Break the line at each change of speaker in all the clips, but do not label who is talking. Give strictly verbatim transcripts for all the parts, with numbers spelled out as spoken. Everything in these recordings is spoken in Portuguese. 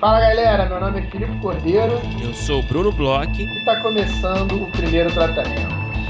Fala galera, meu nome é Filipe Cordeiro.
Eu sou o Bruno Bloch.
E está começando o primeiro tratamento.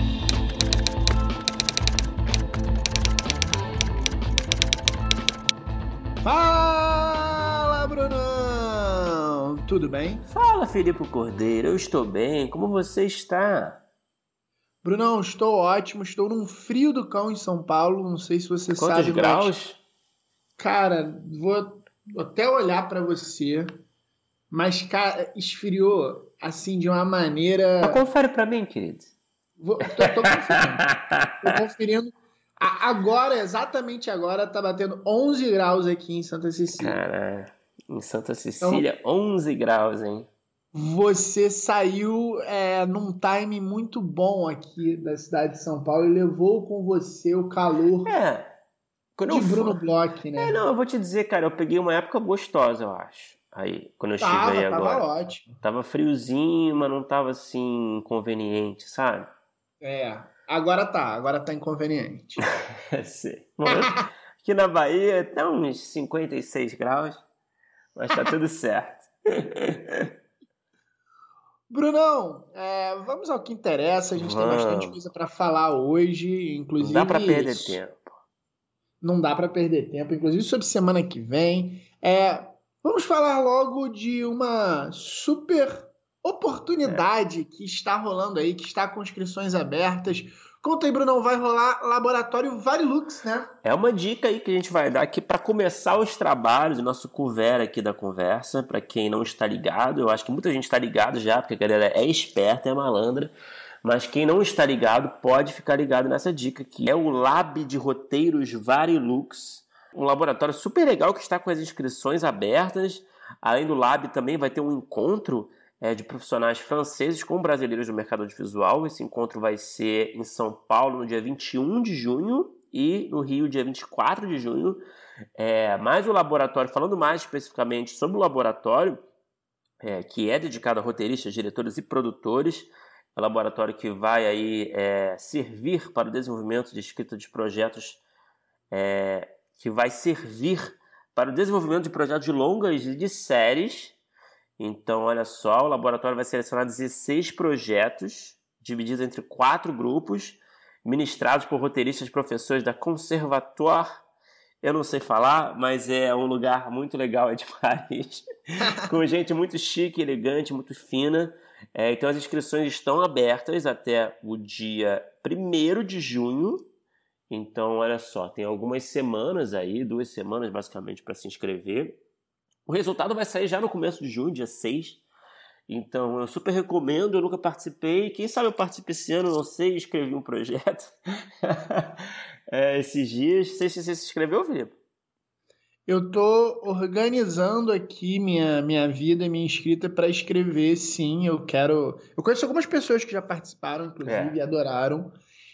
Fala, Brunão! Tudo bem?
Fala, Filipe Cordeiro. Eu estou bem. Como você está?
Brunão, estou ótimo. Estou num frio do cão em São Paulo. Não sei se você
Quantos
sabe.
graus?
Mas... Cara, vou até olhar para você. Mas, cara, esfriou assim de uma maneira...
Mas confere pra mim, querido.
Vou, tô, tô conferindo. Tô conferindo. A, agora, exatamente agora, tá batendo onze graus aqui em Santa Cecília.
Cara, em Santa Cecília, então, onze graus, hein? Você
saiu é, num time muito bom aqui da cidade de São Paulo e levou com você o calor
é,
de Bruno for... Bloch, né?
É, não, eu vou te dizer, cara, eu peguei uma época gostosa, eu acho. Aí, quando eu
tava,
cheguei agora.
Tava ótimo.
Tava friozinho, mas não tava assim inconveniente, sabe?
É, agora tá, agora tá inconveniente.
Sim. Aqui na Bahia tá uns cinquenta e seis graus, mas tá tudo certo.
Brunão, é, vamos ao que interessa, a gente vamos. Tem bastante coisa para falar hoje, inclusive...
Não dá para perder tempo.
Não dá para perder tempo, inclusive sobre semana que vem. É... Vamos falar logo de uma super oportunidade é. que está rolando aí, que está com inscrições abertas. Conta aí, Brunão, vai rolar Laboratório Varilux, né?
É uma dica aí que a gente vai dar aqui para começar os trabalhos, o nosso cover aqui da conversa, para quem não está ligado. Eu acho que muita gente está ligado já, porque a galera é esperta, é malandra. Mas quem não está ligado pode ficar ligado nessa dica, que é o Lab de Roteiros Varilux. Um laboratório super legal que está com as inscrições abertas. Além do Lab, também vai ter um encontro é, de profissionais franceses com brasileiros do mercado audiovisual. Esse encontro vai ser em São Paulo no dia vinte e um de junho e no Rio dia vinte e quatro de junho. É, mais o laboratório, falando mais especificamente sobre o laboratório, é, que é dedicado a roteiristas, diretores e produtores. É um laboratório que vai aí, é, servir para o desenvolvimento de escrita de projetos é, que vai servir para o desenvolvimento de projetos de longas e de séries. Então, olha só, o laboratório vai selecionar dezesseis projetos, divididos entre quatro grupos, ministrados por roteiristas e professores da Conservatoire. Eu não sei falar, mas é um lugar muito legal, é de Paris, com gente muito chique, elegante, muito fina. É, então, as inscrições estão abertas até o dia primeiro de junho. Então, olha só, tem algumas semanas aí, duas semanas basicamente para se inscrever. O resultado vai sair já no começo de junho, dia seis. Então, eu super recomendo, eu nunca participei. Quem sabe eu participe esse ano, não sei, escrevi um projeto é, esses dias. Não sei se você se inscreveu, Filipe.
Eu tô organizando aqui minha, minha vida, minha inscrita para escrever, sim. Eu quero... Eu conheço algumas pessoas que já participaram, inclusive, é. e adoraram.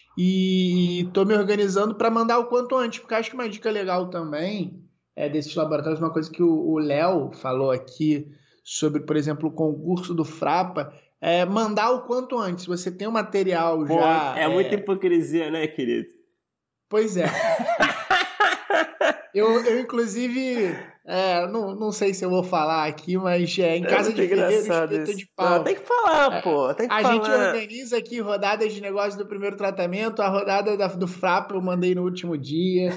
E estou me organizando para mandar o quanto antes, porque acho que uma dica legal também é desses laboratórios, uma coisa que o Léo falou aqui sobre, por exemplo, o concurso do Frapa, é mandar o quanto antes. Se você tem o material
Pô,
já...
É, é muita hipocrisia, né, querido?
Pois é. eu, eu, inclusive... É, não, não sei se eu vou falar aqui, mas é, em casa é de ferreiro, espeto de pau.
Não, tem que falar, é, pô. Tem que
a
falar.
gente organiza aqui rodadas de negócio do primeiro tratamento, a rodada da, do Frapa eu mandei no último dia.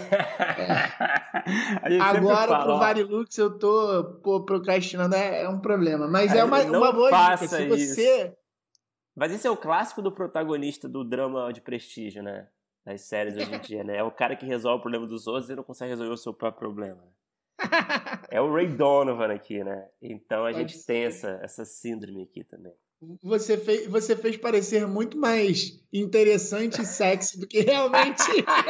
É. Agora, pro Varilux, eu tô pô, procrastinando, é, é um problema. Mas é uma, uma boa dica. Se você...
Isso. Mas esse é o clássico do protagonista do drama de prestígio, né? Das séries hoje em dia, né? É o cara que resolve o problema dos outros e não consegue resolver o seu próprio problema. É o Ray Donovan aqui, né? Então a Pode gente ser. tem essa, essa síndrome aqui também.
Você fez, você fez parecer muito mais interessante e sexy do que realmente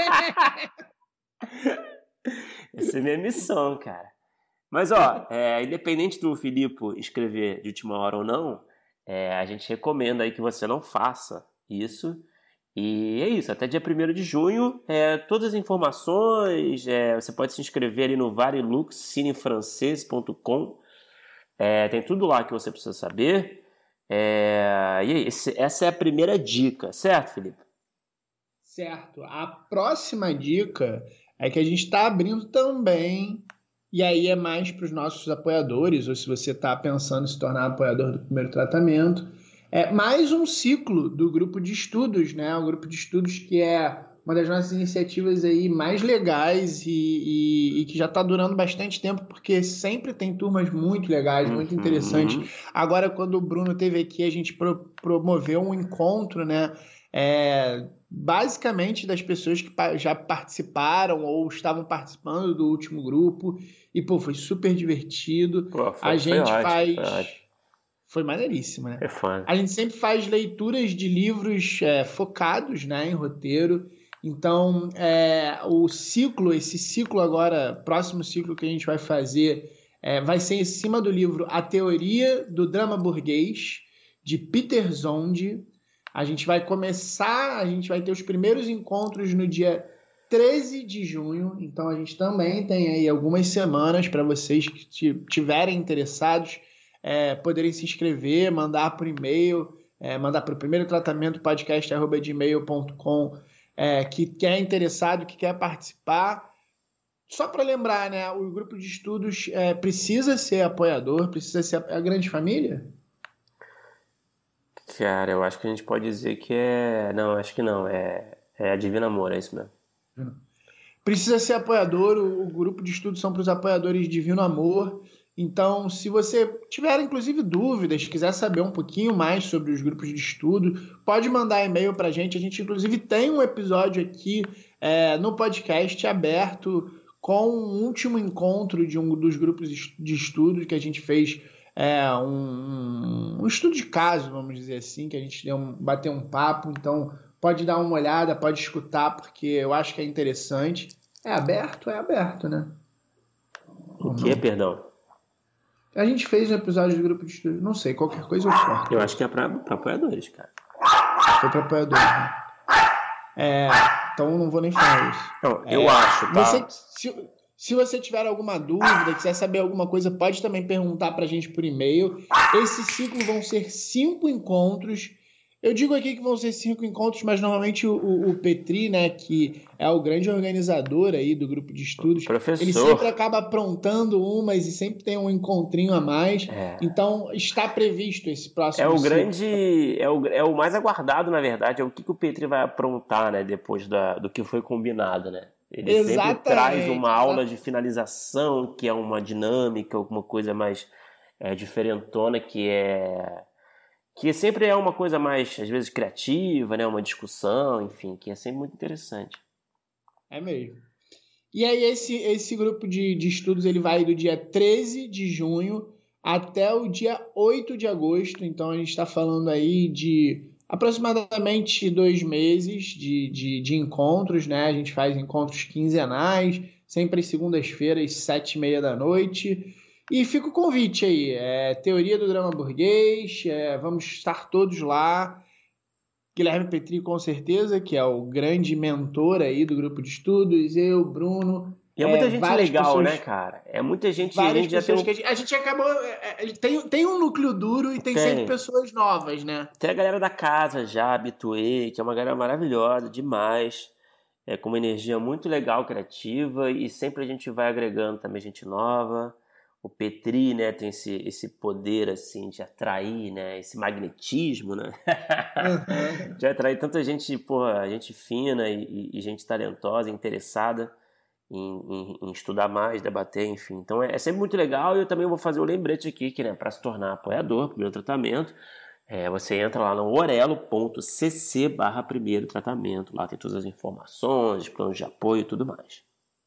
é.
Essa é minha missão, cara. Mas, ó, é, independente do Filipe escrever de última hora ou não, é, a gente recomenda aí que você não faça isso. E é isso, até dia primeiro de junho, é, todas as informações, é, você pode se inscrever ali no varilux cine francês ponto com, é, tem tudo lá que você precisa saber. É, e esse, essa é a primeira dica, certo, Filipe?
Certo. A próxima dica é que a gente está abrindo também E aí é mais para os nossos apoiadores, ou se você está pensando em se tornar apoiador do primeiro tratamento. É mais um ciclo do grupo de estudos, né? O grupo de estudos que é uma das nossas iniciativas aí mais legais e, e, e que já está durando bastante tempo, porque sempre tem turmas muito legais, muito interessantes.
Uhum.
Agora, quando o Bruno esteve aqui, a gente pro, promoveu um encontro, né? É, basicamente das pessoas que já participaram ou estavam participando do último grupo. E, pô, foi super divertido.
Pô, foi,
a gente
foi
faz...
ótimo, foi,
foi maneiríssimo, né?
é fã.
A gente sempre faz leituras de livros é, focados, né, em roteiro. Então, é, o ciclo, esse ciclo agora, próximo ciclo que a gente vai fazer, é, vai ser em cima do livro A Teoria do Drama Burguês, de Peter Zonde. A gente vai começar, a gente vai ter os primeiros encontros no dia treze de junho, então a gente também tem aí algumas semanas para vocês que estiverem interessados é, poderem se inscrever, mandar por e-mail, é, mandar para o primeiro tratamento podcast arroba gmail ponto com, é, que, que é interessado, que quer participar. Só para lembrar, né, o grupo de estudos é, precisa ser apoiador, precisa ser a, a grande família?
Cara, eu acho que a gente pode dizer que é... Não, acho que não. É, é a Divino Amor, é isso mesmo.
Precisa ser apoiador. O, o grupo de estudos são para os apoiadores de Divino Amor. Então, se você tiver, inclusive, dúvidas, quiser saber um pouquinho mais sobre os grupos de estudo, pode mandar e-mail para a gente. A gente, inclusive, tem um episódio aqui é, no podcast aberto com um último encontro de um dos grupos de estudo que a gente fez. É um, um estudo de caso, vamos dizer assim, que a gente deu um, bateu um papo, então pode dar uma olhada, pode escutar, porque eu acho que é interessante. É aberto? É aberto, né?
O que é, perdão?
A gente fez um episódio do grupo de estudo, não sei, qualquer coisa eu corto.
Eu acho que é para apoiadores, cara.
Foi para apoiadores, né? É, então não vou nem falar isso.
Não, eu
é,
acho, tá?
Você, se, se você tiver alguma dúvida, quiser saber alguma coisa, pode também perguntar pra gente por e-mail. Esse ciclo vão ser cinco encontros. Eu digo aqui que vão ser cinco encontros, mas normalmente o, o, o Petri, né, que é o grande organizador aí do grupo de estudos,
Professor.
ele sempre acaba aprontando umas e sempre tem um encontrinho a mais.
É.
Então está previsto esse próximo
É o
ciclo.
grande, é o, é o mais aguardado, na verdade, é o que, que o Petri vai aprontar, né, depois da, do que foi combinado, né? Ele
Exatamente,
sempre traz uma aula
exatamente.
de finalização, que é uma dinâmica, alguma coisa mais é, diferentona, que é... que sempre é uma coisa mais, às vezes, criativa, né? Uma discussão, enfim, que é sempre muito interessante.
É mesmo. E aí esse, esse grupo de, de estudos ele vai do dia treze de junho até o dia oito de agosto. Então a gente está falando aí de aproximadamente dois meses de, de, de encontros, né? A gente faz encontros quinzenais, sempre às segundas-feiras, sete e meia da noite. E fica o convite aí, é, Teoria do Drama Burguês, é, vamos estar todos lá. Guilherme Petri, com certeza, que é o grande mentor aí do grupo de estudos, eu, Bruno.
E é muita
é,
gente legal,
pessoas,
né, cara? É muita gente...
Várias
a gente
pessoas
já tem um...
que a gente, a gente acabou... É, é, tem, tem um núcleo duro e tem,
Tem.
sempre pessoas novas, né?
Tem a galera da casa já, Habituê, que é uma galera maravilhosa, demais. É, com uma energia muito legal, criativa, e sempre a gente vai agregando também gente nova. O Petri, né, tem esse, esse poder, assim, de atrair, né, esse magnetismo, né, uhum. De atrair tanta gente, porra, gente fina e, e gente talentosa, interessada em, em, em estudar mais, debater, enfim. Então é, é sempre muito legal, e eu também vou fazer um lembrete aqui, que, né, para se tornar apoiador, primeiro tratamento, é, você entra lá no orelo.cc barra primeiro tratamento, lá tem todas as informações, planos de apoio e tudo mais.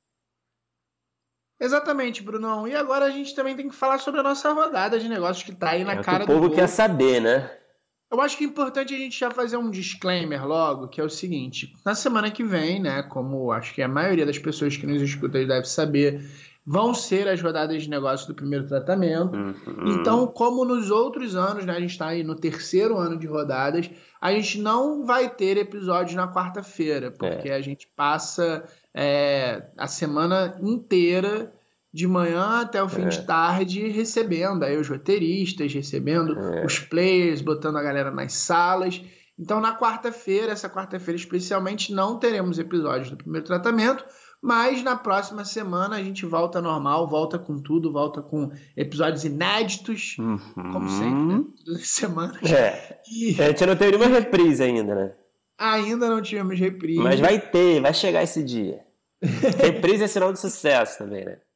Exatamente, Brunão. E agora a gente também tem que falar sobre a nossa rodada de negócios que tá aí na
é
cara
do povo. O povo
do
quer saber, né?
Eu acho que é importante a gente já fazer um disclaimer logo, que é o seguinte. Na semana que vem, né, como acho que a maioria das pessoas que nos escutam deve saber, vão ser as rodadas de negócios do primeiro tratamento.
Uhum.
Então, como nos outros anos, né, a gente está aí no terceiro ano de rodadas, a gente não vai ter episódios na quarta-feira, porque é. a gente passa... É, a semana inteira, de manhã até o fim é. de tarde, recebendo aí os roteiristas, recebendo é. os players, botando a galera nas salas. Então, na quarta-feira, essa quarta-feira especialmente, não teremos episódios do primeiro tratamento, Mas na próxima semana a gente volta normal, volta com tudo, volta com episódios inéditos,
uhum.
como sempre, né? Todas as semanas.
É. E... a gente não tem nenhuma reprise ainda, né?
Ainda não tivemos reprise.
Mas vai ter, vai chegar esse dia. Reprise é sinal de sucesso também, né?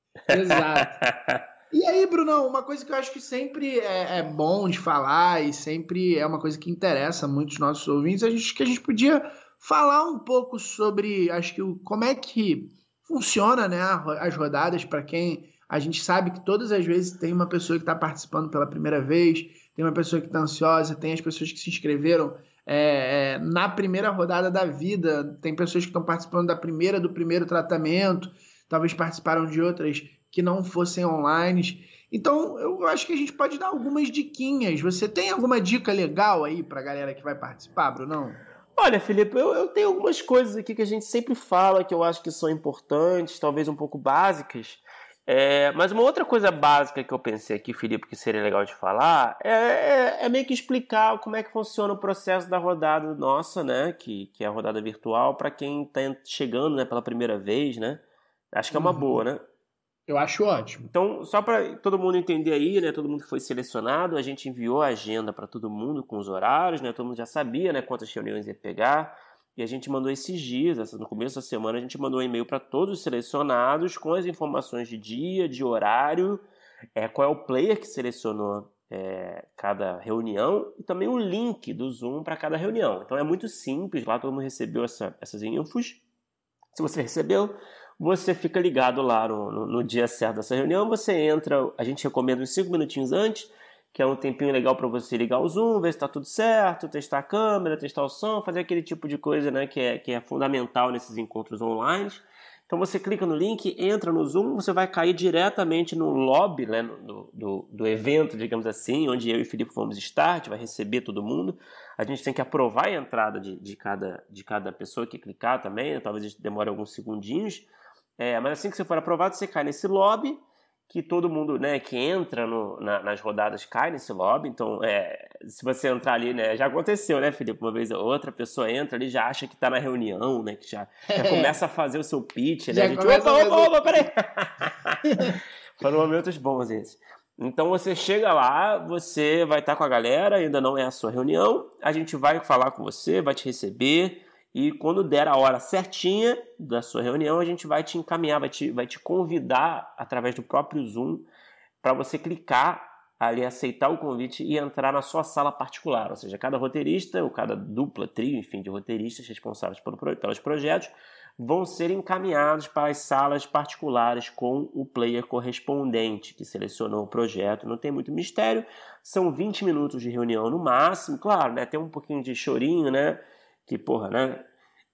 Exato. E aí, Brunão, uma coisa que eu acho que sempre é, é bom de falar e sempre é uma coisa que interessa muito os nossos ouvintes, a gente, que a gente podia falar um pouco sobre, acho que, como é que funciona, né, as rodadas, para quem a gente sabe que todas as vezes tem uma pessoa que está participando pela primeira vez, tem uma pessoa que está ansiosa, tem as pessoas que se inscreveram é, é, na primeira rodada da vida, tem pessoas que estão participando da primeira, do primeiro tratamento, talvez participaram de outras que não fossem online. Então, eu acho que a gente pode dar algumas diquinhas. Você tem alguma dica legal aí para a galera que vai participar, Brunão?
Olha, Felipe, eu, eu tenho algumas coisas aqui que a gente sempre fala que eu acho que são importantes, talvez um pouco básicas. É, mas uma outra coisa básica que eu pensei aqui, Felipe, que seria legal de falar, é, é, é meio que explicar como é que funciona o processo da rodada nossa, né? Que, que é a rodada virtual, para quem está chegando, né, pela primeira vez, né? Acho que é uma
Uhum.
boa, né?
Eu acho ótimo.
Então, só para todo mundo entender aí, né, todo mundo que foi selecionado, a gente enviou a agenda para todo mundo com os horários, né, todo mundo já sabia, né, quantas reuniões ia pegar, e a gente mandou esses dias, no começo da semana, a gente mandou um e-mail para todos os selecionados com as informações de dia, de horário, é, qual é o player que selecionou é, cada reunião e também o link do Zoom para cada reunião. Então é muito simples, lá todo mundo recebeu essa, essas infos. Se você recebeu, você fica ligado lá no, no, no dia certo dessa reunião, você entra, a gente recomenda uns cinco minutinhos antes, que é um tempinho legal para você ligar o Zoom, ver se está tudo certo, testar a câmera, testar o som, fazer aquele tipo de coisa, né, que, é, que é fundamental nesses encontros online. Então você clica no link, entra no Zoom, você vai cair diretamente no lobby, né, do, do, do evento, digamos assim, onde eu e o Felipe vamos estar, a gente vai receber todo mundo. A gente tem que aprovar a entrada de, de, cada, de cada pessoa que clicar também, né, talvez demore alguns segundinhos. É, mas assim que você for aprovado, você cai nesse lobby, que todo mundo, né, que entra no, na, nas rodadas cai nesse lobby. Então, é, se você entrar ali, né, já aconteceu, né, Felipe? Uma vez outra pessoa entra ali, já acha que tá na reunião, né, que já, já começa a fazer o seu pitch, né?
Já
A gente,
começa
opa,
a
opa,
fazer...
opa, peraí! Foram momentos bons esses. Então, você chega lá, você vai estar com a galera, ainda não é a sua reunião, a gente vai falar com você, vai te receber. E quando der a hora certinha da sua reunião, a gente vai te encaminhar, vai te, vai te convidar através do próprio Zoom para você clicar ali, aceitar o convite e entrar na sua sala particular. Ou seja, cada roteirista ou cada dupla, trio, enfim, de roteiristas responsáveis por, pelos projetos vão ser encaminhados para as salas particulares com o player correspondente que selecionou o projeto. Não tem muito mistério, são vinte minutos de reunião no máximo. Claro, né, tem um pouquinho de chorinho, né? Que, porra, né?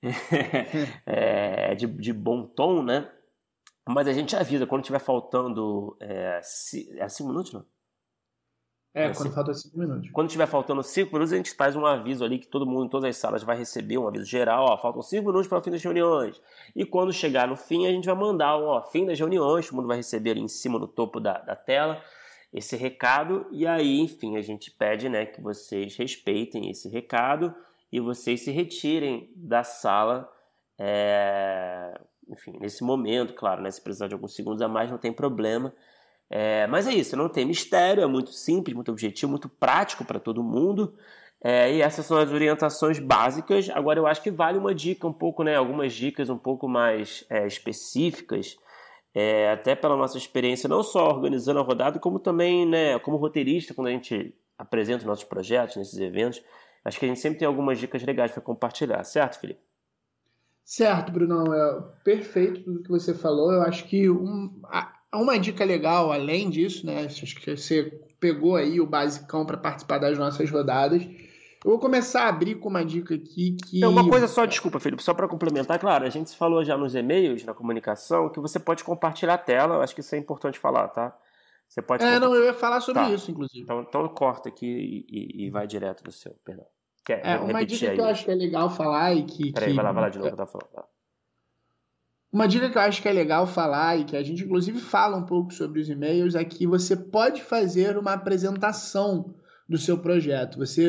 é de, de bom tom, né? Mas a gente avisa quando tiver faltando. É, ci, é cinco minutos, não?
É,
é
quando
cinco,
falta cinco minutos.
Quando tiver faltando cinco minutos, a gente faz um aviso ali que todo mundo, em todas as salas, vai receber um aviso geral. Ó, faltam cinco minutos para o fim das reuniões. E quando chegar no fim, a gente vai mandar um ó, fim das reuniões. Todo mundo vai receber ali em cima, no topo da, da tela, esse recado. E aí, enfim, a gente pede, né, que vocês respeitem esse recado e vocês se retirem da sala, é, enfim, nesse momento, claro, né, se precisar de alguns segundos a mais, não tem problema. É, mas é isso, não tem mistério, é muito simples, muito objetivo, muito prático para todo mundo. É, e essas são as orientações básicas. Agora eu acho que vale uma dica um pouco, né, algumas dicas um pouco mais é, específicas, é, até pela nossa experiência, não só organizando a rodada, como também, né, como roteirista, quando a gente apresenta os nossos projetos nesses eventos. Acho que a gente sempre tem algumas dicas legais para compartilhar, certo, Felipe?
Certo, Brunão. É perfeito tudo que você falou. Eu acho que um, uma dica legal, além disso, né? Acho que você pegou aí o basicão para participar das nossas rodadas. Eu vou começar a abrir com uma dica aqui que...
É uma coisa só, desculpa, Felipe, só para complementar. Claro, a gente falou já nos e-mails, na comunicação, que você pode compartilhar a tela. Eu acho que isso é importante falar, tá? Você pode
é, não, eu ia falar sobre
tá.
isso, inclusive.
Então, então corta aqui e, e, e vai direto do seu, perdão. Quer
é, uma dica aí. Que eu acho que é legal falar e que...
Peraí,
que...
vai lá, vai lá de novo, tá falando. Tá.
Uma dica que eu acho que é legal falar e que a gente inclusive fala um pouco sobre os e-mails é que você pode fazer uma apresentação do seu projeto. Você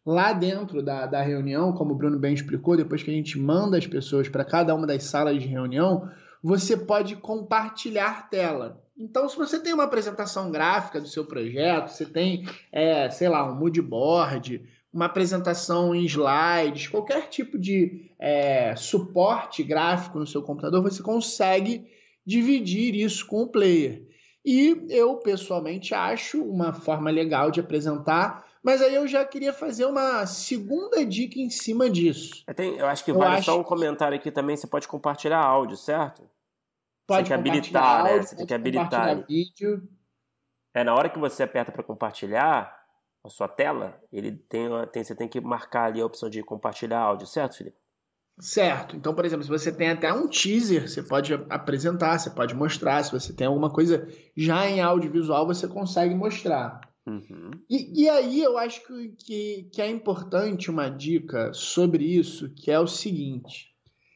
lá dentro da, da reunião, como o Bruno bem explicou, depois que a gente manda as pessoas para cada uma das salas de reunião, você pode compartilhar tela. Então, se você tem uma apresentação gráfica do seu projeto, você tem, é, sei lá, um mood board, uma apresentação em slides, qualquer tipo de é, suporte gráfico no seu computador, você consegue dividir isso com o player. E eu, pessoalmente, acho uma forma legal de apresentar, mas aí eu já queria fazer uma segunda dica em cima disso.
Eu, tenho, eu acho que
eu
vale
acho
só um comentário aqui também, você pode compartilhar áudio, certo?
Pode
você tem que habilitar,
áudio,
né? Você tem que
pode
habilitar.
compartilhar vídeo.
É, na hora que você aperta para compartilhar a sua tela, ele tem, tem, você tem que marcar ali a opção de compartilhar áudio, certo, Felipe?
Certo. Então, por exemplo, se você tem até um teaser, você pode apresentar, você pode mostrar. Se você tem alguma coisa já em audiovisual, você consegue mostrar.
Uhum.
E, e aí eu acho que, que, que é importante uma dica sobre isso, que é o seguinte.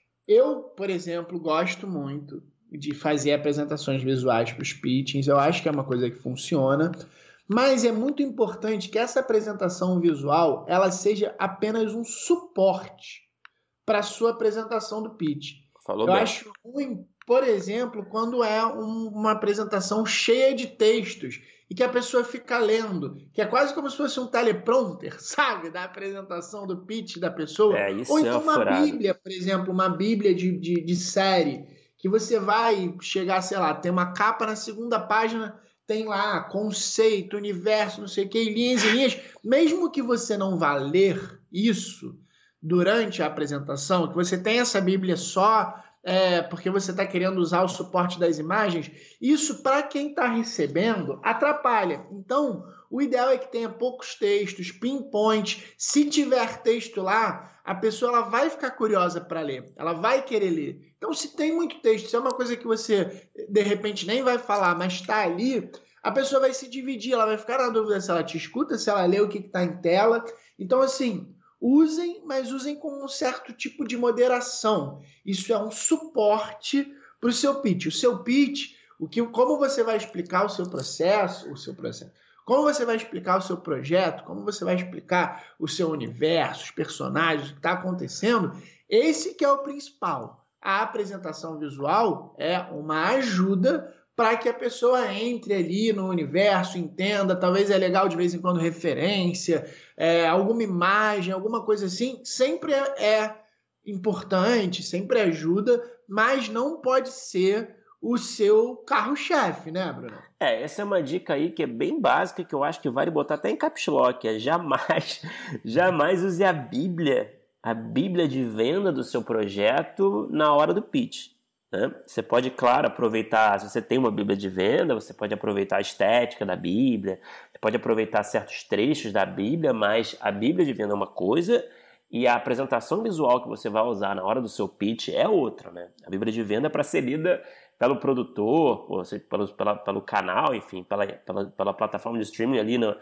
Eu, por exemplo, gosto muito de fazer apresentações visuais para os pitchings. Eu acho que é uma coisa que funciona. Mas é muito importante que essa apresentação visual ela seja apenas um suporte para a sua apresentação do pitch.
Falou
Eu
bem.
acho ruim, por exemplo, quando é um, uma apresentação cheia de textos e que a pessoa fica lendo, que é quase como se fosse um teleprompter, sabe? Da apresentação do pitch da pessoa.
É, isso
Ou
é
então uma
furado.
bíblia, por exemplo, uma bíblia de, de, de série, que você vai chegar, sei lá, tem uma capa na segunda página, tem lá conceito, universo, não sei o que, linhas e linhas. Mesmo que você não vá ler isso durante a apresentação, que você tem essa Bíblia só é, porque você está querendo usar o suporte das imagens, isso para quem está recebendo atrapalha. Então, o ideal é que tenha poucos textos, pinpoint. Se tiver texto lá, a pessoa ela vai ficar curiosa para ler, ela vai querer ler. Então, se tem muito texto, se é uma coisa que você, de repente, nem vai falar, mas está ali, a pessoa vai se dividir, ela vai ficar na dúvida se ela te escuta, se ela lê o que está em tela. Então, assim, usem, mas usem com um certo tipo de moderação. Isso é um suporte para o seu pitch. O seu pitch, o que, como você vai explicar o seu processo, o seu processo, como você vai explicar o seu projeto, como você vai explicar o seu universo, os personagens, o que está acontecendo, esse que é o principal. A apresentação visual é uma ajuda para que a pessoa entre ali no universo, entenda, talvez é legal de vez em quando referência, é, alguma imagem, alguma coisa assim, sempre é importante, sempre ajuda, mas não pode ser o seu carro-chefe, né, Bruno?
É, essa é uma dica aí que é bem básica, que eu acho que vale botar até em caps lock, é jamais, jamais use a Bíblia, a Bíblia de venda do seu projeto na hora do pitch. Né? Você pode, claro, aproveitar, se você tem uma Bíblia de venda, você pode aproveitar a estética da Bíblia, você pode aproveitar certos trechos da Bíblia, mas a Bíblia de venda é uma coisa e a apresentação visual que você vai usar na hora do seu pitch é outra. Né? A Bíblia de venda é para ser lida pelo produtor, ou seja, pelo, pela, pelo canal, enfim, pela, pela, pela plataforma de streaming ali, no,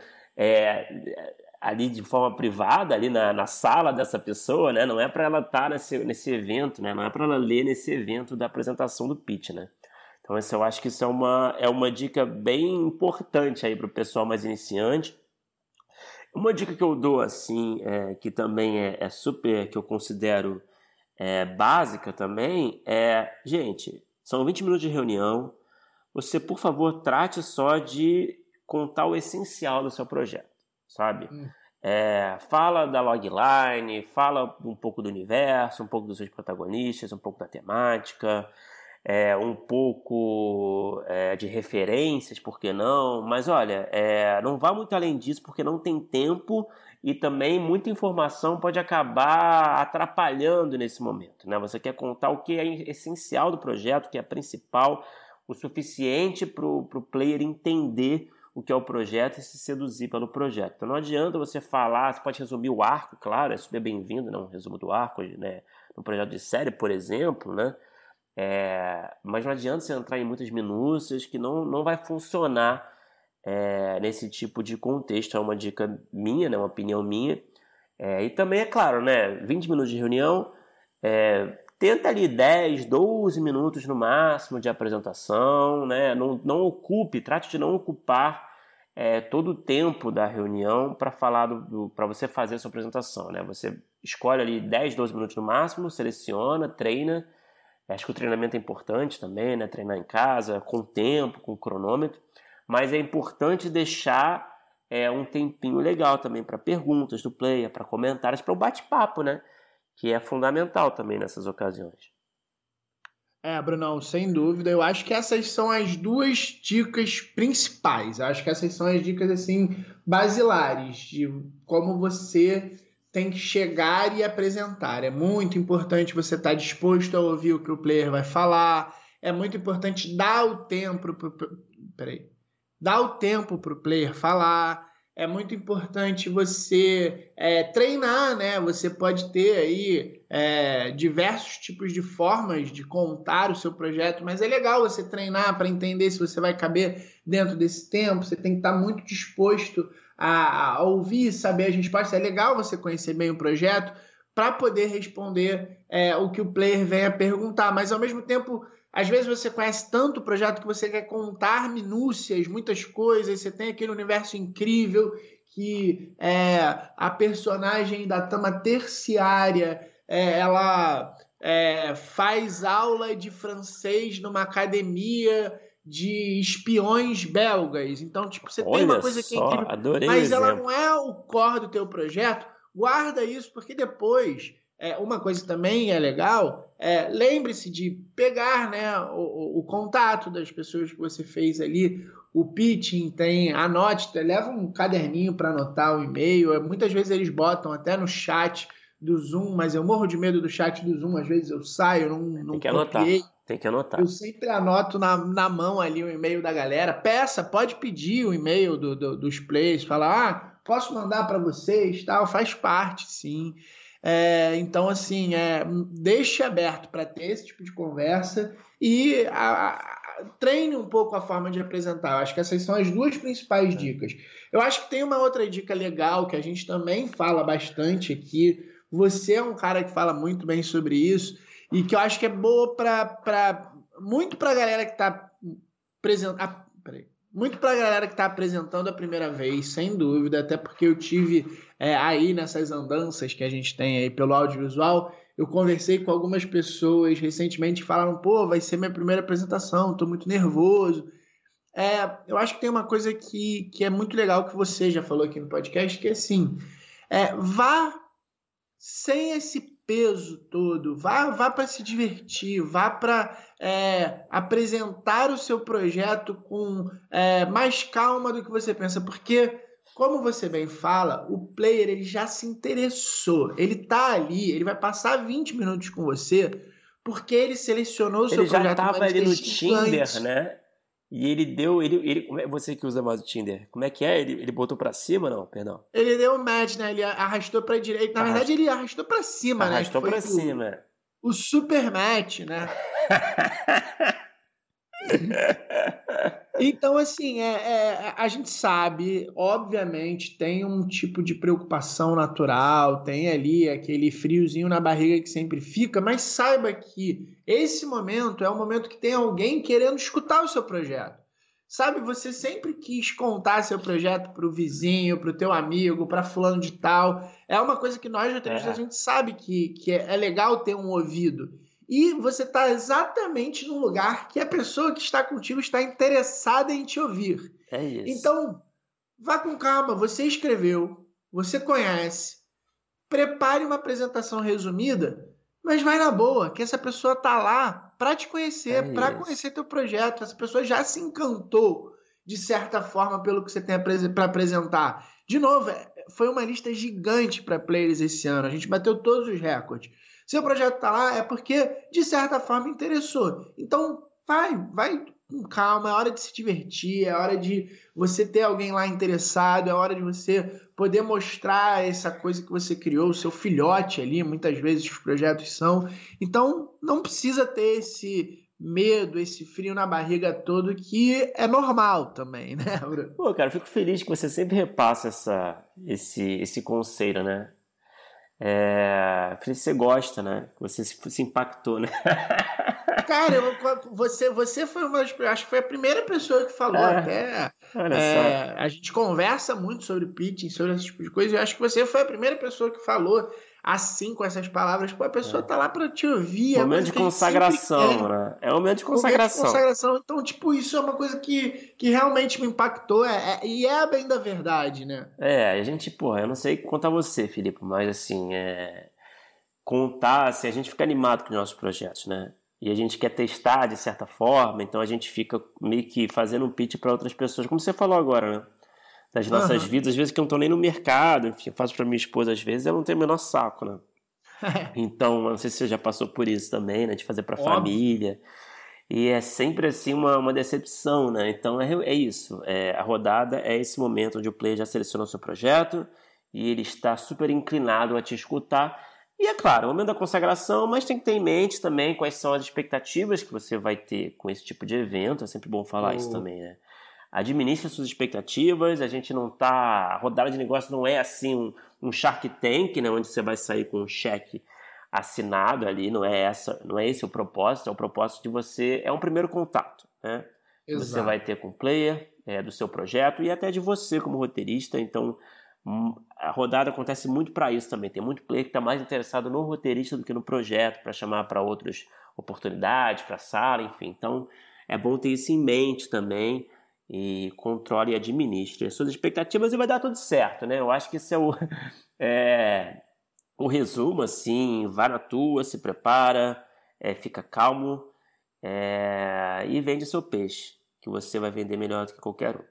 é, ali de forma privada, ali na, na sala dessa pessoa, né? Não é para ela estar nesse, nesse evento, né? Não é para ela ler nesse evento da apresentação do pitch, né? Então essa, eu acho que isso é uma, é uma dica bem importante aí para o pessoal mais iniciante. Uma dica que eu dou, assim, é, que também é, é super, que eu considero é, básica também, é, gente, são vinte minutos de reunião, você, por favor, trate só de contar o essencial do seu projeto, sabe? Hum. É, fala da logline, fala um pouco do universo, um pouco dos seus protagonistas, um pouco da temática, é, um pouco é, de referências, por que não? Mas olha, é, não vá muito além disso porque não tem tempo e também muita informação pode acabar atrapalhando nesse momento. Né? Você quer contar o que é essencial do projeto, o que é principal, o suficiente para o player entender o que é o projeto e se seduzir pelo projeto. Então não adianta você falar, você pode resumir o arco, claro, é super bem-vindo, né? Um resumo do arco, né? No projeto de série, por exemplo, né? É, mas não adianta você entrar em muitas minúcias que não, não vai funcionar é, nesse tipo de contexto. É uma dica minha, né, uma opinião minha. É, e também, é claro, né, vinte minutos de reunião, é, tenta ali dez, doze minutos no máximo de apresentação. Né, não, não ocupe, trate de não ocupar é, todo o tempo da reunião para falar do, do, para você fazer a sua apresentação, né? Você escolhe ali dez, doze minutos no máximo, seleciona, treina. Acho que o treinamento é importante também, né? Treinar em casa, com tempo, com cronômetro. Mas é importante deixar é, um tempinho legal também para perguntas do player, para comentários, para o bate-papo, né? Que é fundamental também nessas ocasiões.
É, Brunão, sem dúvida. Eu acho que essas são as duas dicas principais. Eu acho que essas são as dicas, assim, basilares de como você tem que chegar e apresentar. É muito importante você estar disposto a ouvir o que o player vai falar. É muito importante dar o tempo pro... Peraí. Dar o tempo para o player falar. É muito importante você é, treinar, né? Você pode ter aí é, diversos tipos de formas de contar o seu projeto, mas é legal você treinar para entender se você vai caber dentro desse tempo. Você tem que estar muito disposto a, a ouvir, saber as respostas. É legal você conhecer bem o projeto para poder responder é, o que o player vem a perguntar, mas ao mesmo tempo, às vezes você conhece tanto o projeto que você quer contar minúcias, muitas coisas, você tem aquele universo incrível que é, a personagem da Tama Terciária, é, ela é, faz aula de francês numa academia de espiões belgas. Então, tipo, você
Olha
tem uma coisa que é
só,
incrível,
adorei
mas
o
ela
exemplo.
não é o core do teu projeto. Guarda isso, porque depois... É, uma coisa também é legal, é, lembre-se de pegar, né, o, o, o contato das pessoas que você fez ali, o pitching, tem, anote, leva um caderninho para anotar o e-mail, muitas vezes eles botam até no chat do Zoom, mas eu morro de medo do chat do Zoom, às vezes eu saio, não, não
Tem que
copiei.
anotar, tem que anotar.
Eu sempre anoto na, na mão ali o e-mail da galera, peça, pode pedir o e-mail do, do, dos players, falar, ah, posso mandar para vocês, tal, faz parte, sim. É, então, assim, é, deixe aberto para ter esse tipo de conversa e a, a, treine um pouco a forma de apresentar. Eu acho que essas são as duas principais dicas. Eu acho que tem uma outra dica legal que a gente também fala bastante aqui. Você é um cara que fala muito bem sobre isso e que eu acho que é boa para muito para a galera que está apresentando. Ah, peraí. Muito para a galera que está apresentando a primeira vez, sem dúvida, até porque eu tive é, aí nessas andanças que a gente tem aí pelo audiovisual, eu conversei com algumas pessoas recentemente que falaram, pô, vai ser minha primeira apresentação, estou muito nervoso. É, eu acho que tem uma coisa que, que é muito legal que você já falou aqui no podcast, que é assim, é, vá sem esse peso todo, vá, vá para se divertir, vá para é, apresentar o seu projeto com é, mais calma do que você pensa, porque, como você bem fala, o player ele já se interessou, ele tá ali, ele vai passar vinte minutos com você, porque ele selecionou o seu
ele
projeto.
Ele já estava ali no Tinder,
antes.
né? E ele deu, ele, ele, você que usa mais o Tinder, como é que é? Ele, ele botou pra cima, não? Perdão.
Ele deu um match, né? Ele arrastou pra direita. Na Arrast... verdade, ele arrastou pra cima,
arrastou
né?
Arrastou pra o, cima.
O super match, né? Então, assim, é, é, a gente sabe, obviamente, tem um tipo de preocupação natural, tem ali aquele friozinho na barriga que sempre fica, mas saiba que esse momento é o momento que tem alguém querendo escutar o seu projeto. Sabe, você sempre quis contar seu projeto para o vizinho, para o teu amigo, para fulano de tal. É uma coisa que nós, roteiristas, é. a gente sabe que, que é legal ter um ouvido. E você está exatamente no lugar que a pessoa que está contigo está interessada em te ouvir.
É isso.
Então, vá com calma. Você escreveu, você conhece. Prepare uma apresentação resumida, mas vai na boa, que essa pessoa está lá para te conhecer, é para conhecer teu projeto. Essa pessoa já se encantou, de certa forma, pelo que você tem para apresentar. De novo, foi uma lista gigante para players esse ano. A gente bateu todos os recordes. Seu projeto está lá é porque, de certa forma, interessou. Então, vai, vai com calma, é hora de se divertir, é hora de você ter alguém lá interessado, é hora de você poder mostrar essa coisa que você criou, o seu filhote ali, muitas vezes os projetos são. Então, não precisa ter esse medo, esse frio na barriga todo, que é normal também, né, Bruno?
Pô, cara, eu fico feliz que você sempre repassa essa, esse, esse conselho, né? É, você gosta, né? Você se, se impactou, né?
Cara, eu, você, você foi uma, acho que foi a primeira pessoa que falou
É,
até.
olha só.
É, a gente conversa muito sobre pitching, sobre esse tipo de coisa. E eu acho que você foi a primeira pessoa que falou assim, com essas palavras. Pô, a pessoa
É.
tá lá para te ouvir, é uma
Momento
coisa
de
que a gente sempre
consagração,
quer.
né? É um momento de
Momento de
consagração.
consagração. Então, tipo, isso é uma coisa que, que realmente me impactou. É, é, e é bem da verdade, né?
É, a gente, porra, eu não sei contar você, Felipe, mas assim, é... contar, assim, a gente fica animado com os nossos projetos, né? E a gente quer testar de certa forma, então a gente fica meio que fazendo um pitch para outras pessoas, como você falou agora, né? Das nossas
Aham.
vidas, às vezes que eu não estão nem no mercado, enfim, eu faço para minha esposa às vezes, ela não tem o menor saco, né? Então, eu não sei se você já passou por isso também, né? De fazer para
Óbvio.
família. E é sempre assim uma, uma decepção, né? Então é, é isso. É, a rodada é esse momento onde o player já selecionou seu projeto e ele está super inclinado a te escutar. E é claro, é o momento da consagração, mas tem que ter em mente também quais são as expectativas que você vai ter com esse tipo de evento. É sempre bom falar isso
Oh,
também, né? Administre suas expectativas. A gente não tá. A rodada de negócio não é assim um, um Shark Tank, né? Onde você vai sair com um cheque assinado ali, não é essa, não é esse o propósito, é o propósito de você, é um primeiro contato, né? Que você vai
exato.
ter com o player, é, do seu projeto e até de você como roteirista. Então, hum, a rodada acontece muito para isso também. Tem muito player que está mais interessado no roteirista do que no projeto, para chamar para outras oportunidades, para sala, enfim. Então, é bom ter isso em mente também e controle e administre as suas expectativas e vai dar tudo certo, né? Eu acho que isso é o é, o resumo, assim, vai na tua, se prepara, é, fica calmo é, e vende seu peixe, que você vai vender melhor do que qualquer um.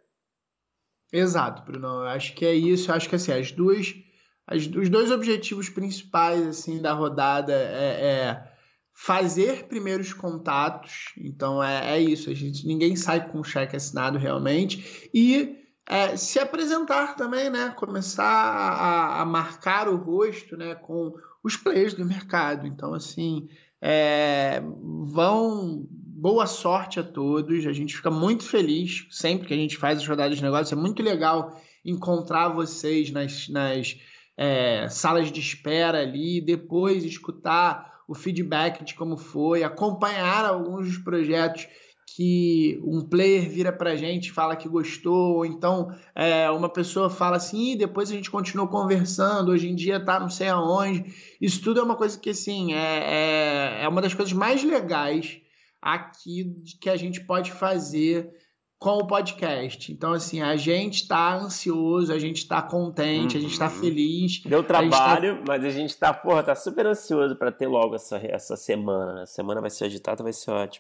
Exato, Bruno. Eu acho que é isso. Eu acho que assim, as duas, as, os dois objetivos principais assim da rodada é, é fazer primeiros contatos. Então é, é isso. A gente ninguém sai com cheque assinado realmente e é, se apresentar também, né? Começar a, a marcar o rosto, né? Com os players do mercado. Então assim, é, vão boa sorte a todos. A gente fica muito feliz sempre que a gente faz as rodadas de negócios. É muito legal encontrar vocês nas, nas é, salas de espera ali, depois escutar o feedback de como foi, acompanhar alguns dos projetos que um player vira pra gente e fala que gostou, ou então é, uma pessoa fala assim, e depois a gente continuou conversando, hoje em dia tá não sei aonde. Isso tudo é uma coisa que, assim, é, é, é uma das coisas mais legais aqui que a gente pode fazer com o podcast. Então, assim, a gente está ansioso, a gente está contente, a gente está
Uhum.
feliz,
Deu
a gente está.
trabalho, mas a gente tá, porra, tá super ansioso para ter logo essa, essa semana, né? A semana vai ser agitada, vai ser ótimo.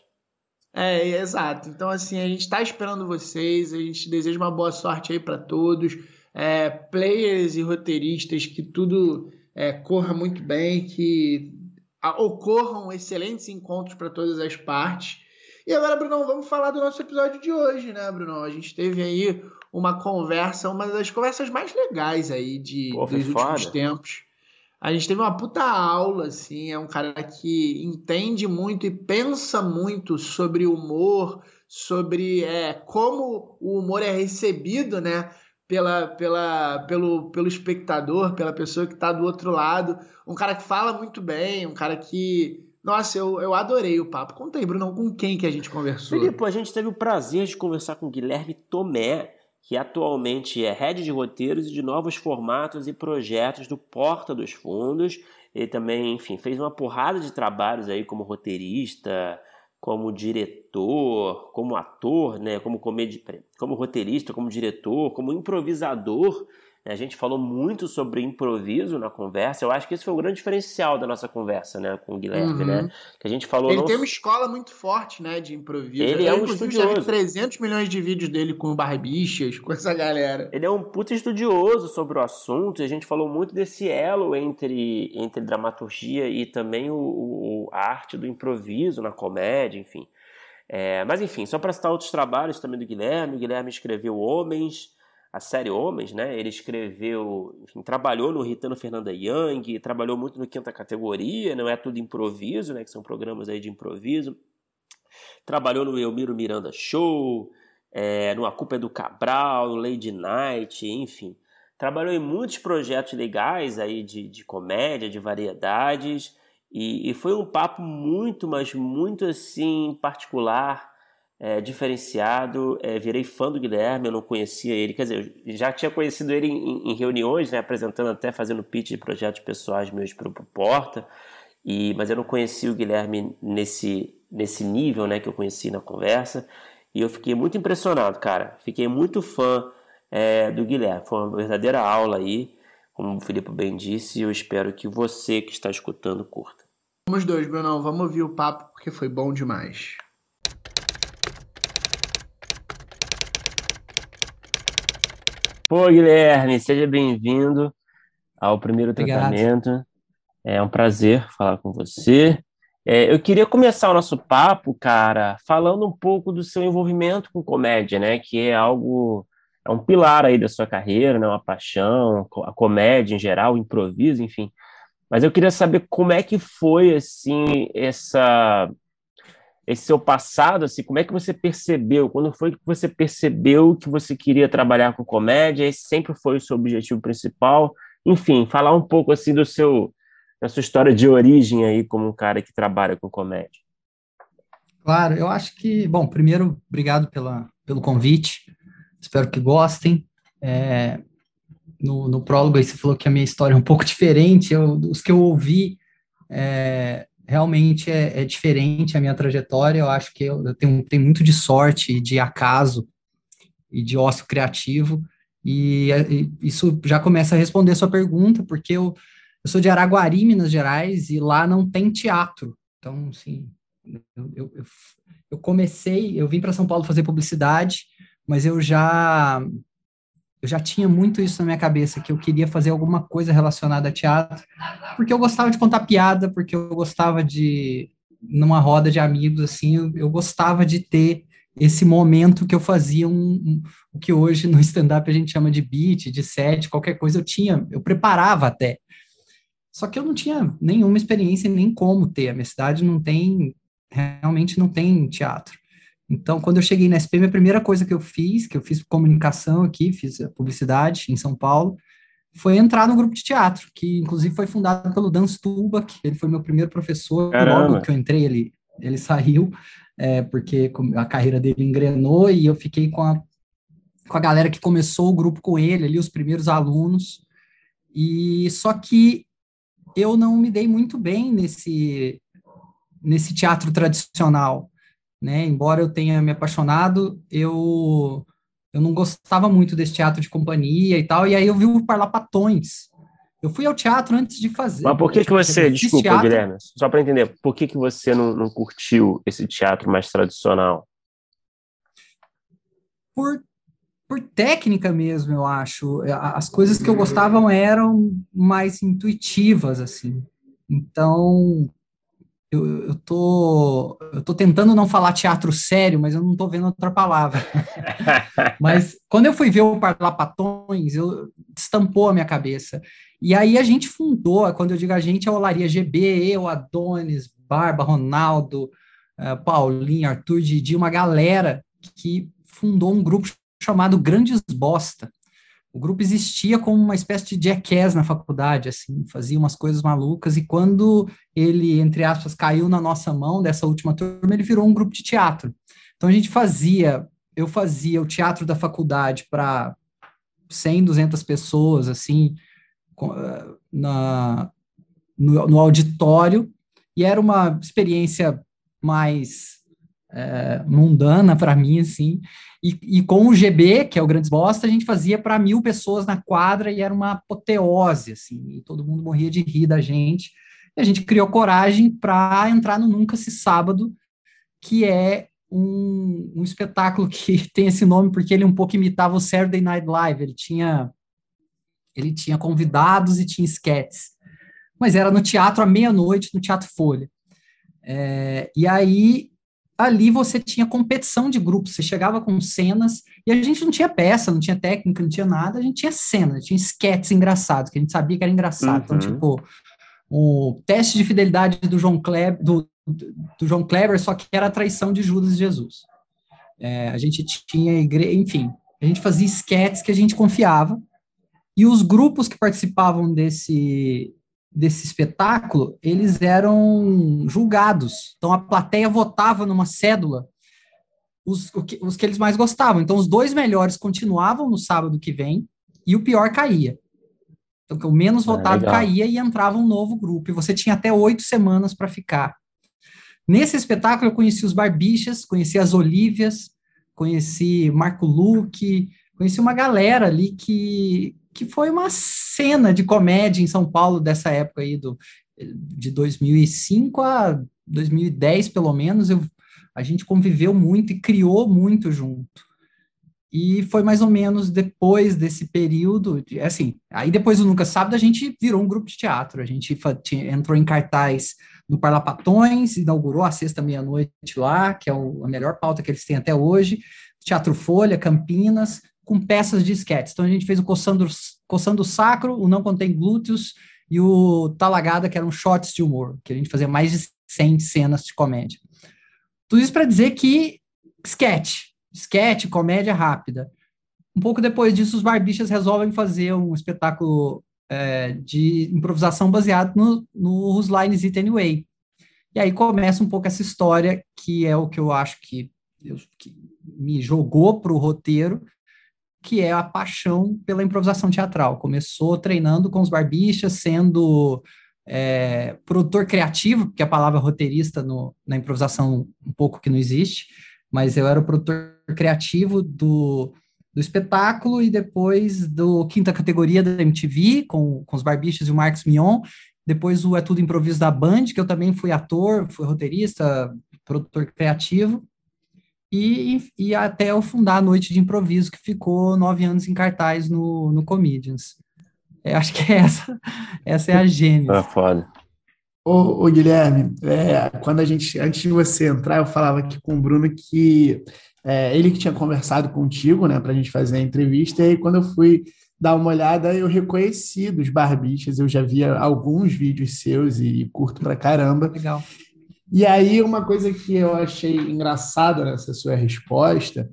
É, exato. Então, assim, a gente está esperando vocês, a gente deseja uma boa sorte aí para todos, é, players e roteiristas, que tudo é, corra muito bem, que a- ocorram excelentes encontros para todas as partes. E agora, Brunão, vamos falar do nosso episódio de hoje, né, Brunão? A gente teve aí uma conversa, uma das conversas mais legais aí de,
Pô, foi
dos últimos
foda.
tempos. A gente teve uma puta aula, assim, é um cara que entende muito e pensa muito sobre humor, sobre é, como o humor é recebido, né, pela, pela, pelo, pelo espectador, pela pessoa que está do outro lado. Um cara que fala muito bem, um cara que... Nossa, eu, eu adorei o papo. Conta aí, Bruno, com quem que a gente conversou?
Filipe, a gente teve o prazer de conversar com Guilherme Tomé, que atualmente é head de roteiros e de novos formatos e projetos do Porta dos Fundos. Ele também, enfim, fez uma porrada de trabalhos aí como roteirista, como diretor, como ator, né, como comedi... como roteirista, como diretor, como improvisador. A gente falou muito sobre improviso na conversa. Eu acho que esse foi o grande diferencial da nossa conversa, né, com o Guilherme, né?
Uhum.
Que a gente falou
Ele
não.
tem uma escola muito forte, né, de improviso.
Ele é
Eu,
um
inclusive, já vi
estudioso.
trezentos milhões de vídeos dele com barbichas, com essa galera.
Ele é um puta estudioso sobre o assunto e a gente falou muito desse elo entre, entre dramaturgia e também o, o- a arte do improviso na comédia, enfim. É, mas enfim, só para citar outros trabalhos também do Guilherme. O Guilherme escreveu Homens, a série Homens, né? Ele escreveu, enfim, trabalhou no Ritano Fernanda Young, trabalhou muito no Quinta Categoria, não é tudo improviso, né? Que são programas aí de improviso. Trabalhou no Elmiro Miranda Show, é, no A Culpa é do Cabral, no Lady Night, enfim. trabalhou em muitos projetos legais aí de, de comédia, de variedades, e, e foi um papo muito, mas muito assim, particular, é, diferenciado. É, virei fã do Guilherme, eu não conhecia ele, quer dizer, eu já tinha conhecido ele em, em reuniões, né, apresentando até, fazendo pitch de projetos pessoais meus para o Porta, e, mas eu não conhecia o Guilherme nesse, nesse nível, né, que eu conheci na conversa, e eu fiquei muito impressionado, cara, fiquei muito fã é, do Guilherme, foi uma verdadeira aula aí, como o Filipe bem disse, e eu espero que você que está escutando curta.
Vamos dois, Brunão, vamos ouvir o papo porque foi bom demais.
Pô, Guilherme, seja bem-vindo ao Primeiro
Obrigado.
Tratamento. É um prazer falar com você. É, eu queria começar o nosso papo, cara, falando um pouco do seu envolvimento com comédia, né? Que é algo, é um pilar aí da sua carreira, né? Uma paixão, a comédia em geral, o improviso, enfim. Mas eu queria saber como é que foi, assim, essa, esse seu passado, assim, como é que você percebeu, quando foi que você percebeu que você queria trabalhar com comédia, esse sempre foi o seu objetivo principal? Enfim, falar um pouco, assim, do seu... na sua história de origem aí como um cara que trabalha com comédia.
Claro, eu acho que, bom, primeiro, obrigado pela, pelo convite, espero que gostem. É, no, no prólogo aí você falou que a minha história é um pouco diferente, eu, os que eu ouvi, é, realmente é, é diferente a minha trajetória, eu acho que eu, eu tenho, tenho muito de sorte, de acaso e de ócio criativo, e, e isso já começa a responder a sua pergunta, porque eu Eu sou de Araguari, Minas Gerais, e lá não tem teatro. Então, assim, eu, eu, eu comecei, eu vim para São Paulo fazer publicidade, mas eu já, eu já tinha muito isso na minha cabeça, que eu queria fazer alguma coisa relacionada a teatro, porque eu gostava de contar piada, porque eu gostava de, numa roda de amigos, assim, eu, eu gostava de ter esse momento que eu fazia um, um, o que hoje no stand-up a gente chama de beat, de set, qualquer coisa eu tinha, eu preparava até. Só que eu não tinha nenhuma experiência nem como ter. A minha cidade não tem, realmente não tem teatro. Então, quando eu cheguei na S P M, a primeira coisa que eu fiz, que eu fiz comunicação aqui, fiz publicidade em São Paulo, foi entrar no grupo de teatro, que inclusive foi fundado pelo Dan Stubach, ele foi meu primeiro professor.
Caramba.
Logo que eu entrei, ele, ele saiu, é, porque a carreira dele engrenou, e eu fiquei com a, com a galera que começou o grupo com ele, ali, os primeiros alunos. E só que eu não me dei muito bem nesse, nesse teatro tradicional, né? Embora eu tenha me apaixonado, eu, eu não gostava muito desse teatro de companhia e tal, e aí eu vi o Parlapatões. Eu fui ao teatro antes de fazer.
Mas por que que você, desculpa,
teatro,
Guilherme, só para entender, por que que você não, não curtiu esse teatro mais tradicional?
Por por técnica mesmo, eu acho. As coisas que eu gostava eram mais intuitivas, assim. Então, eu, eu, tô, eu tô tentando não falar teatro sério, mas eu não tô vendo outra palavra. Mas quando eu fui ver o Parlapatões, eu estampou a minha cabeça. E aí a gente fundou, quando eu digo a gente, é a Olaria G B, eu, Adonis, Barba, Ronaldo, uh, Paulinho, Arthur, Didi, uma galera que fundou um grupo chamado Grandes Bosta. O grupo existia como uma espécie de jackass na faculdade, assim, fazia umas coisas malucas, e quando ele, entre aspas, caiu na nossa mão, dessa última turma, ele virou um grupo de teatro. Então a gente fazia, eu fazia o teatro da faculdade para cem, duzentas pessoas, assim, na, no, no auditório, e era uma experiência mais é, mundana para mim, assim, e, e com o G B, que é o Grandes Bosta, a gente fazia para mil pessoas na quadra, e era uma apoteose, assim, e todo mundo morria de rir da gente, e a gente criou coragem para entrar no Nunca Se Sábado, que é um, um espetáculo que tem esse nome porque ele um pouco imitava o Saturday Night Live, ele tinha, ele tinha convidados e tinha esquetes, mas era no teatro à meia-noite, no Teatro Folha. É, e aí, ali você tinha competição de grupos, você chegava com cenas, e a gente não tinha peça, não tinha técnica, não tinha nada, a gente tinha cena, tinha esquetes engraçados, que a gente sabia que era engraçado. Uhum. Então, tipo, o teste de fidelidade do João Kleber, do, do João Kleber, só que era a traição de Judas e Jesus. É, a gente tinha igreja, enfim, a gente fazia esquetes que a gente confiava, E os grupos que participavam desse, desse espetáculo, eles eram julgados. Então, a plateia votava numa cédula os, que, os que eles mais gostavam. Então, os dois melhores continuavam no sábado que vem e o pior caía. Então, o menos votado ah, caía e entrava um novo grupo. E você tinha até oito semanas para ficar. Nesse espetáculo, eu conheci os Barbixas, conheci as Olívias, conheci Marco Luque, conheci uma galera ali que, que foi uma cena de comédia em São Paulo dessa época aí, do, de dois mil e cinco a dois mil e dez, pelo menos. Eu, a gente conviveu muito e criou muito junto. E foi mais ou menos depois desse período, assim, aí depois do Nunca Sábado a gente virou um grupo de teatro, a gente entrou em cartaz no Parlapatões, inaugurou a Sexta Meia-Noite lá, que é o, a melhor pauta que eles têm até hoje, Teatro Folha, Campinas, com peças de esquetes. Então a gente fez o Coçando, Coçando o Sacro, o Não Contém Glúteos e o Talagada, que eram shorts de humor, que a gente fazia mais de cem cenas de comédia. Tudo isso para dizer que esquete, esquete, comédia rápida. Um pouco depois disso, os Barbixas resolvem fazer um espetáculo é, de improvisação baseado no, no Whose Line Is It Anyway? E aí começa um pouco essa história, que é o que eu acho que, eu, que me jogou para o roteiro, que é a paixão pela improvisação teatral. Começou treinando com os Barbixas, sendo é, produtor criativo, porque a palavra roteirista no, na improvisação um pouco que não existe, mas eu era o produtor criativo do, do espetáculo e depois do quinta categoria da M T V, com, com os Barbixas e o Marcos Mion, depois o É Tudo Improviso da Band, que eu também fui ator, fui roteirista, produtor criativo, e, e até eu fundar a Noite de Improviso, que ficou nove anos em cartaz no, no Comedians. É, acho que é essa, essa é a gênese.
É foda.
Ô, ô Guilherme, é, quando a gente, antes de você entrar, eu falava aqui com o Bruno que é, ele que tinha conversado contigo, né, para a gente fazer a entrevista, e aí quando eu fui dar uma olhada, eu reconheci dos Barbixas, eu já via alguns vídeos seus e, e curto pra caramba.
Legal.
E aí uma coisa que eu achei engraçada nessa sua resposta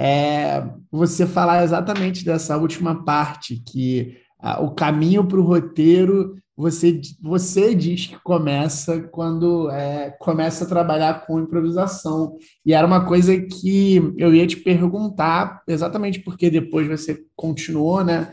é você falar exatamente dessa última parte, que ah, o caminho para o roteiro Você, você diz que começa quando é, começa a trabalhar com improvisação. E era uma coisa que eu ia te perguntar, exatamente porque depois você continuou, né?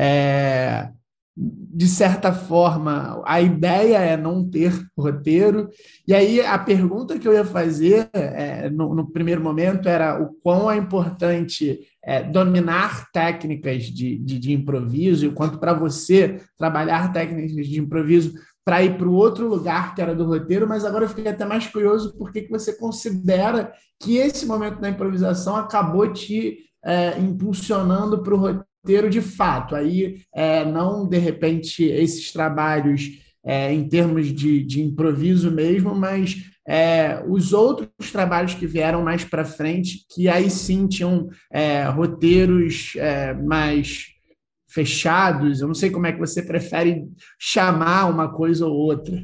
É, de certa forma, a ideia é não ter roteiro. E aí a pergunta que eu ia fazer é, no, no primeiro momento era o quão é importante é, dominar técnicas de, de, de improviso, e o quanto para você trabalhar técnicas de improviso para ir para o outro lugar que era do roteiro, mas agora eu fiquei até mais curioso por que você considera que esse momento da improvisação acabou te é, impulsionando para o roteiro de fato, aí é, não de repente esses trabalhos é, em termos de, de improviso mesmo, mas é, os outros trabalhos que vieram mais para frente, que aí sim tinham é, roteiros é, mais fechados. Eu não sei como é que você prefere chamar uma coisa ou outra.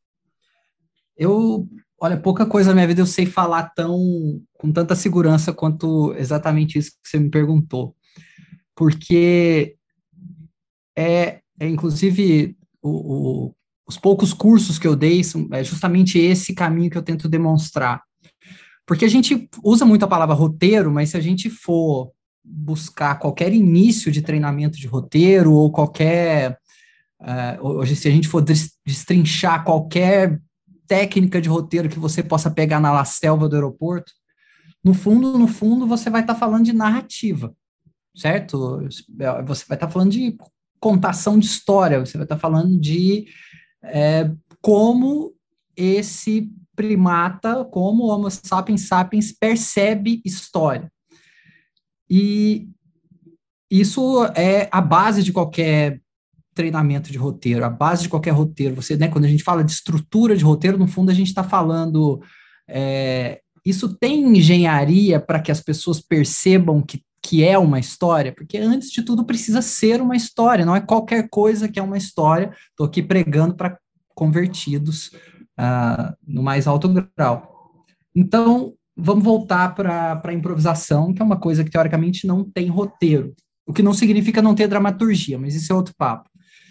Eu, olha, pouca coisa na minha vida eu sei falar tão, com tanta segurança quanto exatamente isso que você me perguntou. Porque é, é inclusive, o, o, os poucos cursos que eu dei são, é justamente esse caminho que eu tento demonstrar. Porque a gente usa muito a palavra roteiro, mas se a gente for buscar qualquer início de treinamento de roteiro, ou qualquer, uh, hoje se a gente for destrinchar qualquer técnica de roteiro que você possa pegar na La Selva do aeroporto, no fundo, no fundo, você vai estar falando de narrativa. Certo? Você vai estar falando de contação de história, você vai estar falando de é, como esse primata, como o Homo sapiens sapiens percebe história. E isso é a base de qualquer treinamento de roteiro, a base de qualquer roteiro. Você, né, quando a gente fala de estrutura de roteiro, no fundo a gente está falando... É, isso tem engenharia para que as pessoas percebam que que é uma história, porque antes de tudo precisa ser uma história, não é qualquer coisa que é uma história. Estou aqui pregando para convertidos uh, no mais alto grau. Então, vamos voltar para a improvisação, que é uma coisa que teoricamente não tem roteiro. o que não significa não ter dramaturgia, mas isso é outro papo.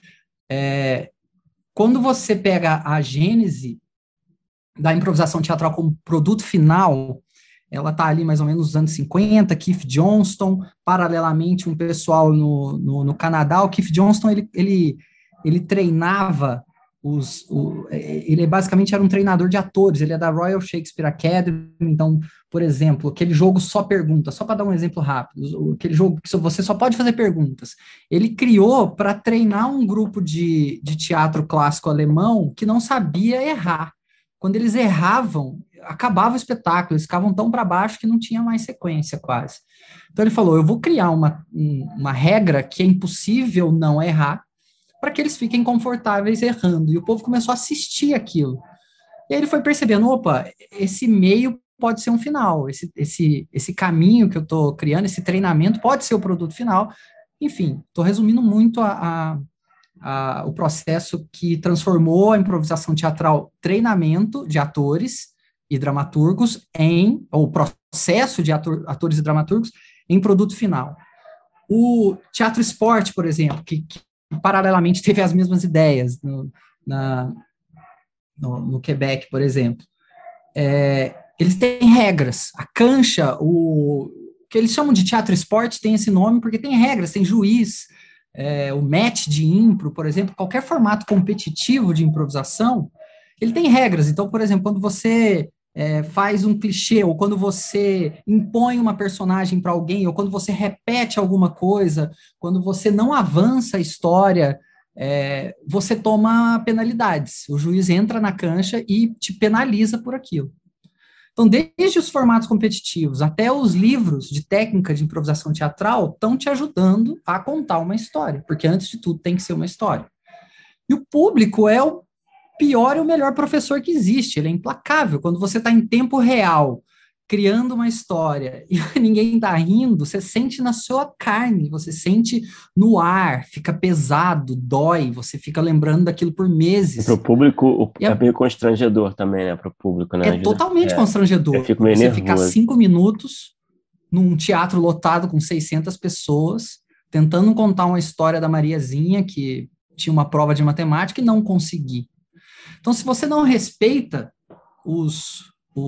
É, quando você pega a gênese da improvisação teatral como produto final, ela está ali mais ou menos nos anos cinquenta, Keith Johnston, paralelamente um pessoal no, no, no Canadá. O Keith Johnston, ele, ele, ele treinava os... O, ele basicamente era um treinador de atores, ele é da Royal Shakespeare Academy. Então, por exemplo, aquele jogo só pergunta, só para dar um exemplo rápido, aquele jogo que você só pode fazer perguntas, ele criou para treinar um grupo de, de teatro clássico alemão que não sabia errar. Quando eles erravam, acabava o espetáculo, eles ficavam tão para baixo que não tinha mais sequência quase. Então ele falou, eu vou criar uma, uma regra que é impossível não errar, para que eles fiquem confortáveis errando. E o povo começou a assistir aquilo. E aí ele foi percebendo, opa, esse meio pode ser um final, esse, esse, esse caminho que eu estou criando, esse treinamento pode ser o produto final. Enfim, estou resumindo muito a... a Uh, o processo que transformou a improvisação teatral treinamento de atores e dramaturgos em, ou o processo de ator, atores e dramaturgos em produto final. O teatro esporte, por exemplo, que, que paralelamente teve as mesmas ideias no, na, no, no Quebec, por exemplo, é, eles têm regras. A cancha, o, o que eles chamam de teatro esporte tem esse nome porque tem regras, tem juiz. É, o match de impro, por exemplo, qualquer formato competitivo de improvisação, ele tem regras. Então, por exemplo, quando você é, faz um clichê, ou quando você impõe uma personagem para alguém, ou quando você repete alguma coisa, quando você não avança a história, é, você toma penalidades. O juiz entra na cancha e te penaliza por aquilo. Então, desde os formatos competitivos até os livros de técnica de improvisação teatral estão te ajudando a contar uma história, porque antes de tudo tem que ser uma história. E o público é o pior e o melhor professor que existe, ele é implacável. Quando você está em tempo real, criando uma história e ninguém está rindo, você sente na sua carne, você sente no ar, fica pesado, dói, você fica lembrando daquilo por meses.
Para o público é, é meio constrangedor também, né? Para o público, né?
É totalmente é, constrangedor.
Eu fico meio
você
nervoso.
Ficar cinco minutos num teatro lotado com seiscentas pessoas, tentando contar uma história da Mariazinha, que tinha uma prova de matemática, e não conseguir. Então, se você não respeita os...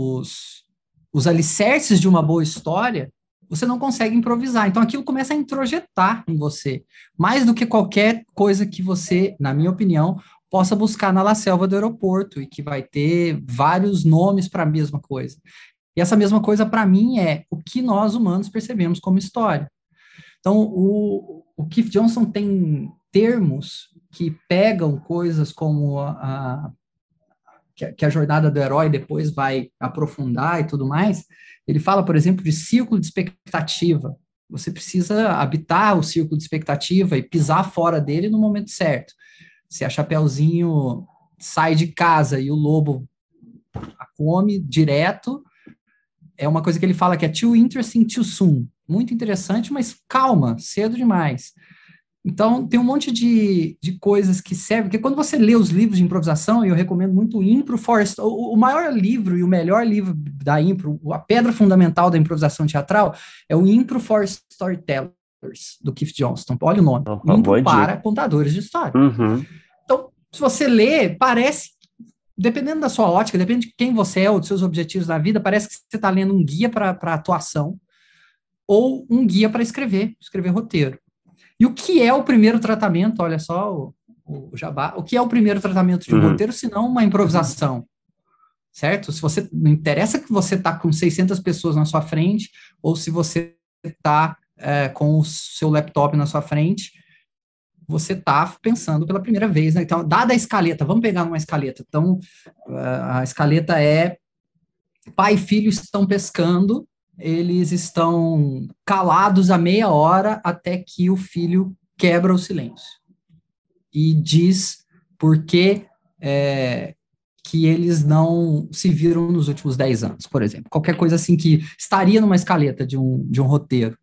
os os alicerces de uma boa história, você não consegue improvisar. Então, aquilo começa a introjetar em você, mais do que qualquer coisa que você, na minha opinião, possa buscar na La Selva do aeroporto, e que vai ter vários nomes para a mesma coisa. E essa mesma coisa, para mim, é o que nós humanos percebemos como história. Então, o, o Keith Johnston tem termos que pegam coisas como a... a que a jornada do herói depois vai aprofundar e tudo mais. Ele fala, por exemplo, de círculo de expectativa. Você precisa habitar o círculo de expectativa e pisar fora dele no momento certo. Se a Chapeuzinho sai de casa e o lobo a come direto, é uma coisa que ele fala que é too interesting too soon. Muito interessante, mas calma, cedo demais. Então, tem um monte de, de coisas que servem, porque quando você lê os livros de improvisação, e eu recomendo muito o Impro for... O, o maior livro e o melhor livro da Impro, a pedra fundamental da improvisação teatral, é o Impro for Storytellers, do Keith Johnston. Olha o nome. Oh, Impro para dica. Contadores de história.
Uhum.
Então, se você lê, parece, dependendo da sua ótica, depende de quem você é ou dos seus objetivos na vida, parece que você está lendo um guia para atuação ou um guia para escrever, escrever roteiro. E o que é o primeiro tratamento? Olha só o, o jabá. O que é o primeiro tratamento de um uhum. roteiro, se não uma improvisação? Certo? Se você, não interessa que você está com seiscentas pessoas na sua frente, ou se você está é, com o seu laptop na sua frente, você está pensando pela primeira vez. Né? Então, dada a escaleta, vamos pegar uma escaleta. Então, a escaleta é pai e filho estão pescando, eles estão calados a meia hora até que o filho quebra o silêncio e diz por que é, que eles não se viram nos últimos dez anos, por exemplo. Qualquer coisa assim que estaria numa escaleta de um, de um roteiro.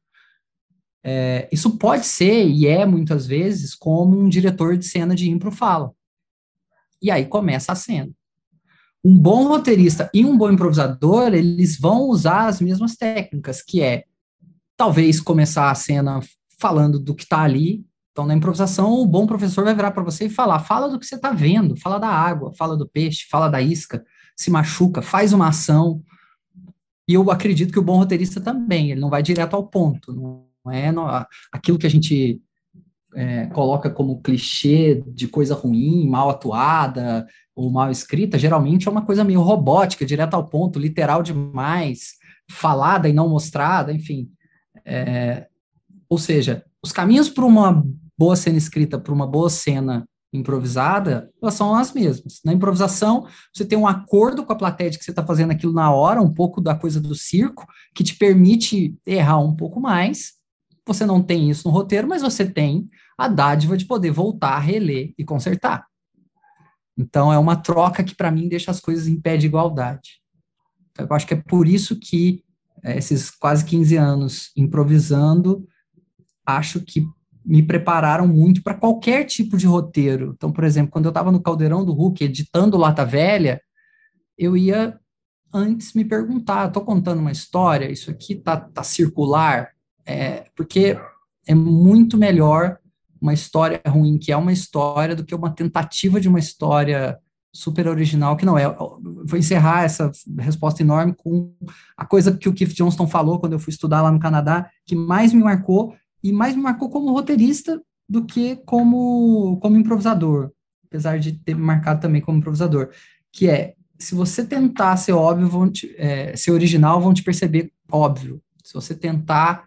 É, isso pode ser, e é muitas vezes, como um diretor de cena de impro fala. E aí começa a cena. Um bom roteirista e um bom improvisador, eles vão usar as mesmas técnicas, que é, talvez, começar a cena falando do que está ali. Então, na improvisação, o bom professor vai virar para você e falar, fala do que você está vendo, fala da água, fala do peixe, fala da isca, se machuca, faz uma ação. E eu acredito que o bom roteirista também, ele não vai direto ao ponto, não é no, aquilo que a gente é, coloca como clichê de coisa ruim, mal atuada ou mal escrita, geralmente é uma coisa meio robótica, direto ao ponto, literal demais, falada e não mostrada, enfim. É, ou seja, os caminhos para uma boa cena escrita, para uma boa cena improvisada, elas são as mesmas. Na improvisação, você tem um acordo com a plateia de que você está fazendo aquilo na hora, um pouco da coisa do circo, que te permite errar um pouco mais. Você não tem isso no roteiro, mas você tem a dádiva de poder voltar, reler e consertar. Então, é uma troca que, para mim, deixa as coisas em pé de igualdade. Então, eu acho que é por isso que é, esses quase quinze anos improvisando, acho que me prepararam muito para qualquer tipo de roteiro. Então, por exemplo, quando eu estava no Caldeirão do Hulk, editando Lata Velha, eu ia antes me perguntar, estou contando uma história, isso aqui tá, tá circular? É, porque é muito melhor uma história ruim que é uma história do que uma tentativa de uma história super original que não é. Eu vou encerrar essa resposta enorme com a coisa que o Keith Johnston falou quando eu fui estudar lá no Canadá, que mais me marcou, e mais me marcou como roteirista do que como, como improvisador, apesar de ter me marcado também como improvisador, que é, se você tentar ser óbvio, vão te, é, ser original, vão te perceber óbvio. Se você tentar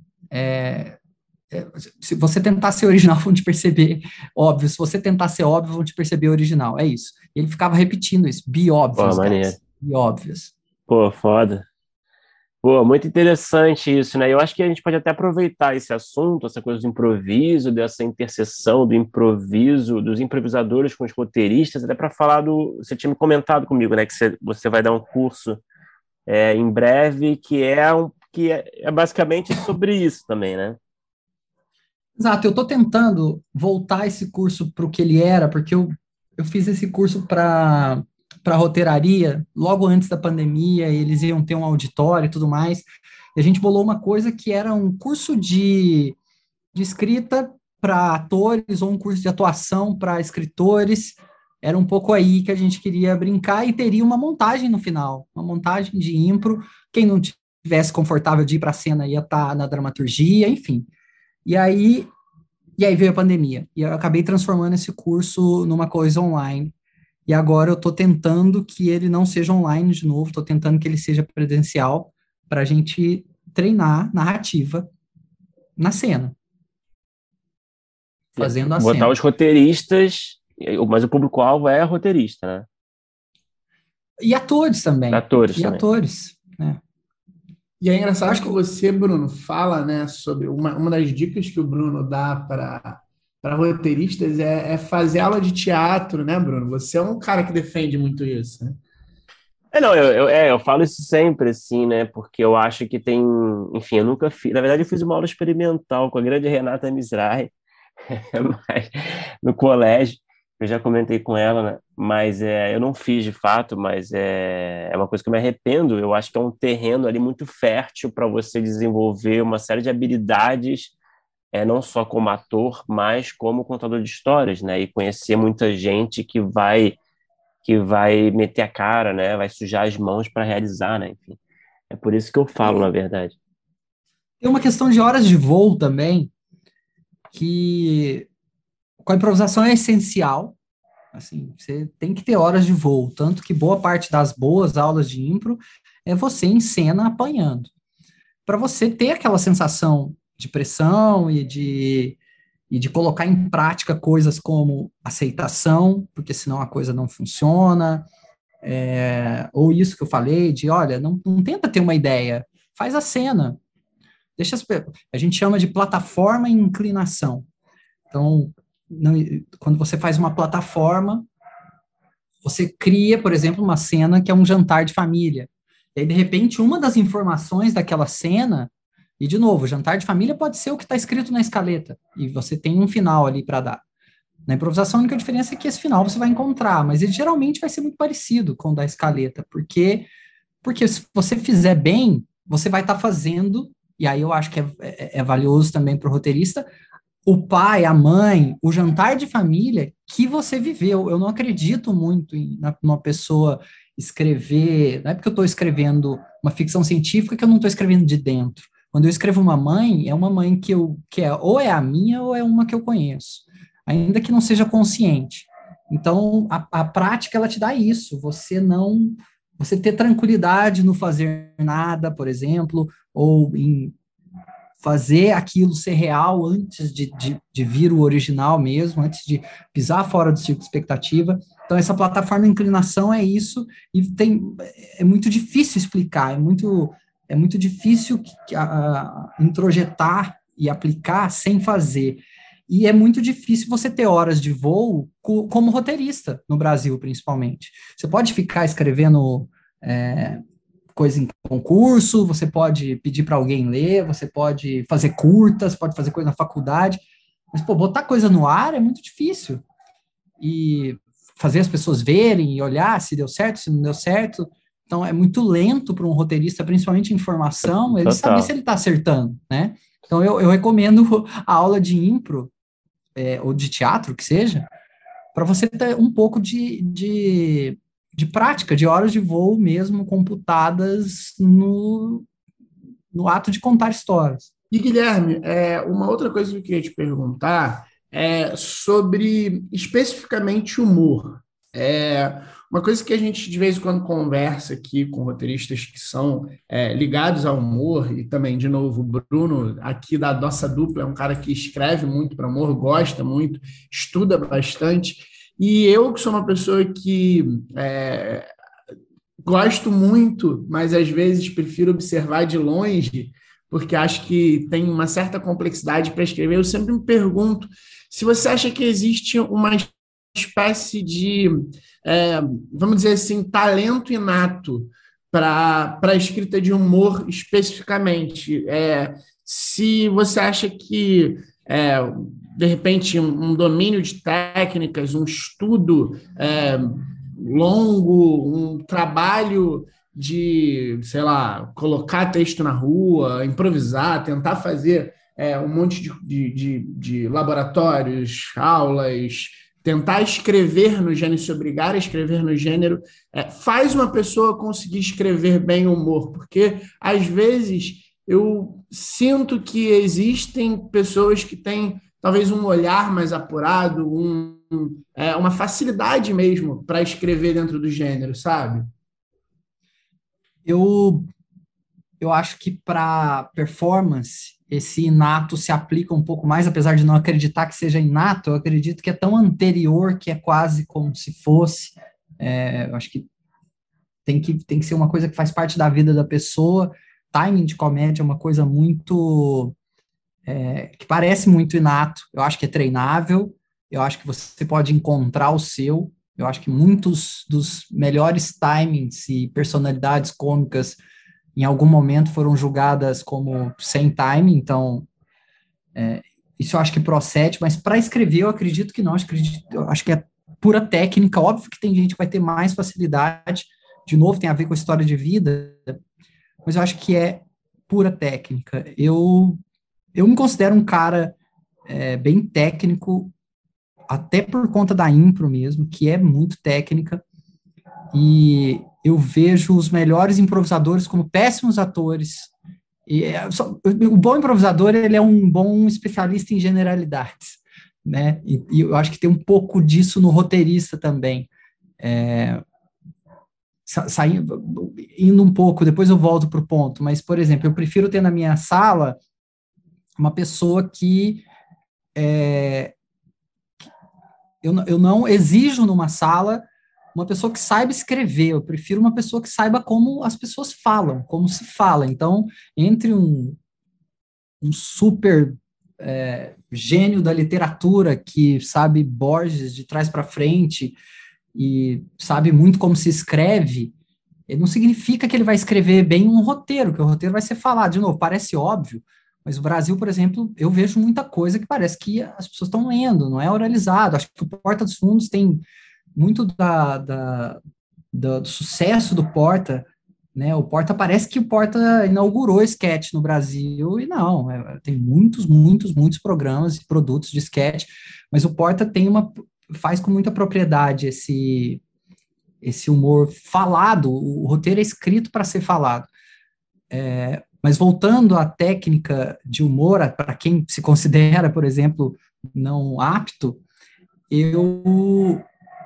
é, é, se você tentar ser original, vão te perceber óbvio. Se você tentar ser óbvio, vão te perceber original. É isso. Ele ficava repetindo isso. Be obvious,
Pô, maneiro.
guys. Be obvious.
Pô, foda. Pô, muito interessante isso, né? Eu acho que a gente pode até aproveitar esse assunto, essa coisa do improviso, dessa interseção do improviso, dos improvisadores com os roteiristas, até para falar do... Você tinha me comentado comigo, né? Que você, você vai dar um curso é, em breve, que, é, um, que é, é basicamente sobre isso também, né?
Exato. Eu estou tentando voltar esse curso para o que ele era, porque eu, eu fiz esse curso para... para roteiraria, logo antes da pandemia, eles iam ter um auditório e tudo mais, e a gente bolou uma coisa que era um curso de, de escrita para atores, ou um curso de atuação para escritores, era um pouco aí que a gente queria brincar, e teria uma montagem no final, uma montagem de impro, quem não tivesse confortável de ir para a cena ia estar na dramaturgia, enfim. E aí, e aí veio a pandemia, e eu acabei transformando esse curso numa coisa online. E agora eu estou tentando que ele não seja online de novo, estou tentando que ele seja presencial para a gente treinar narrativa na cena. Fazendo a
Botar
cena.
os roteiristas, mas o público-alvo é roteirista, né?
E atores também.
Atores
e
também.
atores, né?
E é engraçado
Acho
que
que-
você, Bruno, fala, né, sobre uma, uma das dicas que o Bruno dá para para roteiristas é, é fazer aula de teatro, né, Bruno? Você é um cara que defende muito isso, né?
É, não, eu, eu, é, eu falo isso sempre, assim, né? Porque eu acho que tem... Enfim, eu nunca fiz... Na verdade, eu fiz uma aula experimental com a grande Renata Mizrahi, mas, no colégio. Eu já comentei com ela, né? Mas é, eu não fiz de fato, mas é, é uma coisa que eu me arrependo. Eu acho que é um terreno ali muito fértil para você desenvolver uma série de habilidades, é, não só como ator, mas como contador de histórias, né? E conhecer muita gente que vai, que vai meter a cara, né? Vai sujar as mãos para realizar, né? Enfim, é por isso que eu falo, na verdade.
Tem uma questão de horas de voo também, que com a improvisação é essencial. Assim, você tem que ter horas de voo, tanto que boa parte das boas aulas de impro é você em cena apanhando. Para você ter aquela sensação de pressão e de, e de colocar em prática coisas como aceitação, porque senão a coisa não funciona, é, ou isso que eu falei, de, olha, não, não tenta ter uma ideia, faz a cena. Deixa as, a gente chama de plataforma e inclinação. Então, não, quando você faz uma plataforma, você cria, por exemplo, uma cena que é um jantar de família. E aí, de repente, uma das informações daquela cena, e de novo, jantar de família pode ser o que está escrito na escaleta, e você tem um final ali para dar. Na improvisação, a única diferença é que esse final você vai encontrar, mas ele geralmente vai ser muito parecido com o da escaleta, porque, porque se você fizer bem, você vai estar tá fazendo e aí eu acho que é, é, é valioso também para o roteirista, o pai, a mãe, o jantar de família que você viveu. Eu não acredito muito em na, numa pessoa escrever, não é porque eu estou escrevendo uma ficção científica que eu não estou escrevendo de dentro. Quando eu escrevo uma mãe, é uma mãe que eu que é ou é a minha ou é uma que eu conheço, ainda que não seja consciente. Então, a, a prática ela te dá isso. Você não, você ter tranquilidade no fazer nada, por exemplo, ou em fazer aquilo ser real antes de, de, de vir o original mesmo, antes de pisar fora do círculo de expectativa. Então, essa plataforma de inclinação é isso, e tem, é muito difícil explicar, é muito, é muito difícil a, a, introjetar e aplicar sem fazer. E é muito difícil você ter horas de voo co, como roteirista, no Brasil, principalmente. Você pode ficar escrevendo é, coisa em concurso, você pode pedir para alguém ler, você pode fazer curtas, pode fazer coisa na faculdade, mas, pô, botar coisa no ar é muito difícil. E fazer as pessoas verem e olhar se deu certo, se não deu certo. Então, é muito lento para um roteirista, principalmente em formação, ele saber se ele está acertando, né? Então, eu, eu recomendo a aula de impro, é, ou de teatro, que seja, para você ter um pouco de, de, de prática, de horas de voo mesmo computadas no, no ato de contar histórias.
E, Guilherme, é, uma outra coisa que eu queria te perguntar é sobre, especificamente, humor. É, uma coisa que a gente, de vez em quando, conversa aqui com roteiristas que são é, ligados ao humor, e também, de novo, o Bruno, aqui da nossa dupla, é um cara que escreve muito para humor, gosta muito, estuda bastante, e eu, que sou uma pessoa que é, gosto muito, mas às vezes prefiro observar de longe, porque acho que tem uma certa complexidade para escrever, eu sempre me pergunto se você acha que existe uma espécie de, é, vamos dizer assim, talento inato para a escrita de humor especificamente. É, se você acha que, é, de repente, um, um domínio de técnicas, um estudo é, longo, um trabalho de, sei lá, colocar texto na rua, improvisar, tentar fazer é, um monte de, de, de, de laboratórios, aulas, tentar escrever no gênero, se obrigar a escrever no gênero, é, faz uma pessoa conseguir escrever bem humor, porque, às vezes, eu sinto que existem pessoas que têm, talvez, um olhar mais apurado, um, é, uma facilidade mesmo para escrever dentro do gênero, sabe?
Eu, eu acho que para performance, esse inato se aplica um pouco mais, apesar de não acreditar que seja inato, eu acredito que é tão anterior que é quase como se fosse. É, eu acho que tem, que tem que ser uma coisa que faz parte da vida da pessoa. Timing de comédia é uma coisa muito... É, que parece muito inato. Eu acho que é treinável, eu acho que você pode encontrar o seu. Eu acho que muitos dos melhores timings e personalidades cômicas em algum momento foram julgadas como sem time, então é, isso eu acho que procede, mas para escrever eu acredito que não, eu acredito, eu acho que é pura técnica. Óbvio que tem gente que vai ter mais facilidade, de novo, tem a ver com a história de vida, mas eu acho que é pura técnica. Eu, eu me considero um cara é, bem técnico, até por conta da impro mesmo, que é muito técnica, e eu vejo os melhores improvisadores como péssimos atores. E é só, o bom improvisador, ele é um bom especialista em generalidades, né? E, e eu acho que tem um pouco disso no roteirista também. É, saindo, indo um pouco, depois eu volto para o ponto, mas, por exemplo, eu prefiro ter na minha sala uma pessoa que é, eu, eu não exijo numa sala uma pessoa que saiba escrever, eu prefiro uma pessoa que saiba como as pessoas falam, como se fala. Então, entre um, um super é, gênio da literatura que sabe Borges de trás para frente e sabe muito como se escreve, não significa que ele vai escrever bem um roteiro, que o roteiro vai ser falado. De novo, parece óbvio, mas o Brasil, por exemplo, eu vejo muita coisa que parece que as pessoas estão lendo, não é oralizado. Acho que o Porta dos Fundos tem muito da, da, da, do sucesso do Porta né? O Porta, parece que o Porta inaugurou sketch no Brasil, e não, é, tem muitos, muitos, muitos programas e produtos de sketch, mas o Porta tem uma, faz com muita propriedade esse, esse humor falado, o roteiro é escrito para ser falado. É, mas voltando à técnica de humor, para quem se considera, por exemplo, não apto, eu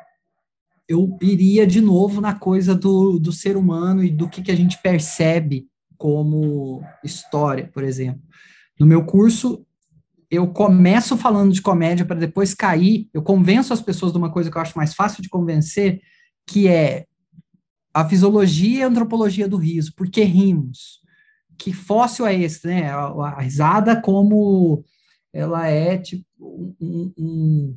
eu iria de novo na coisa do, do ser humano e do que, que a gente percebe como história, por exemplo. No meu curso, eu começo falando de comédia para depois cair, eu convenço as pessoas de uma coisa que eu acho mais fácil de convencer, que é a fisiologia e a antropologia do riso. Por que rimos? Que fóssil é esse, né? A, a risada como ela é tipo um, um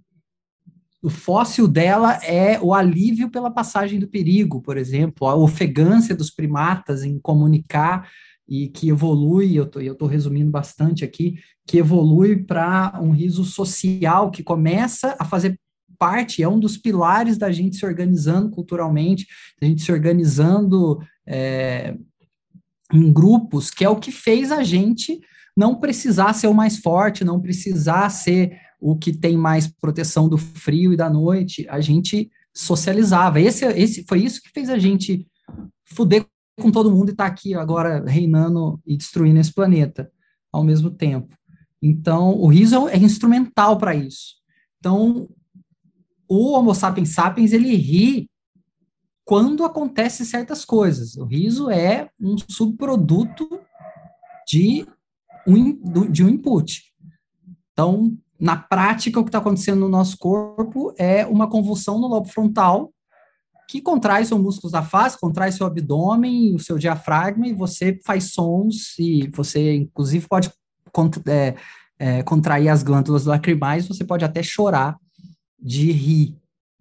o fóssil dela é o alívio pela passagem do perigo, por exemplo, a ofegância dos primatas em comunicar e que evolui, eu tô, eu tô resumindo bastante aqui, que evolui para um riso social que começa a fazer parte, é um dos pilares da gente se organizando culturalmente, da gente se organizando é, em grupos, que é o que fez a gente não precisar ser o mais forte, não precisar ser o que tem mais proteção do frio e da noite, a gente socializava. Esse, esse foi isso que fez a gente fuder com todo mundo e estar tá aqui agora reinando e destruindo esse planeta ao mesmo tempo. Então, o riso é instrumental para isso. Então, o Homo sapiens sapiens, ele ri quando acontecem certas coisas. O riso é um subproduto de um, de um input. Então, na prática, o que está acontecendo no nosso corpo é uma convulsão no lobo frontal que contrai seus músculos da face, contrai seu abdômen, o seu diafragma, e você faz sons, e você, inclusive, pode é, é, contrair as glândulas lacrimais, você pode até chorar de rir.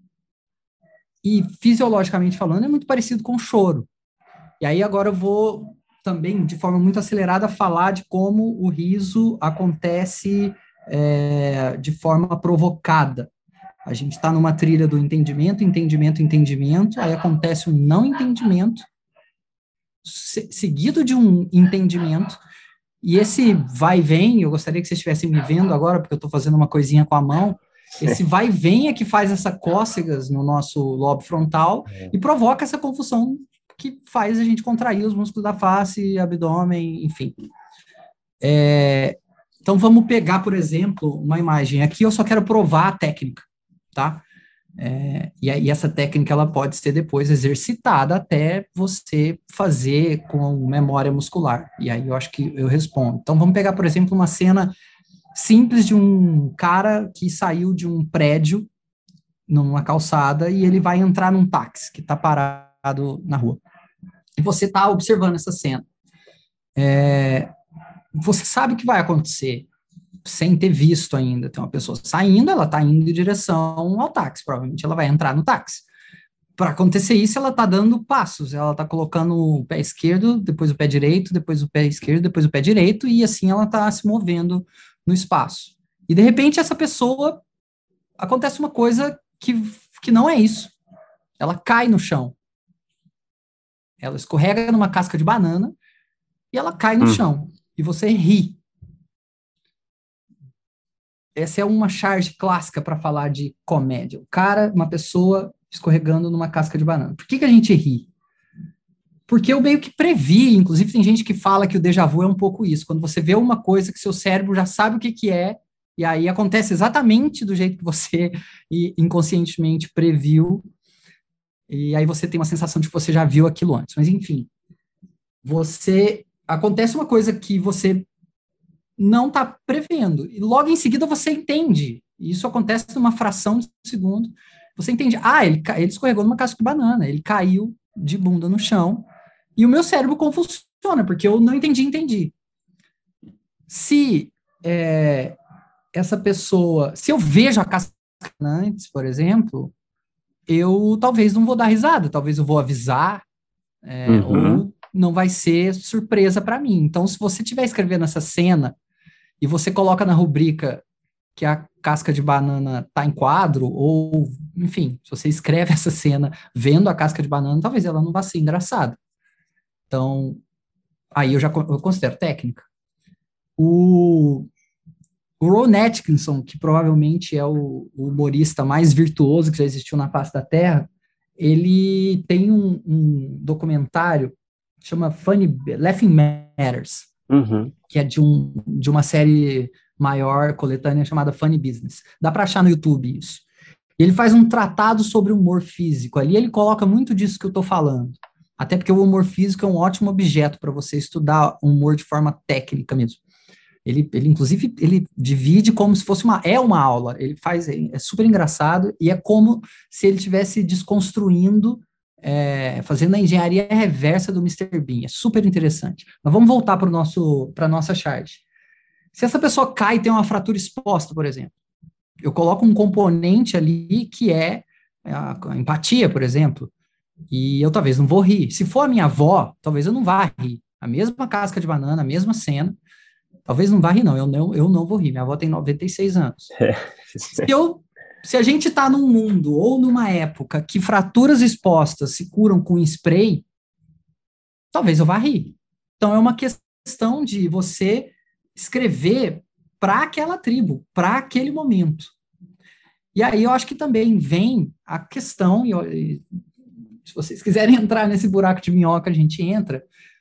E, fisiologicamente falando, é muito parecido com o choro. E aí, agora eu vou também, de forma muito acelerada, falar de como o riso acontece É, de forma provocada. A gente está numa trilha do entendimento, entendimento, entendimento, aí acontece um não entendimento, se, seguido de um entendimento, e esse vai e vem, eu gostaria que vocês estivessem me vendo agora, porque eu estou fazendo uma coisinha com a mão, esse vai e vem é que faz essa cócegas no nosso lobo frontal é. e provoca essa confusão que faz a gente contrair os músculos da face, abdômen, enfim. É, Então, vamos pegar, por exemplo, uma imagem. Aqui eu só quero provar a técnica, tá? É, e aí essa técnica, ela pode ser depois exercitada até você fazer com memória muscular. E aí eu acho que eu respondo. Então, vamos pegar, por exemplo, uma cena simples de um cara que saiu de um prédio numa calçada e ele vai entrar num táxi que está parado na rua. E você está observando essa cena. É... Você sabe o que vai acontecer, sem ter visto ainda. Tem uma pessoa saindo, ela está indo em direção ao táxi, provavelmente ela vai entrar no táxi. Para acontecer isso, ela está dando passos, ela está colocando o pé esquerdo, depois o pé direito, depois o pé esquerdo, depois o pé direito, e assim ela está se movendo no espaço. E de repente essa pessoa, acontece uma coisa que, que não é isso. Ela cai no chão. Ela escorrega numa casca de banana e ela cai no hum. chão. E você ri. Essa é uma charge clássica para falar de comédia. O cara, uma pessoa escorregando numa casca de banana. Por que que a gente ri? Porque eu meio que previ, inclusive tem gente que fala que o déjà vu é um pouco isso, quando você vê uma coisa que seu cérebro já sabe o que que é, e aí acontece exatamente do jeito que você inconscientemente previu, e aí você tem uma sensação de que você já viu aquilo antes. Mas enfim, você... acontece uma coisa que você não está prevendo, e logo em seguida você entende. Isso acontece numa fração de segundo. Você entende, ah, ele, ele escorregou numa casca de banana, ele caiu de bunda no chão, e o meu cérebro convulsiona, porque eu não entendi, entendi. Se é, essa pessoa, se eu vejo a casca antes, por exemplo, eu talvez não vou dar risada, talvez eu vou avisar, é, uhum. ou não vai ser surpresa para mim. Então, se você estiver escrevendo essa cena e você coloca na rubrica que a casca de banana está em quadro, ou, enfim, se você escreve essa cena vendo a casca de banana, talvez ela não vá ser engraçada. Então, aí eu já eu considero técnica. O, o Ron Atkinson, que provavelmente é o, o humorista mais virtuoso que já existiu na face da Terra, ele tem um, um documentário que chama Funny, Laughing Matters,
Uhum.
que é de, um, de uma série maior, coletânea, chamada Funny Business. Dá para achar no YouTube isso. Ele faz um tratado sobre humor físico. Ali ele coloca muito disso que eu estou falando. Até porque o humor físico é um ótimo objeto para você estudar humor de forma técnica mesmo. Ele, ele, inclusive, ele divide como se fosse uma... É uma aula. Ele faz... É super engraçado e é como se ele estivesse desconstruindo, é, fazendo a engenharia reversa do mister Bean. É super interessante. Mas vamos voltar para a nossa charge. Se essa pessoa cai e tem uma fratura exposta, por exemplo, eu coloco um componente ali que é a, a empatia, por exemplo, e eu talvez não vou rir. Se for a minha avó, talvez eu não vá rir. A mesma casca de banana, a mesma cena, talvez não vá rir, não. Eu não, eu não vou rir. Minha avó tem noventa e seis anos. Se, eu, se a gente está num mundo ou numa época que fraturas expostas se curam com spray, talvez eu vá rir. Então é uma questão de você escrever para aquela tribo, para aquele momento. E aí eu acho que também vem a questão, e, se vocês quiserem entrar nesse buraco de minhoca, a gente entra,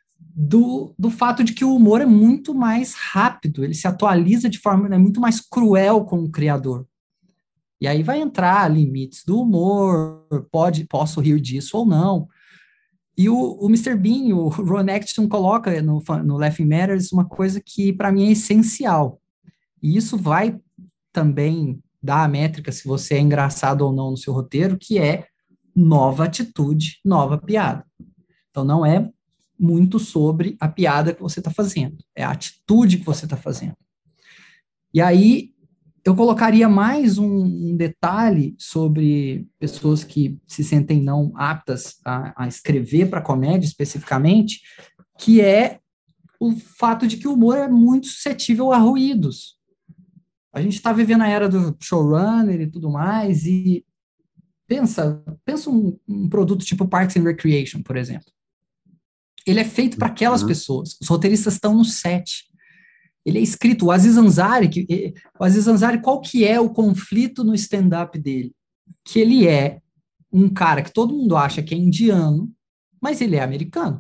do, do fato de que o humor é muito mais rápido, ele se atualiza de forma, é muito mais cruel com o criador. E aí vai entrar limites do humor, pode, posso rir disso ou não. E o, o mister Bean, o Ron Atkinson coloca no, no Laughing Matters uma coisa que para mim é essencial. E isso vai também dar a métrica se você é engraçado ou não no seu roteiro, que é nova atitude, nova piada. Então não é muito sobre a piada que você está fazendo, é a atitude que você está fazendo. E aí eu colocaria mais um, um detalhe sobre pessoas que se sentem não aptas a, a escrever para comédia especificamente, que é o fato de que o humor é muito suscetível a ruídos. A gente está vivendo a era do showrunner e tudo mais, e pensa, pensa um, um produto tipo Parks and Recreation, por exemplo. Ele é feito para aquelas uhum. pessoas. Os roteiristas estão no set. Ele é escrito, o Aziz Ansari, que, o Aziz Ansari, qual que é o conflito no stand-up dele? Que ele é um cara que todo mundo acha que é indiano, mas ele é americano.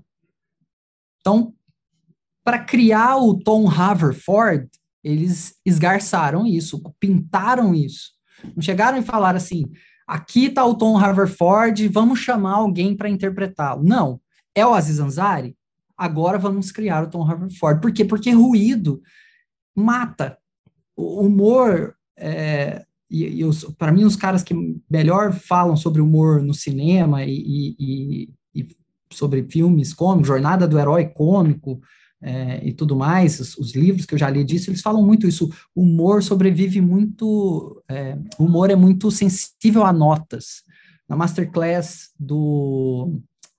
Então, para criar o Tom Haverford, eles esgarçaram isso, pintaram isso. Não chegaram e falaram assim, aqui está o Tom Haverford, vamos chamar alguém para interpretá-lo. Não, é o Aziz Ansari, agora vamos criar o Tom Haverford. Por quê? Porque ruído mata. O humor, é, e, e para mim, os caras que melhor falam sobre humor no cinema e, e, e sobre filmes cômicos, Jornada do Herói Cômico, é, e tudo mais, os, os livros que eu já li disso, eles falam muito isso, o humor sobrevive muito, é, o humor é muito sensível a notas. Na Masterclass do,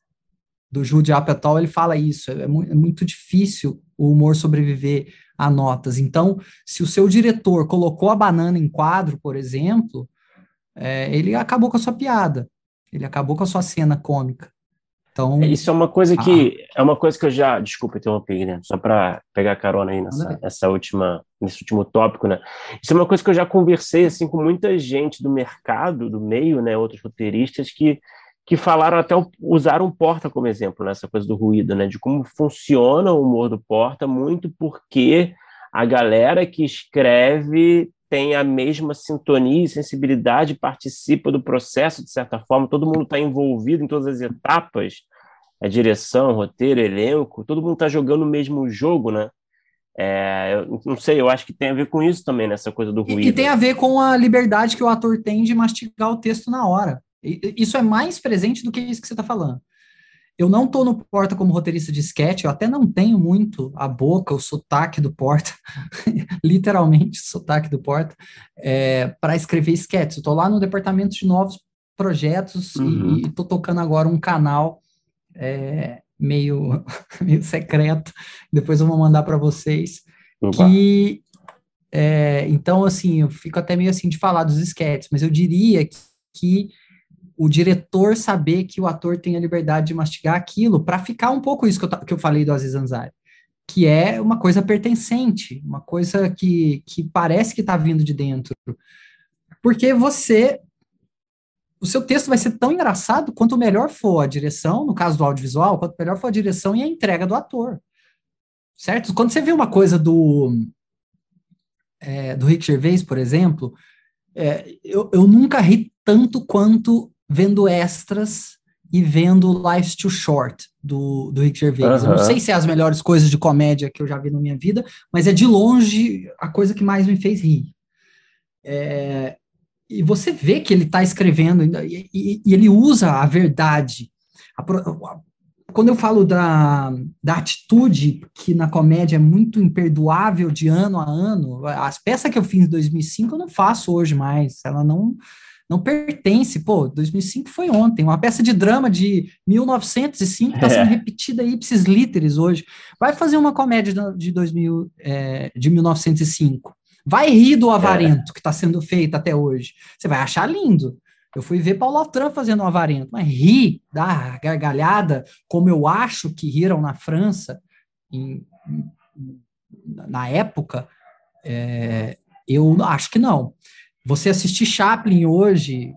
do Jude Apatow, ele fala isso, é, mu- é muito difícil o humor sobreviver a notas. Então, se o seu diretor colocou a banana em quadro, por exemplo, é, ele acabou com a sua piada, ele acabou com a sua cena cômica. Então,
isso é uma coisa que ah, é uma coisa que eu já, desculpa interromper, né? Só para pegar carona aí nessa, nessa última, nesse último tópico, né? Isso é uma coisa que eu já conversei assim com muita gente do mercado, do meio, né? Outros roteiristas que que falaram até usaram o Porta como exemplo nessa coisa do ruído, né? De como funciona o humor do Porta, muito porque a galera que escreve tem a mesma sintonia e sensibilidade, participa do processo, de certa forma, todo mundo está envolvido em todas as etapas, a direção, roteiro, elenco, todo mundo está jogando o mesmo jogo, né? É, eu não sei, eu acho que tem a ver com isso também, nessa coisa do ruído.
E, e tem a ver com a liberdade que o ator tem de mastigar o texto na hora. E, isso é mais presente do que isso que você está falando. Eu não estou no Porta como roteirista de sketch, eu até não tenho muito a boca, o sotaque do Porta, literalmente o sotaque do Porta, é, para escrever sketches. Eu estou lá no departamento de novos projetos uhum. e estou tocando agora um canal é, meio, meio secreto, depois eu vou mandar para vocês, uhum. que, é, então, assim, eu fico até meio assim de falar dos sketches, mas eu diria que, que o diretor saber que o ator tem a liberdade de mastigar aquilo, para ficar um pouco isso que eu, que eu falei do Aziz Ansari, que é uma coisa pertencente, uma coisa que, que parece que está vindo de dentro. Porque você, o seu texto vai ser tão engraçado quanto melhor for a direção, no caso do audiovisual, quanto melhor for a direção e a entrega do ator. Certo? Quando você vê uma coisa do, é, do Rick Gervais, por exemplo, é, eu, eu nunca ri tanto quanto vendo extras e vendo Life's Too Short, do, do Rick Gervais. Uhum. Eu não sei se é as melhores coisas de comédia que eu já vi na minha vida, mas é de longe a coisa que mais me fez rir. É, e você vê que ele está escrevendo, e, e, e ele usa a verdade. A, a, quando eu falo da, da atitude, que na comédia é muito imperdoável de ano a ano, as peças que eu fiz em dois mil e cinco eu não faço hoje mais, ela não... não pertence, pô, dois mil e cinco foi ontem, uma peça de drama de mil novecentos e cinco está sendo é. repetida ipsis literis hoje. Vai fazer uma comédia de, dois mil, é, de mil novecentos e cinco, vai rir do Avarento, é. que está sendo feito até hoje, você vai achar lindo. Eu fui ver Paulo Autran fazendo um Avarento, mas rir da gargalhada, como eu acho que riram na França, em, na época, é, eu acho que não. Você assistir Chaplin hoje,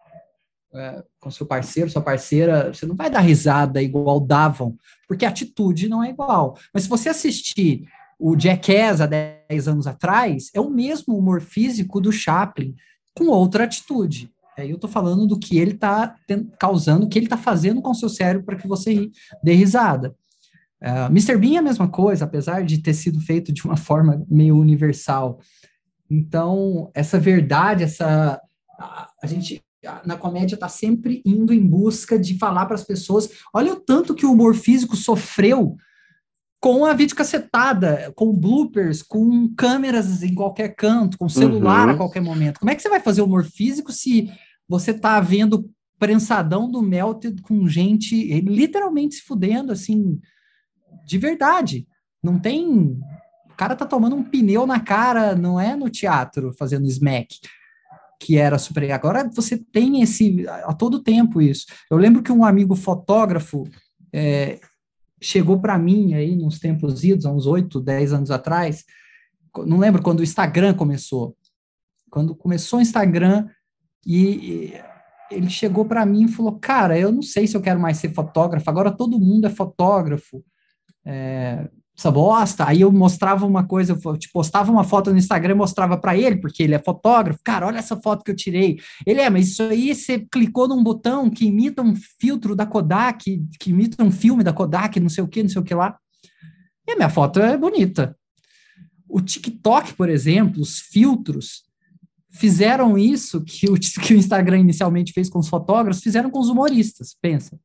é, com seu parceiro, sua parceira, você não vai dar risada igual davam, porque a atitude não é igual. Mas se você assistir o Jackass há dez anos atrás, é o mesmo humor físico do Chaplin, com outra atitude. Aí eu estou falando do que ele está causando, o que ele está fazendo com o seu cérebro para que você dê risada. Uh, mister Bean é a mesma coisa, apesar de ter sido feito de uma forma meio universal. Então, essa verdade, essa a, a gente na comédia está sempre indo em busca de falar para as pessoas, olha o tanto que o humor físico sofreu com a videocassetada, com bloopers, com câmeras em qualquer canto, com celular uhum. a qualquer momento. Como é que você vai fazer humor físico se você está vendo prensadão do Melted com gente literalmente se fudendo, assim, de verdade? Não tem... O cara tá tomando um pneu na cara, não é no teatro, fazendo smack, que era super... Agora você tem esse... a todo tempo isso. Eu lembro que um amigo fotógrafo é, chegou para mim aí, nos tempos idos, há uns oito, dez anos atrás, não lembro quando o Instagram começou. Quando começou o Instagram, e ele chegou para mim e falou, cara, eu não sei se eu quero mais ser fotógrafo, agora todo mundo é fotógrafo, é... essa bosta. Aí eu mostrava uma coisa, eu te postava uma foto no Instagram e mostrava para ele, porque ele é fotógrafo, cara, olha essa foto que eu tirei. Ele é, mas isso aí você clicou num botão que imita um filtro da Kodak, que imita um filme da Kodak, não sei o que, não sei o que lá. E a minha foto é bonita. O TikTok, por exemplo, os filtros, fizeram isso que o, que o Instagram inicialmente fez com os fotógrafos, fizeram com os humoristas, pensa.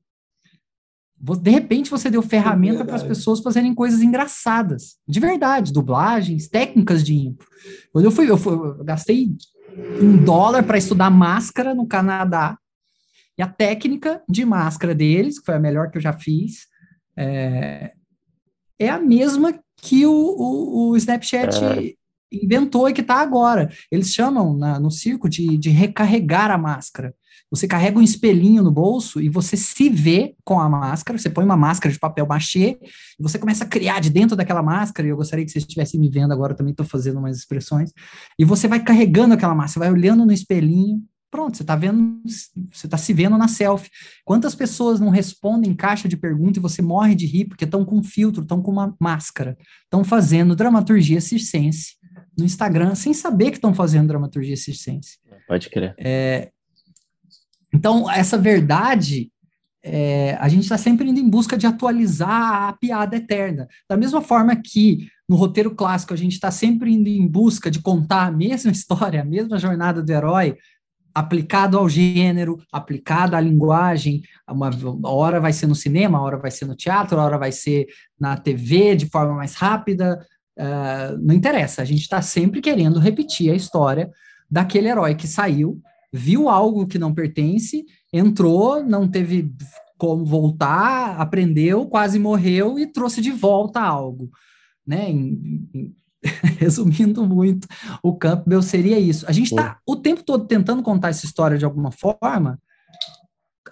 De repente você deu ferramenta para as pessoas fazerem coisas engraçadas, de verdade, dublagens, técnicas de impro. Quando eu fui, eu, fui, eu gastei um dólar para estudar máscara no Canadá, e a técnica de máscara deles, que foi a melhor que eu já fiz, é, é a mesma que o, o, o Snapchat é. inventou e que está agora. Eles chamam na, no circo de, de recarregar a máscara. Você carrega um espelhinho no bolso e você se vê com a máscara, você põe uma máscara de papel machê e você começa a criar de dentro daquela máscara, e eu gostaria que vocês estivessem me vendo agora, eu também estou fazendo umas expressões, e você vai carregando aquela máscara, vai olhando no espelhinho, pronto, você está vendo, você está se vendo na selfie. Quantas pessoas não respondem caixa de pergunta e você morre de rir porque estão com filtro, estão com uma máscara, estão fazendo dramaturgia circense no Instagram, sem saber que estão fazendo dramaturgia circense.
Pode crer.
É... Então, essa verdade, é, a gente está sempre indo em busca de atualizar a piada eterna. Da mesma forma que no roteiro clássico a gente está sempre indo em busca de contar a mesma história, a mesma jornada do herói, aplicado ao gênero, aplicado à linguagem, uma, uma hora vai ser no cinema, a hora vai ser no teatro, a hora vai ser na T V de forma mais rápida, uh, não interessa, a gente está sempre querendo repetir a história daquele herói que saiu, viu algo que não pertence, entrou, não teve como voltar, aprendeu, quase morreu e trouxe de volta algo, né? Em, em, resumindo muito, o Campbell seria isso. A gente está o tempo todo tentando contar essa história de alguma forma,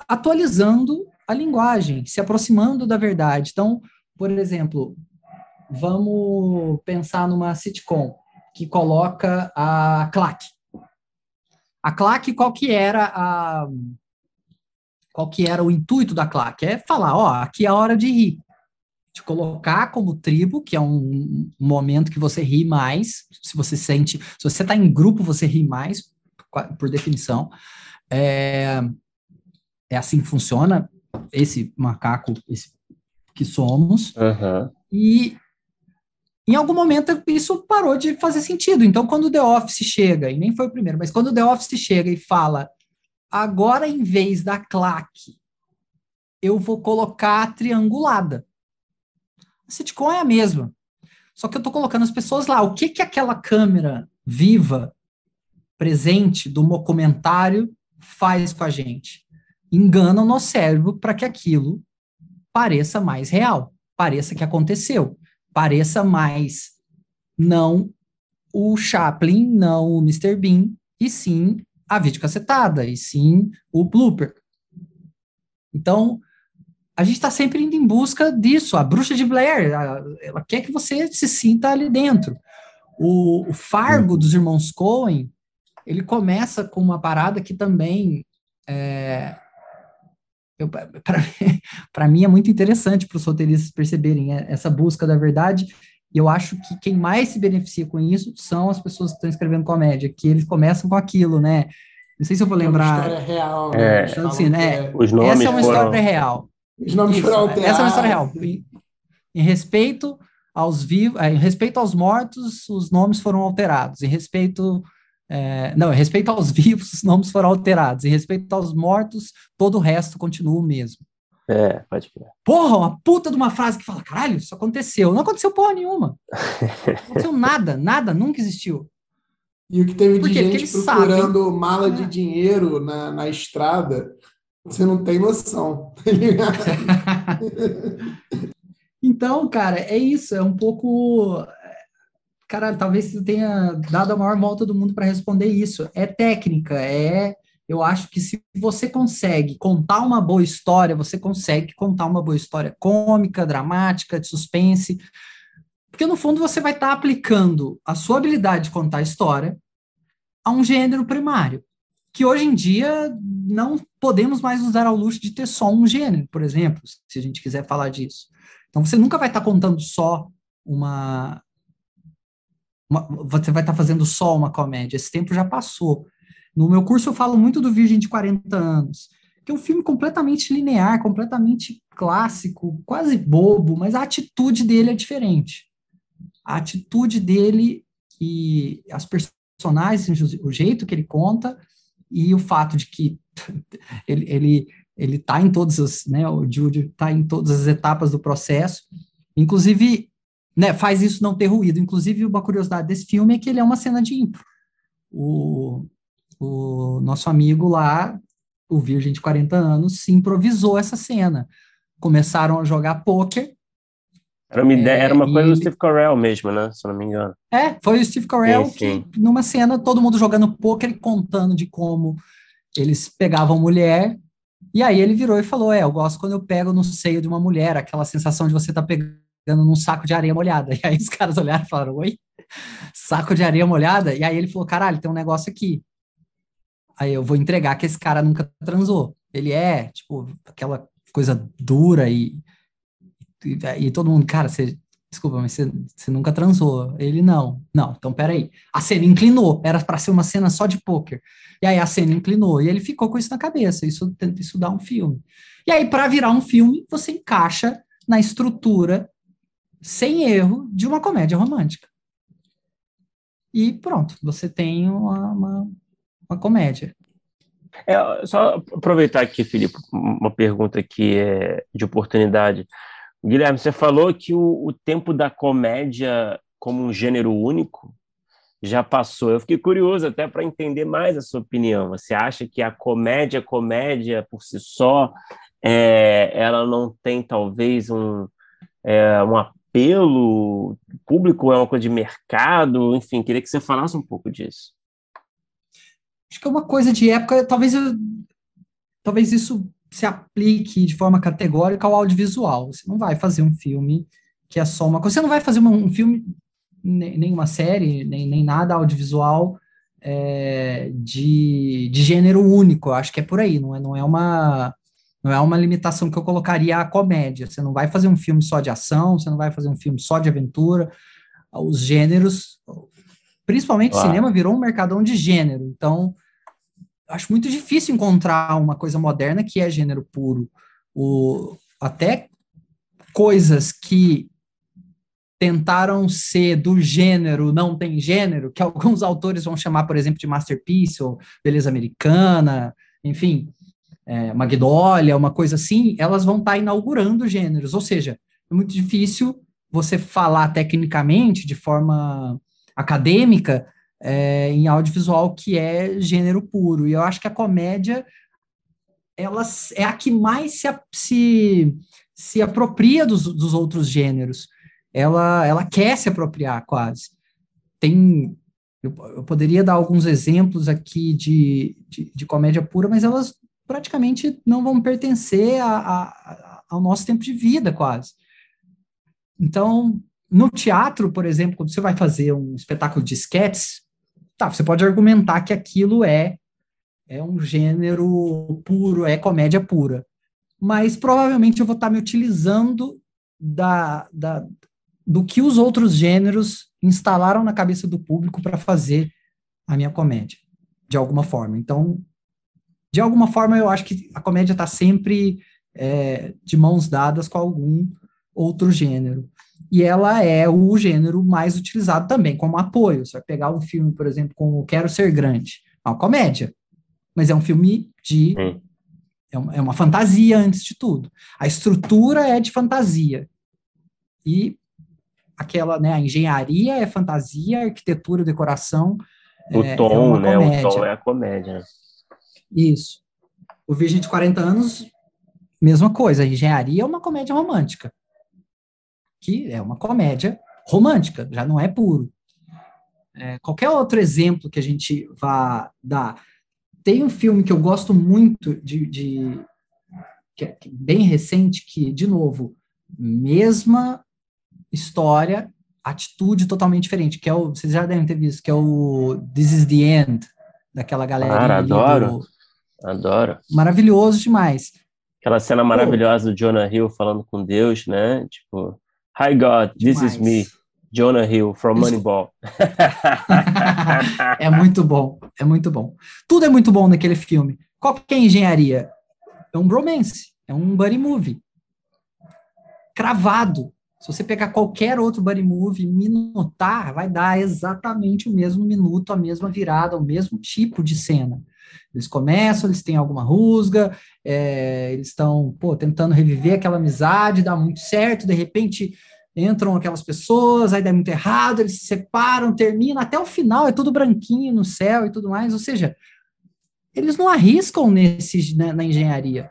atualizando a linguagem, se aproximando da verdade. Então, por exemplo, vamos pensar numa sitcom que coloca a claque. A claque, qual que era a qual que era o intuito da claque? É falar, ó, aqui é a hora de rir. De colocar como tribo, que é um momento que você ri mais, se você sente, se você está em grupo, você ri mais, por definição. É, é assim que funciona, esse macaco esse que somos.
Uhum.
E em algum momento isso parou de fazer sentido. Então, quando o The Office chega, e nem foi o primeiro, mas quando o The Office chega e fala, agora em vez da claque, eu vou colocar a triangulada. A sitcom é a mesma. Só que eu estou colocando as pessoas lá. O que que aquela câmera viva, presente, do documentário faz com a gente? Engana o nosso cérebro para que aquilo pareça mais real, pareça que aconteceu, pareça mais não o Chaplin, não o mister Bean, e sim a videocassetada, e sim o blooper. Então, a gente está sempre indo em busca disso. A Bruxa de Blair, ela quer que você se sinta ali dentro. O, o Fargo dos irmãos Coen, ele começa com uma parada que também é, para mim é muito interessante para os roteiristas perceberem essa busca da verdade, e eu acho que quem mais se beneficia com isso são as pessoas que estão escrevendo comédia, que eles começam com aquilo, né? Não sei se eu vou lembrar.
É uma história real,
É,
né?
Então, assim, né?
Os nomes
Essa é uma
foram...
história real.
Os nomes
Isso,
foram alterados.
essa é uma história real. Em, em respeito aos vivos, em respeito aos mortos, os nomes foram alterados. Em respeito É, não, em respeito aos vivos, os nomes foram alterados. Em respeito aos mortos, todo o resto continua o mesmo.
É, pode crer.
Porra, uma puta de uma frase que fala, caralho, isso aconteceu. Não aconteceu porra nenhuma. Não aconteceu nada, nada, nunca existiu.
E o que teve
Por
de
quê? Porque
gente
eles
procurando
sabem,
mala
né?
de dinheiro na, na estrada, você não tem noção, tá ligado?
Então, cara, é isso, é um pouco... Cara, talvez você tenha dado a maior volta do mundo para responder isso. É técnica, é... Eu acho que se você consegue contar uma boa história, você consegue contar uma boa história cômica, dramática, de suspense, porque no fundo você vai estar aplicando a sua habilidade de contar história a um gênero primário, que hoje em dia não podemos mais nos dar ao luxo de ter só um gênero, por exemplo, se a gente quiser falar disso. Então você nunca vai estar contando só uma... uma você vai estar fazendo só uma comédia, esse tempo já passou. No meu curso eu falo muito do Virgem de quarenta anos, que é um filme completamente linear, completamente clássico, quase bobo, mas a atitude dele é diferente. A atitude dele e as personagens, o jeito que ele conta e o fato de que ele ele ele tá em todas as, né, o Jude tá em todas as etapas do processo, inclusive, né, faz isso não ter ruído. Inclusive, uma curiosidade desse filme é que ele é uma cena de impro. O O nosso amigo lá, o Virgem de quarenta anos, se improvisou essa cena. Começaram a jogar pôquer.
Era uma, ideia,
é,
era uma coisa
ele...
do Steve Carell mesmo, né? Se eu não me engano.
É, foi o Steve Carell
sim, sim.
que, numa cena, todo mundo jogando pôquer e contando de como eles pegavam mulher. E aí ele virou e falou, é, eu gosto quando eu pego no seio de uma mulher, aquela sensação de você estar tá pegando num saco de areia molhada. E aí os caras olharam e falaram, oi? Saco de areia molhada? E aí ele falou, caralho, tem um negócio aqui. Aí eu vou entregar que esse cara nunca transou. Ele é, tipo, aquela coisa dura e, e, e todo mundo, cara, você, desculpa, mas você, você nunca transou. Ele, não. Não, então peraí. A cena inclinou, era para ser uma cena só de pôquer. E aí a cena inclinou, e ele ficou com isso na cabeça, isso, isso dá um filme. E aí, para virar um filme, você encaixa na estrutura, sem erro, de uma comédia romântica. E pronto, você tem uma... uma uma comédia.
É, só aproveitar aqui, Felipe, uma pergunta aqui é, de oportunidade. Guilherme, você falou que o, o tempo da comédia como um gênero único já passou. Eu fiquei curioso até para entender mais a sua opinião. Você acha que a comédia, comédia por si só, é, ela não tem talvez um, é, um apelo público, é uma coisa de mercado? Enfim, queria que você falasse um pouco disso.
Acho que é uma coisa de época, talvez eu, talvez isso se aplique de forma categórica ao audiovisual. Você não vai fazer um filme que é só uma coisa. Você não vai fazer uma, um filme, nem, nem uma série, nem, nem nada audiovisual é, de, de gênero único. Eu acho que é por aí. Não é, não é uma, não é uma limitação que eu colocaria à comédia. Você não vai fazer um filme só de ação, você não vai fazer um filme só de aventura. Os gêneros, principalmente
Claro.
cinema, virou um mercadão de gênero. Então, acho muito difícil encontrar uma coisa moderna que é gênero puro. O, até coisas que tentaram ser do gênero, não tem gênero, que alguns autores vão chamar, por exemplo, de masterpiece, ou beleza americana, enfim, é, Magnolia, uma coisa assim, elas vão estar tá inaugurando gêneros. Ou seja, é muito difícil você falar tecnicamente, de forma acadêmica, É, em audiovisual que é gênero puro. E eu acho que a comédia ela é a que mais se, se, se apropria dos, dos outros gêneros. Ela, ela quer se apropriar quase. Tem, eu, eu poderia dar alguns exemplos aqui de, de, de comédia pura, mas elas praticamente não vão pertencer a, a, a, ao nosso tempo de vida, quase. Então, no teatro, por exemplo, quando você vai fazer um espetáculo de sketches, tá, você pode argumentar que aquilo é, é um gênero puro, é comédia pura. Mas provavelmente eu vou estar me utilizando da, da, do que os outros gêneros instalaram na cabeça do público para fazer a minha comédia, de alguma forma. Então, de alguma forma, eu acho que a comédia está sempre é, de mãos dadas com algum outro gênero. E ela é o gênero mais utilizado também como apoio. Você vai pegar um filme, por exemplo, como Quero Ser Grande, é uma comédia, mas é um filme de... Hum. É, uma, é uma fantasia, antes de tudo. A estrutura é de fantasia. E aquela, né, a engenharia é fantasia, a arquitetura, a decoração
o
é,
tom,
é uma
né?
comédia.
O tom é a comédia.
Isso. O Virgem de quarenta anos, mesma coisa. A engenharia é uma comédia romântica, que é uma comédia romântica, já não é puro. É, qualquer outro exemplo que a gente vá dar. Tem um filme que eu gosto muito, de, de que é bem recente, que, de novo, mesma história, atitude totalmente diferente, que é o, vocês já devem ter visto, que é o This is the End, daquela galerinha
Cara,
ali
adoro,
do...
adoro.
Maravilhoso demais.
Aquela cena maravilhosa do Jonah Hill falando com Deus, né? Tipo, Hi God, this
demais.
is me, Jonah Hill from
Eles...
Moneyball.
É muito bom, é muito bom. Tudo é muito bom naquele filme. Qual que é a engenharia? É um bromance, é um buddy movie. Cravado. Se você pegar qualquer outro buddy movie, minutar, vai dar exatamente o mesmo minuto, a mesma virada, o mesmo tipo de cena. Eles começam, eles têm alguma rusga, é, eles estão, pô, tentando reviver aquela amizade, dá muito certo, de repente entram aquelas pessoas, aí dá muito errado, eles se separam, termina, até o final é tudo branquinho no céu e tudo mais, ou seja, eles não arriscam nesse, na, na engenharia.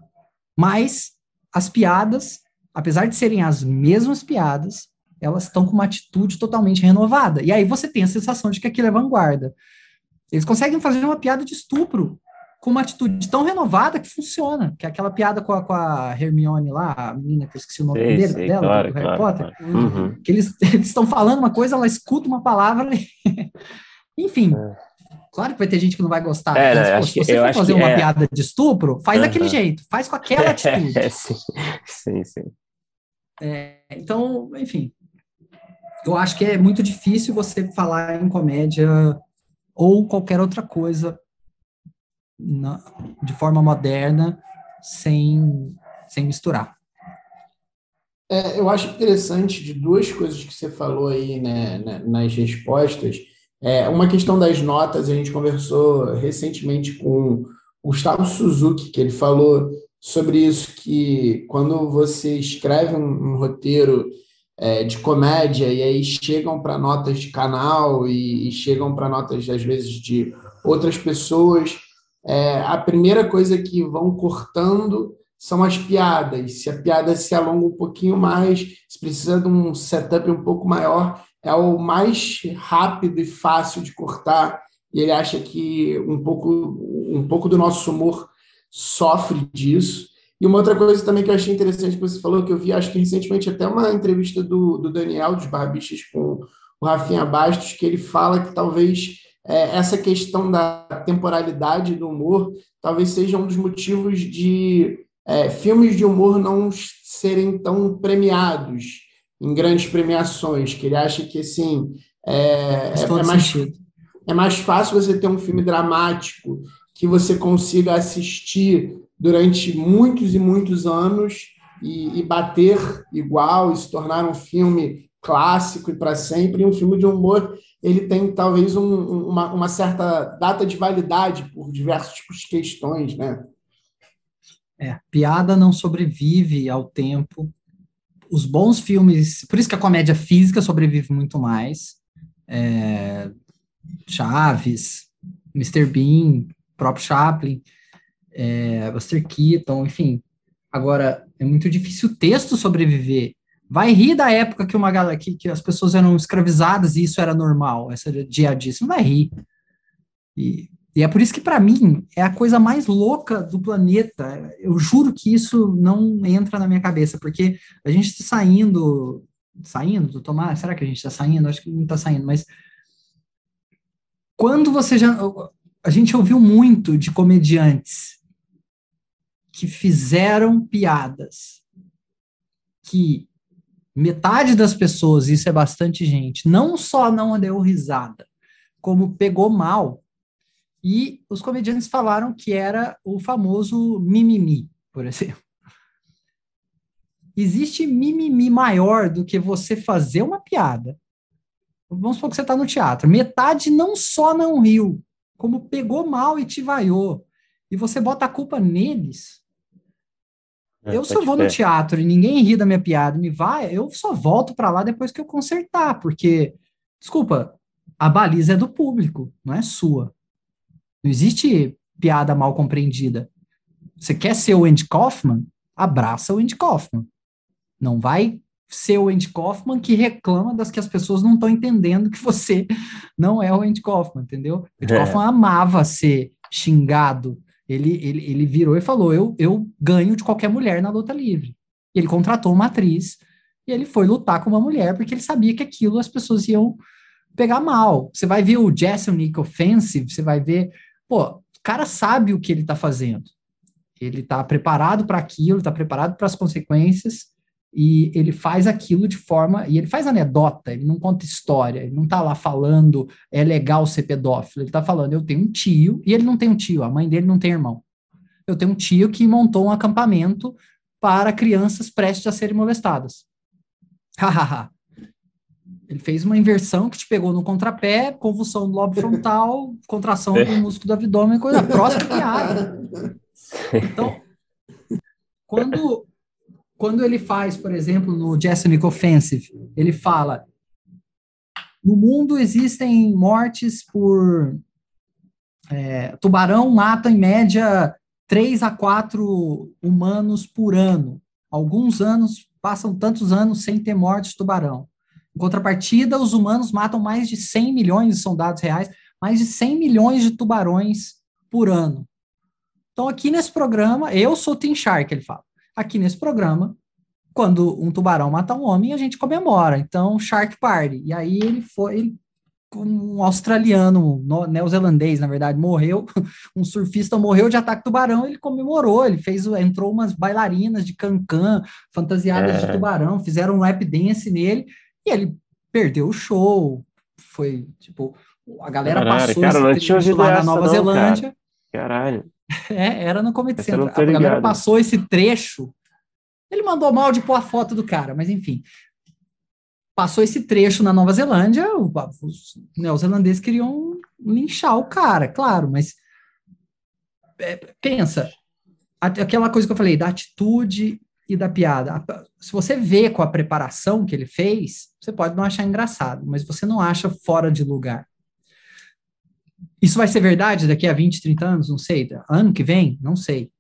Mas as piadas, apesar de serem as mesmas piadas, elas estão com uma atitude totalmente renovada. E aí você tem a sensação de que aquilo é vanguarda. Eles conseguem fazer uma piada de estupro com uma atitude tão renovada que funciona, que é aquela piada com a, com a Hermione lá, a menina que eu esqueci o nome
sei,
dele,
sei,
dela,
claro,
do Harry
claro,
Potter,
claro. Uhum.
que eles estão falando uma coisa, ela escuta uma palavra, enfim, é. Claro que vai ter gente que não vai gostar,
é,
mas,
não,
pô, se você for fazer uma é... piada de estupro, faz uhum. daquele jeito, faz com aquela atitude.
É, sim, sim. sim.
É, então, enfim, eu acho que é muito difícil você falar em comédia ou qualquer outra coisa na, de forma moderna, sem, sem misturar.
É, eu acho interessante de duas coisas que você falou aí, né, nas respostas. É, uma questão das notas, a gente conversou recentemente com o Gustavo Suzuki, que ele falou sobre isso, que quando você escreve um, um roteiro é, de comédia e aí chegam para notas de canal e, e chegam para notas, às vezes, de outras pessoas, é, a primeira coisa que vão cortando são as piadas. Se a piada se alonga um pouquinho mais, se precisa de um setup um pouco maior, é o mais rápido e fácil de cortar. E ele acha que um pouco, um pouco do nosso humor sofre disso. E uma outra coisa também que eu achei interessante que você falou, que eu vi, acho que recentemente, até uma entrevista do, do Daniel, dos Barbichas, com o Rafinha Bastos, que ele fala que talvez é, essa questão da temporalidade do humor talvez seja um dos motivos de é, filmes de humor não serem tão premiados em grandes premiações, que ele acha que, assim, é,
Faz
é,
todo
é mais,
sentido.
é mais fácil você ter um filme dramático que você consiga assistir durante muitos e muitos anos e, e bater igual e se tornar um filme clássico e para sempre. E um filme de humor, ele tem talvez um, uma, uma certa data de validade por diversos tipos de questões, né?
É, piada não sobrevive ao tempo. Os bons filmes, por isso que a comédia física sobrevive muito mais. É, Chaves, mister Bean, próprio Chaplin, é, Buster Keaton, enfim. Agora, é muito difícil o texto sobreviver. Vai rir da época que uma galera, que, que as pessoas eram escravizadas e isso era normal, essa dia a dia, você não vai rir. E, e é por isso que, para mim, é a coisa mais louca do planeta. Eu juro que isso não entra na minha cabeça, porque a gente está saindo, saindo do tomar, será que a gente está saindo? Acho que não está saindo, mas quando você já, a gente ouviu muito de comediantes que fizeram piadas que metade das pessoas, isso é bastante gente, não só não deu risada, como pegou mal. E os comediantes falaram que era o famoso mimimi, por exemplo. Existe mimimi maior do que você fazer uma piada. Vamos supor que você está no teatro. Metade não só não riu, como pegou mal e te vaiou. E você bota a culpa neles. É, eu, se eu vou no teatro e ninguém ri da minha piada e me vai, eu só volto para lá depois que eu consertar, porque, desculpa, a baliza é do público, não é sua. Não existe piada mal compreendida. Você quer ser o Andy Kaufman? Abraça o Andy Kaufman. Não vai ser o Andy Kaufman que reclama das que as pessoas não estão entendendo que você não é o Andy Kaufman, entendeu? O Andy é. Kaufman amava ser xingado. Ele, ele, ele virou e falou, eu, eu ganho de qualquer mulher na luta livre. E ele contratou uma atriz e ele foi lutar com uma mulher porque ele sabia que aquilo as pessoas iam pegar mal. Você vai ver o Jason Nick Offensive, você vai ver... Pô, o cara sabe o que ele está fazendo. Ele está preparado para aquilo, está preparado para as consequências, e ele faz aquilo de forma... E ele faz anedota, ele não conta história, ele não está lá falando, é legal ser pedófilo. Ele está falando, eu tenho um tio, e ele não tem um tio, a mãe dele não tem irmão. Eu tenho um tio que montou um acampamento para crianças prestes a serem molestadas. Hahaha. Ele fez uma inversão que te pegou no contrapé, convulsão do lobo frontal, contração do músculo do abdômen, coisa próxima piada. Então, quando, quando ele faz, por exemplo, no Jason Nick Offensive, ele fala, no mundo existem mortes por... É, tubarão mata, em média, três a quatro humanos por ano. Alguns anos, passam tantos anos sem ter morte de tubarão. Em contrapartida, os humanos matam mais de cem milhões, são dados reais, mais de cem milhões de tubarões por ano. Então, aqui nesse programa, eu sou Team Shark, ele fala. Aqui nesse programa, quando um tubarão mata um homem, a gente comemora. Então, Shark Party. E aí ele foi, ele, um australiano, neozelandês, na verdade, morreu, um surfista morreu de ataque tubarão, ele comemorou, ele fez, entrou umas bailarinas de cancan, fantasiadas é. de tubarão, fizeram um lap dance nele, e ele perdeu o show, foi, tipo, a galera
Caralho,
passou
cara, não
esse
tinha
trecho lá na Nova
não,
Zelândia.
Cara. Caralho.
É, era no Comedy Central. A galera ligado. Passou esse trecho, ele mandou mal de pôr a foto do cara, mas enfim. Passou esse trecho na Nova Zelândia, os neozelandeses queriam linchar o cara, claro, mas é, pensa, aquela coisa que eu falei, da atitude e da piada. Se você vê com a preparação que ele fez, você pode não achar engraçado, mas você não acha fora de lugar. Isso vai ser verdade daqui a vinte, trinta anos? Não sei. Ano que vem? Não sei.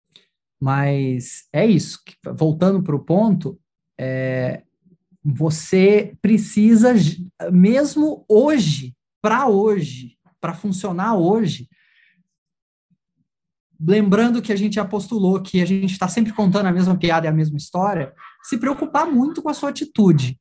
Mas é isso. Voltando para o ponto, é, você precisa, mesmo hoje, para hoje, para funcionar hoje, lembrando que a gente já postulou que a gente está sempre contando a mesma piada e a mesma história, se preocupar muito com a sua atitude.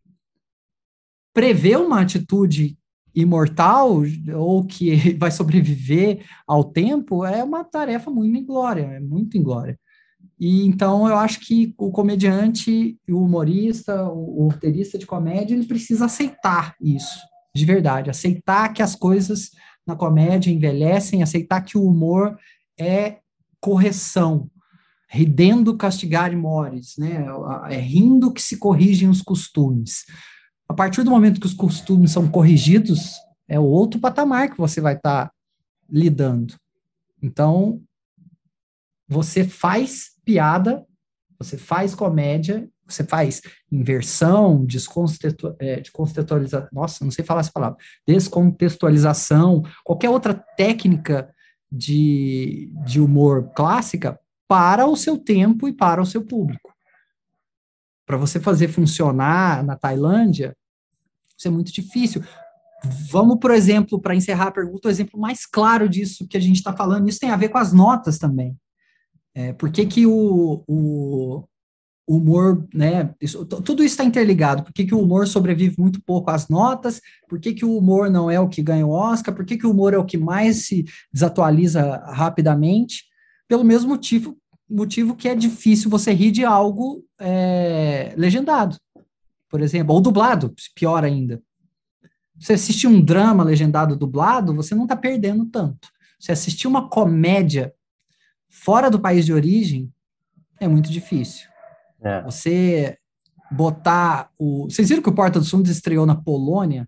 Prever uma atitude imortal ou que vai sobreviver ao tempo é uma tarefa muito inglória, é muito inglória. E então eu acho que o comediante, o humorista, o, o roteirista de comédia, ele precisa aceitar isso, de verdade, aceitar que as coisas na comédia envelhecem, aceitar que o humor é correção, ridendo castigar mores, né? É rindo que se corrigem os costumes. A partir do momento que os costumes são corrigidos, é outro patamar que você vai estar tá lidando. Então, você faz piada, você faz comédia, você faz inversão, descontextu- é, descontextualização, nossa, não sei falar essa palavra, descontextualização, qualquer outra técnica de, de humor clássica para o seu tempo e para o seu público. Para você fazer funcionar na Tailândia, isso é muito difícil. Vamos, por exemplo, para encerrar a pergunta, o exemplo mais claro disso que a gente está falando, isso tem a ver com as notas também. É, por que que o, o, o humor, né, isso, tudo isso está interligado, por que que o humor sobrevive muito pouco às notas, por que que o humor não é o que ganha o Oscar, por que que o humor é o que mais se desatualiza rapidamente, pelo mesmo motivo, motivo que é difícil você rir de algo é, legendado, por exemplo, ou dublado, pior ainda. Você assistir um drama legendado dublado, você não está perdendo tanto. Você assistir uma comédia fora do país de origem, é muito difícil. É. Você botar o... Vocês viram que o Porta dos Fundos estreou na Polônia?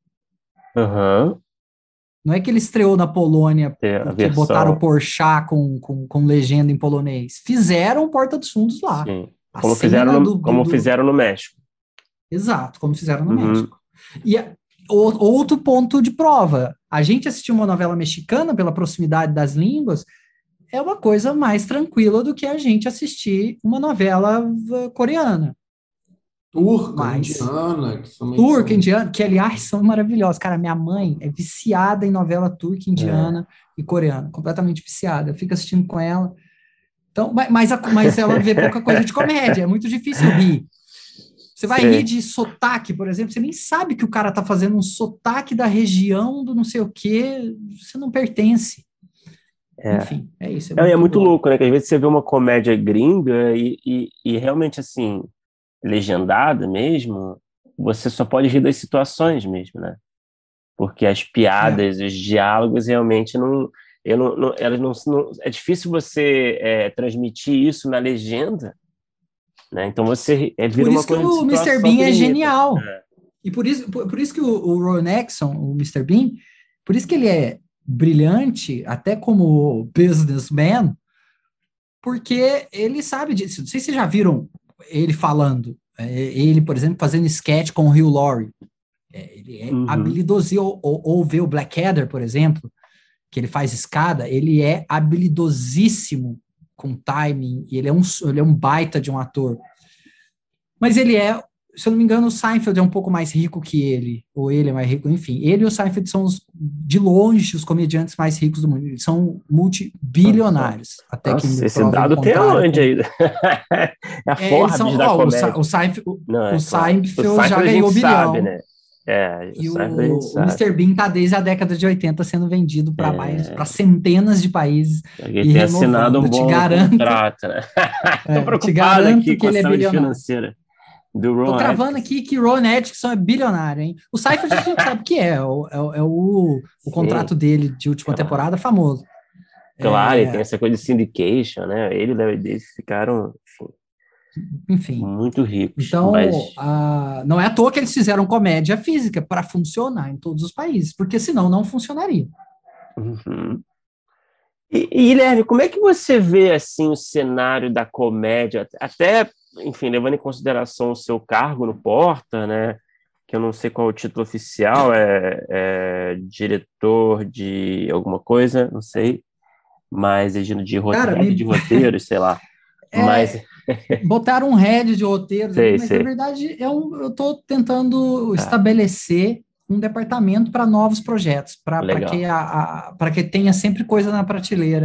Uhum.
Não é que ele estreou na Polônia
é,
porque botaram o Porchat com, com, com legenda em polonês. Fizeram o Porta dos Fundos lá.
Sim. Como, fizeram no, do, como do... fizeram no México.
Exato, como fizeram no uhum. México. E a, o, outro ponto de prova, a gente assistiu uma novela mexicana pela proximidade das línguas, é uma coisa mais tranquila do que a gente assistir uma novela coreana.
Turca, Mas, indiana.
Que turca, são... indiana, que aliás são maravilhosas. Cara, minha mãe é viciada em novela turca, indiana é. e coreana, completamente viciada. Eu fico assistindo com ela. Então, mas, mas ela vê pouca coisa de comédia, é muito difícil rir. Você vai Sim. rir de sotaque, por exemplo, você nem sabe que o cara tá fazendo um sotaque da região do não sei o quê, você não pertence.
É.
Enfim, é isso.
É, muito, é muito louco, né? Que às vezes você vê uma comédia gringa e, e, e realmente, assim, legendada mesmo, você só pode rir das situações mesmo, né? Porque as piadas, é. os diálogos realmente não... Eu não, não, elas não, não é difícil você é, transmitir isso na legenda, né? Então você é, vira uma coisa de situação.
Por isso que o mister Bean é genial. É. E por isso, por, por isso que o, o Ron Atkinson, o mister Bean, por isso que ele é brilhante, até como businessman, porque ele sabe disso. Não sei se vocês já viram ele falando, é, ele, por exemplo, fazendo sketch com o Hugh Laurie. É, ele é uhum. habilidoso, ou, ou, ou ver o Blackadder, por exemplo, que ele faz escada, ele é habilidosíssimo com timing, e ele é um, ele é um baita de um ator. Mas ele é, se eu não me engano, o Seinfeld é um pouco mais rico que ele, ou ele é mais rico, enfim. Ele e o Seinfeld são, os, de longe, os comediantes mais ricos do mundo. Eles são multibilionários.
Nossa, até que Nossa, esse dado tem aonde ainda? É a
é,
Forbes
são,
da
ó,
comédia.
O, o Seinfeld,
não,
o
é,
Seinfeld
claro. o
já ganhou bilhão.
Sabe, né? É,
e o, o mister Bean está desde a década de oitenta sendo vendido para é. mais para centenas de países.
Ele tem assinado um bom garanto, contrato, né?
É,
Tô preocupado aqui com
a saúde
financeira do Ron
Tô cravando aqui que Ron Atkinson é bilionário, hein? O Seinfeld a gente sabe o que é, é o, é o, o contrato dele de última claro. temporada famoso.
Claro, é... e tem essa coisa de syndication, né? Ele e o Larry David ficaram...
Enfim,
muito ricos.
Então,
mas...
uh, não é à toa que eles fizeram comédia física para funcionar em todos os países, porque senão não funcionaria.
Uhum. E, e Guilherme, como é que você vê assim o cenário da comédia? Até, enfim, levando em consideração o seu cargo no Porta, né? Que eu não sei qual é o título oficial, é, é diretor de alguma coisa, não sei, mas de, de,
Cara,
me...
de
roteiros, sei lá.
É...
Mas
botaram um head de roteiro,
sei,
mas
sei.
na verdade é um, eu estou tentando tá. estabelecer um departamento para novos projetos, para que, a, a, que tenha sempre coisa na prateleira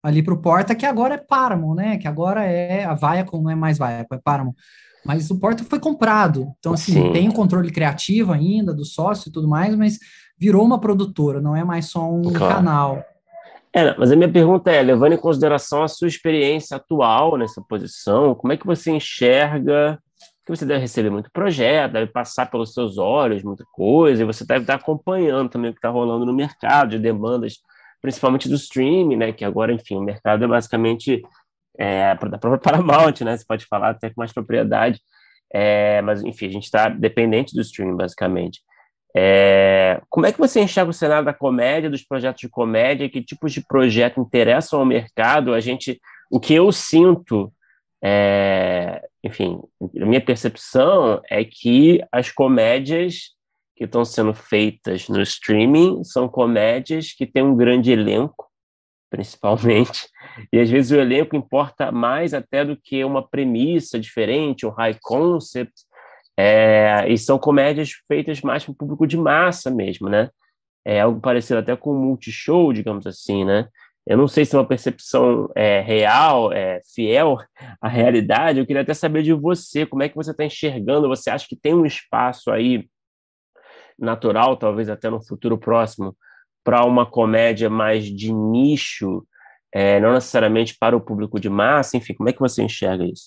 ali para o Porta, que agora é Paramount, né? Que agora é a Viacom, não é mais Viacom, é Paramount. Mas o Porta foi comprado, então assim,
Sim.
tem o controle criativo ainda do sócio e tudo mais, mas virou uma produtora, não é mais só um
Claro.
canal.
É, mas a minha pergunta é, levando em consideração a sua experiência atual nessa posição, como é que você enxerga que você deve receber muito projeto, deve passar pelos seus olhos muita coisa, e você deve estar acompanhando também o que está rolando no mercado de demandas, principalmente do streaming, né? Que agora, enfim, o mercado é basicamente é, da própria Paramount, né? Você pode falar até com mais propriedade, é, mas enfim, a gente está dependente do streaming, basicamente. É, como é que você enxerga o cenário da comédia, dos projetos de comédia, que tipos de projeto interessam ao mercado? A gente, o que eu sinto, é, enfim, a minha percepção é que as comédias que estão sendo feitas no streaming são comédias que têm um grande elenco, principalmente, e às vezes o elenco importa mais até do que uma premissa diferente, um high concept. É, e são comédias feitas mais para o público de massa mesmo, né? É algo parecido até com um multishow, digamos assim, né? Eu não sei se é uma percepção é, real, é, fiel à realidade. Eu queria até saber de você, como é que você está enxergando? Você acha que tem um espaço aí natural, talvez até no futuro próximo, para uma comédia mais de nicho, é, não necessariamente para o público de massa? Enfim, como é que você enxerga isso?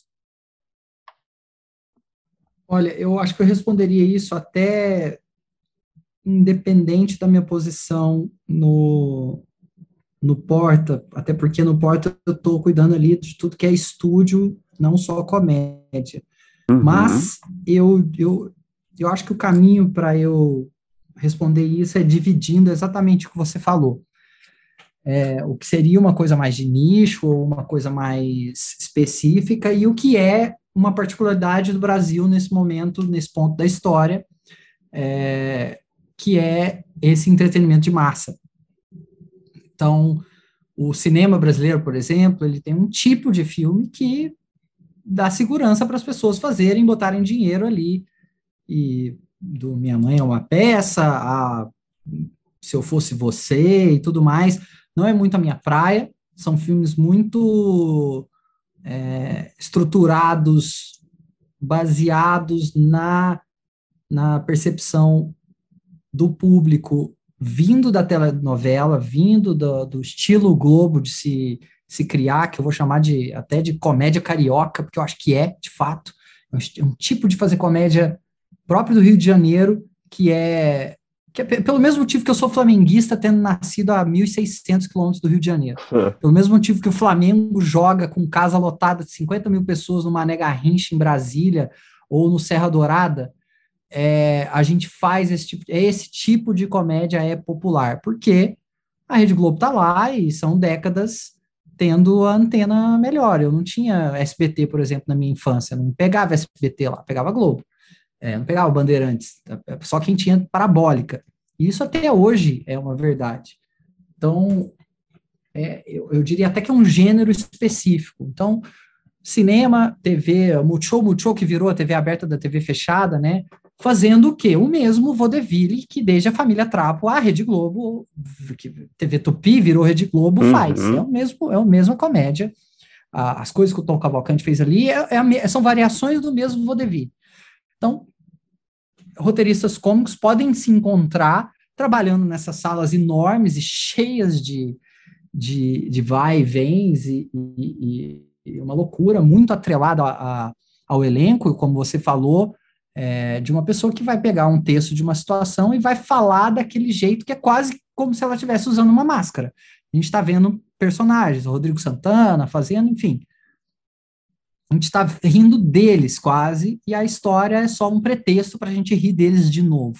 Olha, eu acho que eu responderia isso até independente da minha posição no, no Porta, até porque no Porta eu estou cuidando ali de tudo que é estúdio, não só comédia.
Uhum.
Mas eu, eu, eu acho que o caminho para eu responder isso é dividindo exatamente o que você falou. É, o que seria uma coisa mais de nicho ou uma coisa mais específica e o que é uma particularidade do Brasil nesse momento, nesse ponto da história, é, que é esse entretenimento de massa. Então, o cinema brasileiro, por exemplo, ele tem um tipo de filme que dá segurança para as pessoas fazerem, botarem dinheiro ali, e do Minha Mãe é uma Peça, a Se Eu Fosse Você e tudo mais, não é muito a minha praia, são filmes muito é, estruturados, baseados na, na percepção do público vindo da telenovela, vindo do, do estilo Globo de se, se criar, que eu vou chamar de até de comédia carioca, porque eu acho que é, de fato, é um tipo de fazer comédia próprio do Rio de Janeiro, que é, que é pelo mesmo motivo que eu sou flamenguista, tendo nascido a mil e seiscentos quilômetros do Rio de Janeiro. Pelo mesmo motivo que o Flamengo joga com casa lotada de cinquenta mil pessoas no Mané Garrincha, em Brasília, ou no Serra Dourada, é, a gente faz esse tipo, esse tipo de comédia é popular, porque a Rede Globo tá lá e são décadas tendo a antena melhor. Eu não tinha S B T, por exemplo, na minha infância, não pegava S B T lá, pegava Globo. É, não pegava Bandeirantes, só quem tinha parabólica. E isso até hoje é uma verdade. Então, é, eu, eu diria até que é um gênero específico. Então, cinema, T V, Multishow, Multishow que virou a T V aberta da T V fechada, né? Fazendo o quê? O mesmo vaudeville que desde a família Trapo, a Rede Globo, que T V Tupi virou Rede Globo,
Uhum.
faz. É o mesmo, é a mesma comédia. As coisas que o Tom Cavalcante fez ali é, é a, são variações do mesmo vaudeville. Então, roteiristas cômicos podem se encontrar trabalhando nessas salas enormes e cheias de, de, de vai e vens e, e, e uma loucura muito atrelada a, a, ao elenco, como você falou, é, de uma pessoa que vai pegar um texto de uma situação e vai falar daquele jeito que é quase como se ela estivesse usando uma máscara. A gente está vendo personagens, o Rodrigo Santana fazendo, enfim. A gente está rindo deles quase, e a história é só um pretexto para a gente rir deles de novo.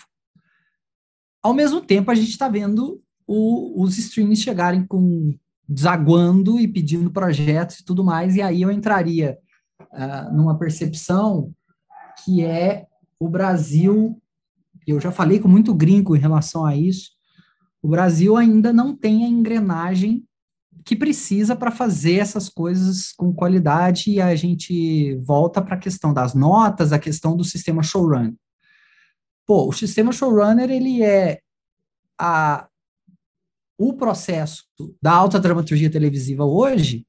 Ao mesmo tempo, a gente está vendo o, os streamings chegarem com desaguando e pedindo projetos e tudo mais, e aí eu entraria uh, numa percepção que é o Brasil, eu já falei com muito gringo em relação a isso, o Brasil ainda não tem a engrenagem que precisa para fazer essas coisas com qualidade, e a gente volta para a questão das notas, a questão do sistema showrunner. Pô, o sistema showrunner, ele é a, o processo da alta dramaturgia televisiva hoje,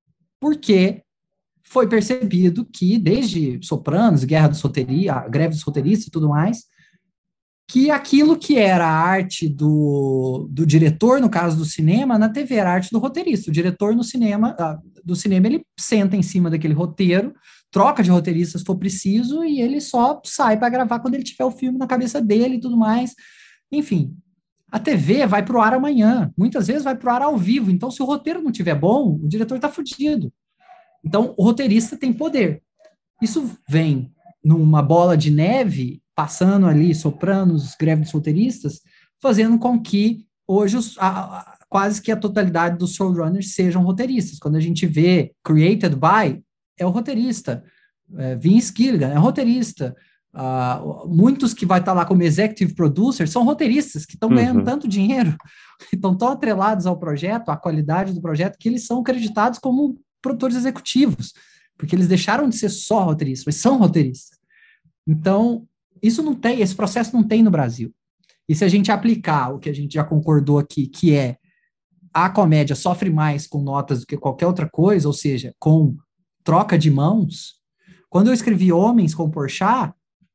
porque foi percebido que, desde Sopranos, Guerra dos Roteiristas, Greve dos Roteiristas e tudo mais, que aquilo que era a arte do, do diretor, no caso do cinema, na T V era a arte do roteirista. O diretor no cinema, do cinema, ele senta em cima daquele roteiro, troca de roteirista se for preciso, e ele só sai para gravar quando ele tiver o filme na cabeça dele e tudo mais. Enfim, a T V vai para o ar amanhã, muitas vezes vai para o ar ao vivo, então se o roteiro não tiver bom, o diretor está fudido. Então, o roteirista tem poder. Isso vem numa bola de neve, passando ali, Sopranos, Greve dos Roteiristas, fazendo com que hoje os, a, a, quase que a totalidade dos showrunners sejam roteiristas. Quando a gente vê Created By, é o roteirista. É, Vince Gilligan é roteirista. Uh, muitos que vai estar lá como executive producer são roteiristas que estão uhum. ganhando tanto dinheiro, estão tão atrelados ao projeto, à qualidade do projeto, que eles são acreditados como produtores executivos, porque eles deixaram de ser só roteiristas, mas são roteiristas. Então, isso não tem, esse processo não tem no Brasil. E se a gente aplicar o que a gente já concordou aqui, que é a comédia sofre mais com notas do que qualquer outra coisa, ou seja, com troca de mãos, quando eu escrevi Homens com Porchat,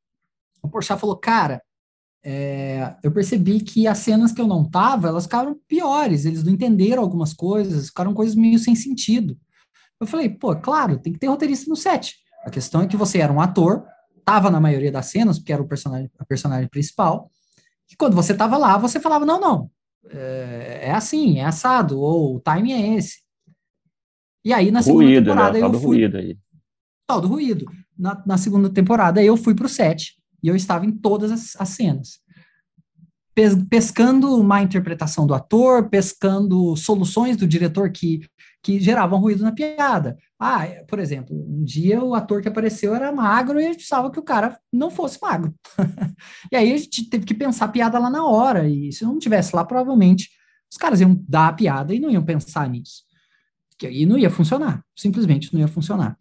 o Porchat falou, cara, é, eu percebi que as cenas que eu não tava, elas ficaram piores, eles não entenderam algumas coisas, ficaram coisas meio sem sentido. Eu falei, pô, claro, tem que ter roteirista no set. A questão é que você era um ator, estava na maioria das cenas, porque era o personagem, a personagem principal, e quando você estava lá, você falava, não, não, é, é assim, é assado, ou o time é esse. E aí, na segunda
ruído,
temporada,
né?
eu
do
fui...
ruído aí.
Tal do ruído. Na, na segunda temporada, eu fui pro set, e eu estava em todas as, as cenas. Pes, pescando uma interpretação do ator, pescando soluções do diretor que, que geravam ruído na piada. Ah, por exemplo, um dia o ator que apareceu era magro e a gente precisava que o cara não fosse magro. E aí a gente teve que pensar a piada lá na hora, e se não tivesse lá, provavelmente os caras iam dar a piada e não iam pensar nisso. E não ia funcionar, simplesmente não ia funcionar.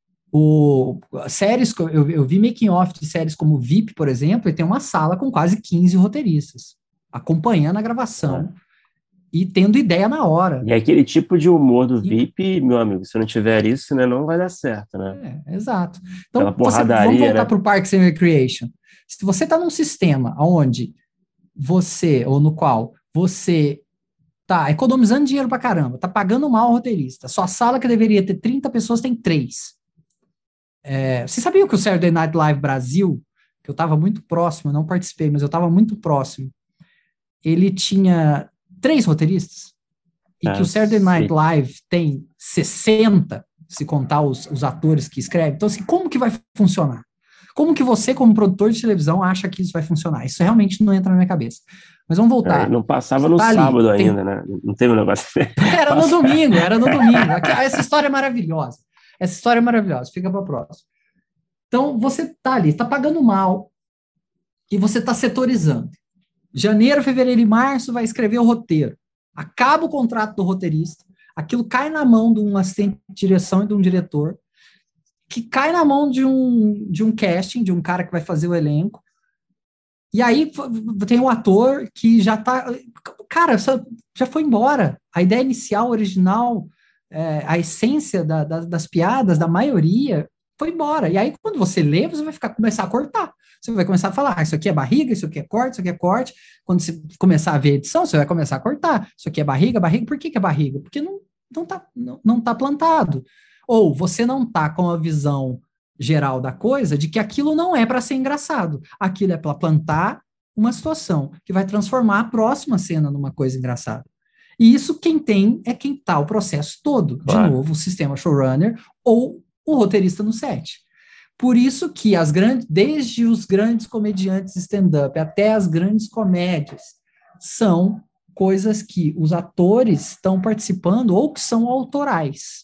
O, séries, eu, eu vi making off de séries como V I P, por exemplo, e tem uma sala com quase quinze roteiristas, acompanhando a gravação é. e tendo ideia na hora.
E aquele tipo de humor do e, V I P, meu amigo, se não tiver isso, né, não vai dar certo, né?
É, exato. Então,
Aquela porradaria,
você, vamos voltar
né?
para o Parks and Recreation. Se você está num sistema onde você, ou no qual você tá economizando dinheiro pra caramba, tá pagando mal o roteirista, sua sala que deveria ter trinta pessoas tem três. É, você sabia que o Saturday Night Live Brasil, que eu estava muito próximo, eu não participei, mas eu estava muito próximo, ele tinha três roteiristas? E ah, que o Saturday Night Live tem sessenta, se contar os, os atores que escrevem. Então, assim, como que vai funcionar? Como que você, como produtor de televisão, acha que isso vai funcionar? Isso realmente não entra na minha cabeça. Mas vamos voltar.
É, não passava no tá sábado ali, ainda, tem... né? Não teve um negócio...
Era no domingo, era no domingo. Essa história é maravilhosa. Essa história é maravilhosa, fica para o próximo. Então, você tá ali, está pagando mal e você está setorizando. Janeiro, fevereiro e março vai escrever o roteiro. Acaba o contrato do roteirista, aquilo cai na mão de um assistente de direção e de um diretor, que cai na mão de um, de um casting, de um cara que vai fazer o elenco, e aí tem um ator que já tá... Cara, já foi embora. A ideia inicial, original... É, a essência da, da, das piadas, da maioria, foi embora. E aí, quando você lê, você vai ficar, começar a cortar. Você vai começar a falar, ah, isso aqui é barriga, isso aqui é corte, isso aqui é corte. Quando você começar a ver a edição, você vai começar a cortar. Isso aqui é barriga, barriga. Por que que é barriga? Porque não, não, tá, não, não tá plantado. Ou você não tá com a visão geral da coisa de que aquilo não é para ser engraçado. Aquilo é para plantar uma situação que vai transformar a próxima cena numa coisa engraçada. E isso quem tem é quem tá o processo todo. Claro. De novo, o sistema showrunner ou o roteirista no set. Por isso que as grandes, desde os grandes comediantes stand-up até as grandes comédias, são coisas que os atores estão participando ou que são autorais.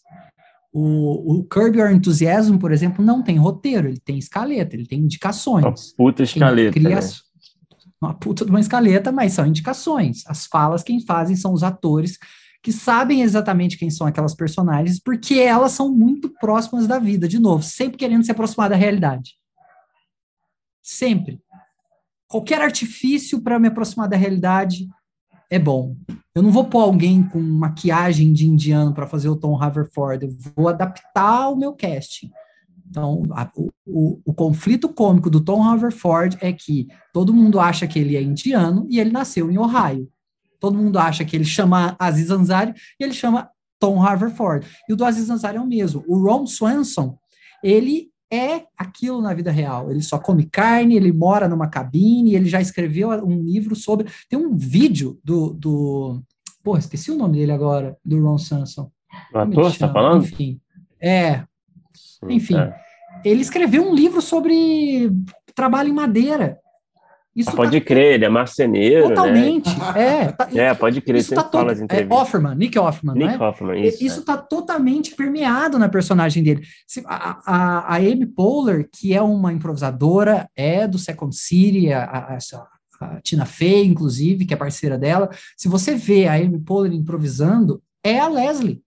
O, o Curb Your Enthusiasm, por exemplo, não tem roteiro, ele tem escaleta, ele tem indicações. Uma
puta escaleta,
cria,
né?
Uma puta de uma escaleta, mas são indicações. As falas quem fazem são os atores que sabem exatamente quem são aquelas personagens, porque elas são muito próximas da vida, de novo, sempre querendo se aproximar da realidade. Sempre. Qualquer artifício para me aproximar da realidade é bom. Eu não vou pôr alguém com maquiagem de indiano para fazer o Tom Haverford, eu vou adaptar o meu casting. Então, a, o, o, o conflito cômico do Tom Haverford é que todo mundo acha que ele é indiano e ele nasceu em Ohio. Todo mundo acha que ele chama Aziz Ansari e ele chama Tom Haverford. E o do Aziz Ansari é o mesmo. O Ron Swanson, ele é aquilo na vida real. Ele só come carne, ele mora numa cabine, ele já escreveu um livro sobre... Tem um vídeo do... do pô, esqueci o nome dele agora, do Ron Swanson.
O ator, você tá falando?
Enfim. É.
Sim,
Enfim.
é.
Ele escreveu um livro sobre trabalho em madeira. Isso
ah, pode
tá
crer, ele é marceneiro,
totalmente,
né?
É, tá,
é, pode crer,
isso
sempre
tá
fala
todo,
as
é
entrevistas.
Offerman, Nick Offerman,
Nick
não é?
Offerman, isso.
Isso está é. totalmente permeado na personagem dele. A, a, a Amy Poehler, que é uma improvisadora, é do Second City, a, a, a Tina Fey, inclusive, que é parceira dela. Se você vê a Amy Poehler improvisando, é a Leslie.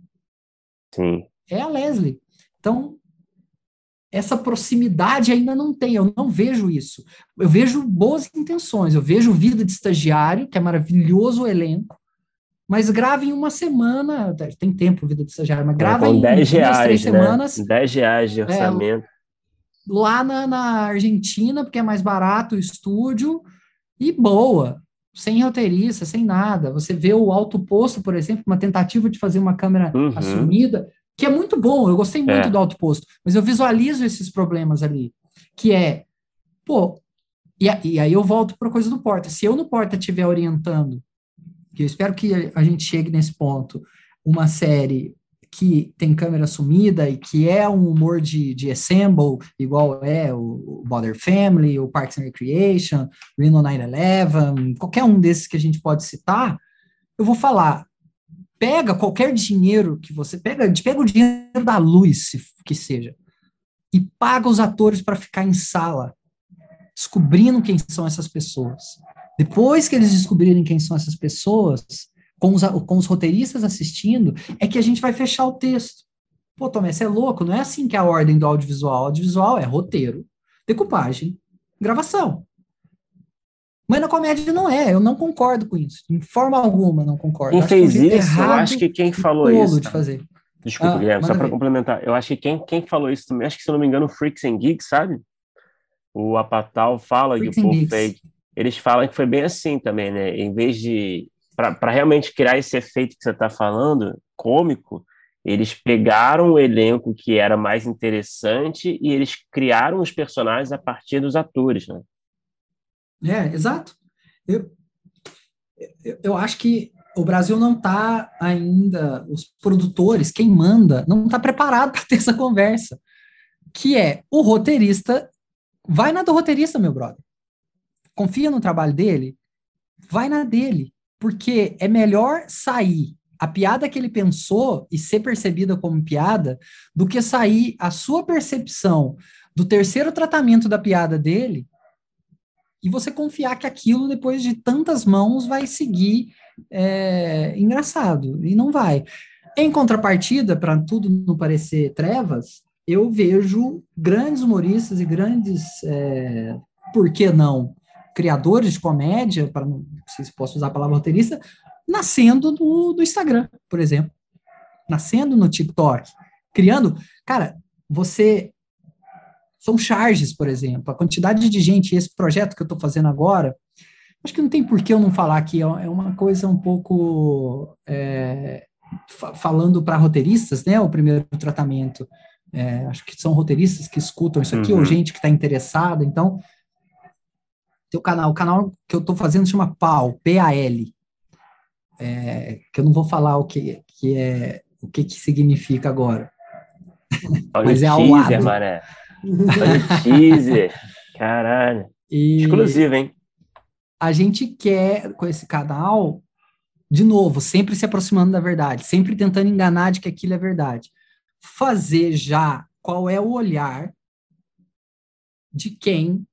Sim.
É a Leslie. Então, essa proximidade ainda não tem, eu não vejo isso. Eu vejo boas intenções, eu vejo Vida de Estagiário, que é maravilhoso o elenco, mas grava em uma semana, tem tempo Vida de Estagiário, mas grava
é, com
em
dez
duas,
reais,
três
né?
semanas.
dez reais de orçamento.
É, lá na, na Argentina, porque é mais barato o estúdio, e boa, sem roteirista, sem nada. Você vê o Alto Posto, por exemplo, uma tentativa de fazer uma câmera
Uhum.
assumida, que é muito bom, eu gostei muito
é.
do Alto Posto, mas eu visualizo esses problemas ali, que é, pô, e, e aí eu volto para a coisa do Porta. Se eu no Porta estiver orientando, que eu espero que a gente chegue nesse ponto, uma série que tem câmera sumida e que é um humor de, de assemble, igual é o, o Modern Family, o Parks and Recreation, Reno nove onze, qualquer um desses que a gente pode citar, eu vou falar, pega qualquer dinheiro que você pega, pega o dinheiro da luz, se, que seja, e paga os atores para ficar em sala, descobrindo quem são essas pessoas. Depois que eles descobrirem quem são essas pessoas, com os, com os roteiristas assistindo, é que a gente vai fechar o texto. Pô, Tomé, você é louco? Não é assim que é a ordem do audiovisual. O audiovisual é roteiro, decupagem, gravação. Mas na comédia não é, eu não concordo com isso. De forma alguma não concordo.
Quem
acho
fez
que é um
isso, eu acho que quem falou
tolo
isso...
de fazer.
Desculpa,
ah,
Guilherme, só para
ver.
complementar. Eu acho que quem, quem falou isso também, acho que se eu não me engano, o Freaks and Geeks, sabe? O Apatow fala
Freaks
que o Paul
Feig,
eles falam que foi bem assim também, né? Em vez de... Para realmente criar esse efeito que você está falando, cômico, eles pegaram o elenco que era mais interessante e eles criaram os personagens a partir dos atores, né?
É, exato. Eu, eu, eu acho que o Brasil não está ainda, os produtores, quem manda, não está preparado para ter essa conversa, que é o roteirista, vai na do roteirista, meu brother. Confia no trabalho dele, vai na dele, porque é melhor sair a piada que ele pensou e ser percebida como piada do que sair a sua percepção do terceiro tratamento da piada dele e você confiar que aquilo, depois de tantas mãos, vai seguir é, engraçado, e não vai. Em contrapartida, para tudo não parecer trevas, eu vejo grandes humoristas e grandes, é, por que não, criadores de comédia, para não sei se posso usar a palavra roteirista, nascendo no, no Instagram, por exemplo, nascendo no TikTok, criando, cara, você... São charges, por exemplo, a quantidade de gente, esse projeto que eu estou fazendo agora, acho que não tem por que eu não falar aqui, é uma coisa um pouco é, falando para roteiristas, né, o primeiro tratamento, é, acho que são roteiristas que escutam isso aqui, uhum. ou gente que está interessada, então, teu canal, o canal que eu estou fazendo chama P A L, P A L, é, que eu não vou falar o que, que é, o que, que significa agora.
Olha
mas
o
é
teaser,
ao
mané. Olha o teaser. Caralho. E exclusivo, hein?
A gente quer, com esse canal, de novo, sempre se aproximando da verdade, sempre tentando enganar de que aquilo é verdade. Fazer já qual é o olhar de quem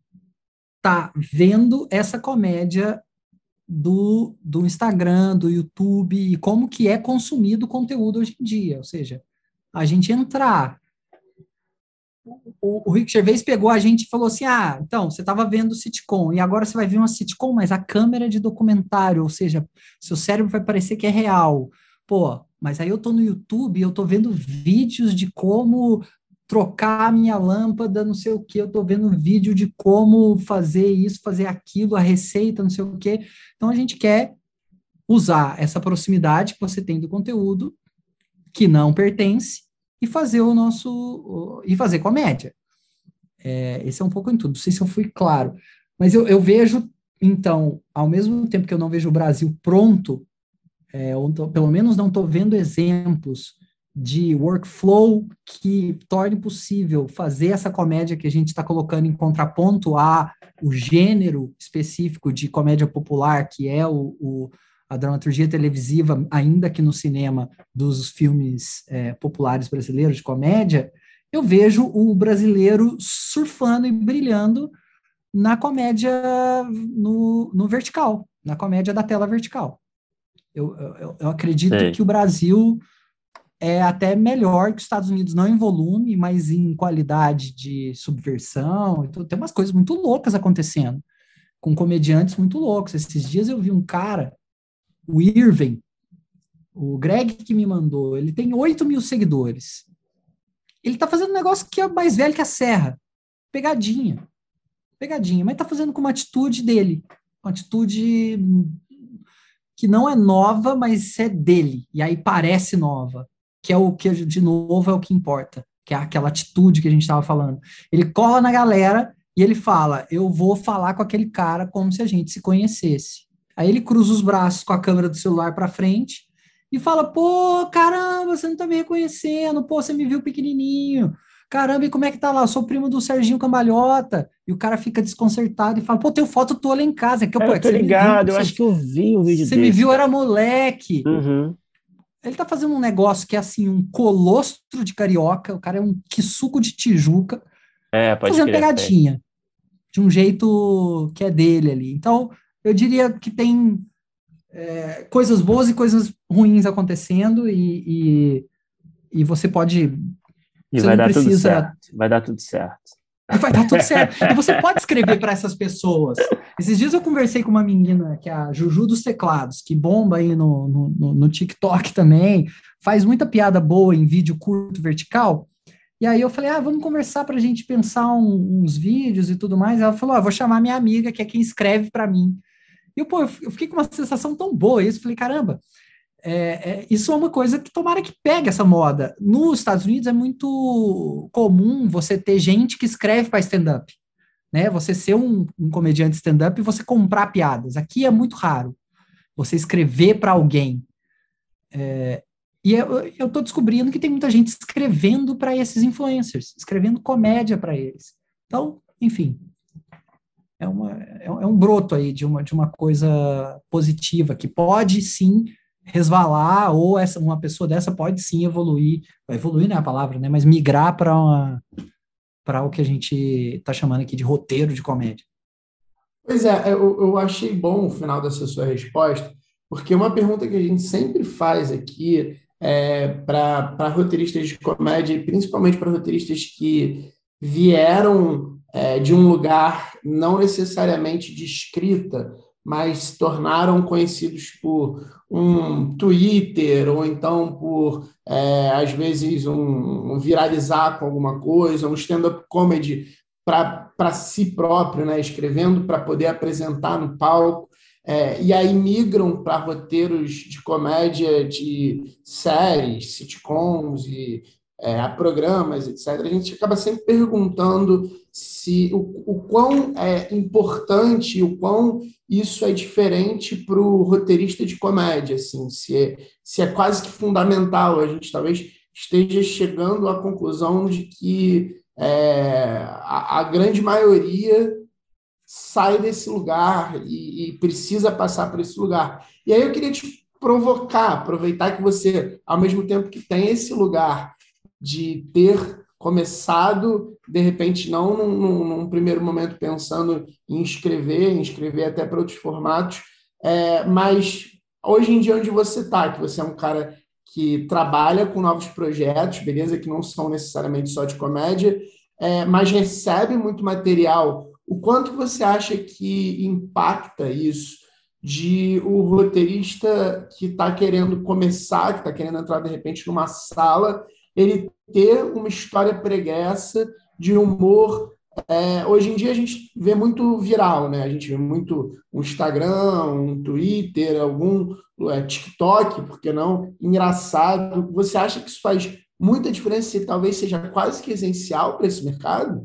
tá vendo essa comédia do, do Instagram, do YouTube, e como que é consumido o conteúdo hoje em dia. Ou seja, a gente entrar o, o Rick Gervais pegou a gente e falou assim, ah, então, você estava vendo sitcom, e agora você vai ver uma sitcom, mas a câmera é de documentário, ou seja, seu cérebro vai parecer que é real. Pô, mas aí eu tô no YouTube e eu tô vendo vídeos de como trocar a minha lâmpada, não sei o que, eu tô vendo vídeo de como fazer isso, fazer aquilo, a receita, não sei o que. Então, a gente quer usar essa proximidade que você tem do conteúdo, que não pertence, e fazer o nosso, e fazer comédia. É, esse é um pouco em tudo, não sei se eu fui claro, mas eu, eu vejo, então, ao mesmo tempo que eu não vejo o Brasil pronto, é, ou tô, pelo menos não estou vendo exemplos de workflow que torne possível fazer essa comédia que a gente está colocando em contraponto a o gênero específico de comédia popular, que é o, o a dramaturgia televisiva, ainda que no cinema, dos filmes é, populares brasileiros de comédia, eu vejo o brasileiro surfando e brilhando na comédia no, no vertical, na comédia da tela vertical. Eu, eu, eu acredito Sei. que o Brasil é até melhor que os Estados Unidos, não em volume, mas em qualidade de subversão. Então, tem umas coisas muito loucas acontecendo, com comediantes muito loucos. Esses dias eu vi um cara, o Irving, o Greg que me mandou, ele tem oito mil seguidores. Ele tá fazendo um negócio que é mais velho que a Serra. Pegadinha. Pegadinha. Mas tá fazendo com uma atitude dele. Uma atitude que não é nova, mas é dele. E aí parece nova. Que é o que, de novo, é o que importa. Que é aquela atitude que a gente tava falando. Ele cola na galera e ele fala, eu vou falar com aquele cara como se a gente se conhecesse. Aí ele cruza os braços com a câmera do celular para frente e fala, pô, caramba, você não tá me reconhecendo, pô, você me viu pequenininho, caramba, e como é que tá lá? Eu sou primo do Serginho Cambalhota. E o cara fica desconcertado e fala, pô, tenho foto tua lá em casa. Que eu,
é,
pô,
eu tô
é
ligado,
viu,
eu
você,
acho que eu vi um vídeo
Você
desse,
me viu,
cara.
era moleque.
Uhum.
Ele tá fazendo um negócio que é assim, um colostro de carioca, o cara é um quissuco de Tijuca,
é, pode
fazendo
crer,
pegadinha, fez. De um jeito que é dele ali. Então, eu diria que tem é, coisas boas e coisas ruins acontecendo e, e, e você pode...
E
você
vai
não
dar
precisa,
tudo certo, vai dar tudo certo.
Vai dar tudo certo. E você pode escrever para essas pessoas. Esses dias eu conversei com uma menina, que é a Juju dos Teclados, que bomba aí no, no, no TikTok também, faz muita piada boa em vídeo curto vertical. E aí eu falei, ah, vamos conversar para a gente pensar um, uns vídeos e tudo mais. Ela falou, ah, vou chamar minha amiga, que é quem escreve para mim. E eu, pô, eu fiquei com uma sensação tão boa isso. Falei, caramba, É, é, isso é uma coisa que tomara que pegue essa moda. Nos Estados Unidos é muito comum você ter gente que escreve para stand-up, né? Você ser um, um comediante stand-up e você comprar piadas. Aqui é muito raro você escrever para alguém. É, e eu estou descobrindo que tem muita gente escrevendo para esses influencers, escrevendo comédia para eles. Então, enfim, é, uma, é, é um broto aí de uma, de uma coisa positiva que pode sim resvalar, ou essa, uma pessoa dessa pode sim evoluir, evoluir não é a palavra, né, mas migrar para para o que a gente está chamando aqui de roteiro de comédia.
Pois é, eu, eu achei bom o final dessa sua resposta, porque uma pergunta que a gente sempre faz aqui é para roteiristas de comédia, e principalmente para roteiristas que vieram é, de um lugar não necessariamente de escrita, mas se tornaram conhecidos por um Twitter, ou então por, é, às vezes, um, um viralizar com alguma coisa, um stand-up comedy para si próprio, né? Escrevendo para poder apresentar no palco, é, e aí migram para roteiros de comédia de séries, sitcoms e é, programas, etcétera. A gente acaba sempre perguntando se o, o quão é importante, o quão isso é diferente para o roteirista de comédia, assim, se é, se é quase que fundamental. A gente talvez esteja chegando à conclusão de que é, a, a grande maioria sai desse lugar e, e precisa passar por esse lugar. E aí eu queria te provocar, aproveitar que você, ao mesmo tempo que tem esse lugar de ter começado, de repente, não num, num, num primeiro momento pensando em escrever, em escrever até para outros formatos, é, mas hoje em dia onde você está, que você é um cara que trabalha com novos projetos, beleza, que não são necessariamente só de comédia, é, mas recebe muito material, o quanto você acha que impacta isso de o roteirista que está querendo começar, que está querendo entrar, de repente, numa sala, ele ter uma história pregressa de humor. É, hoje em dia a gente vê muito viral, né? A gente vê muito um Instagram, um Twitter, algum é, TikTok, por que não? Engraçado. Você acha que isso faz muita diferença e talvez seja quase que essencial para esse mercado?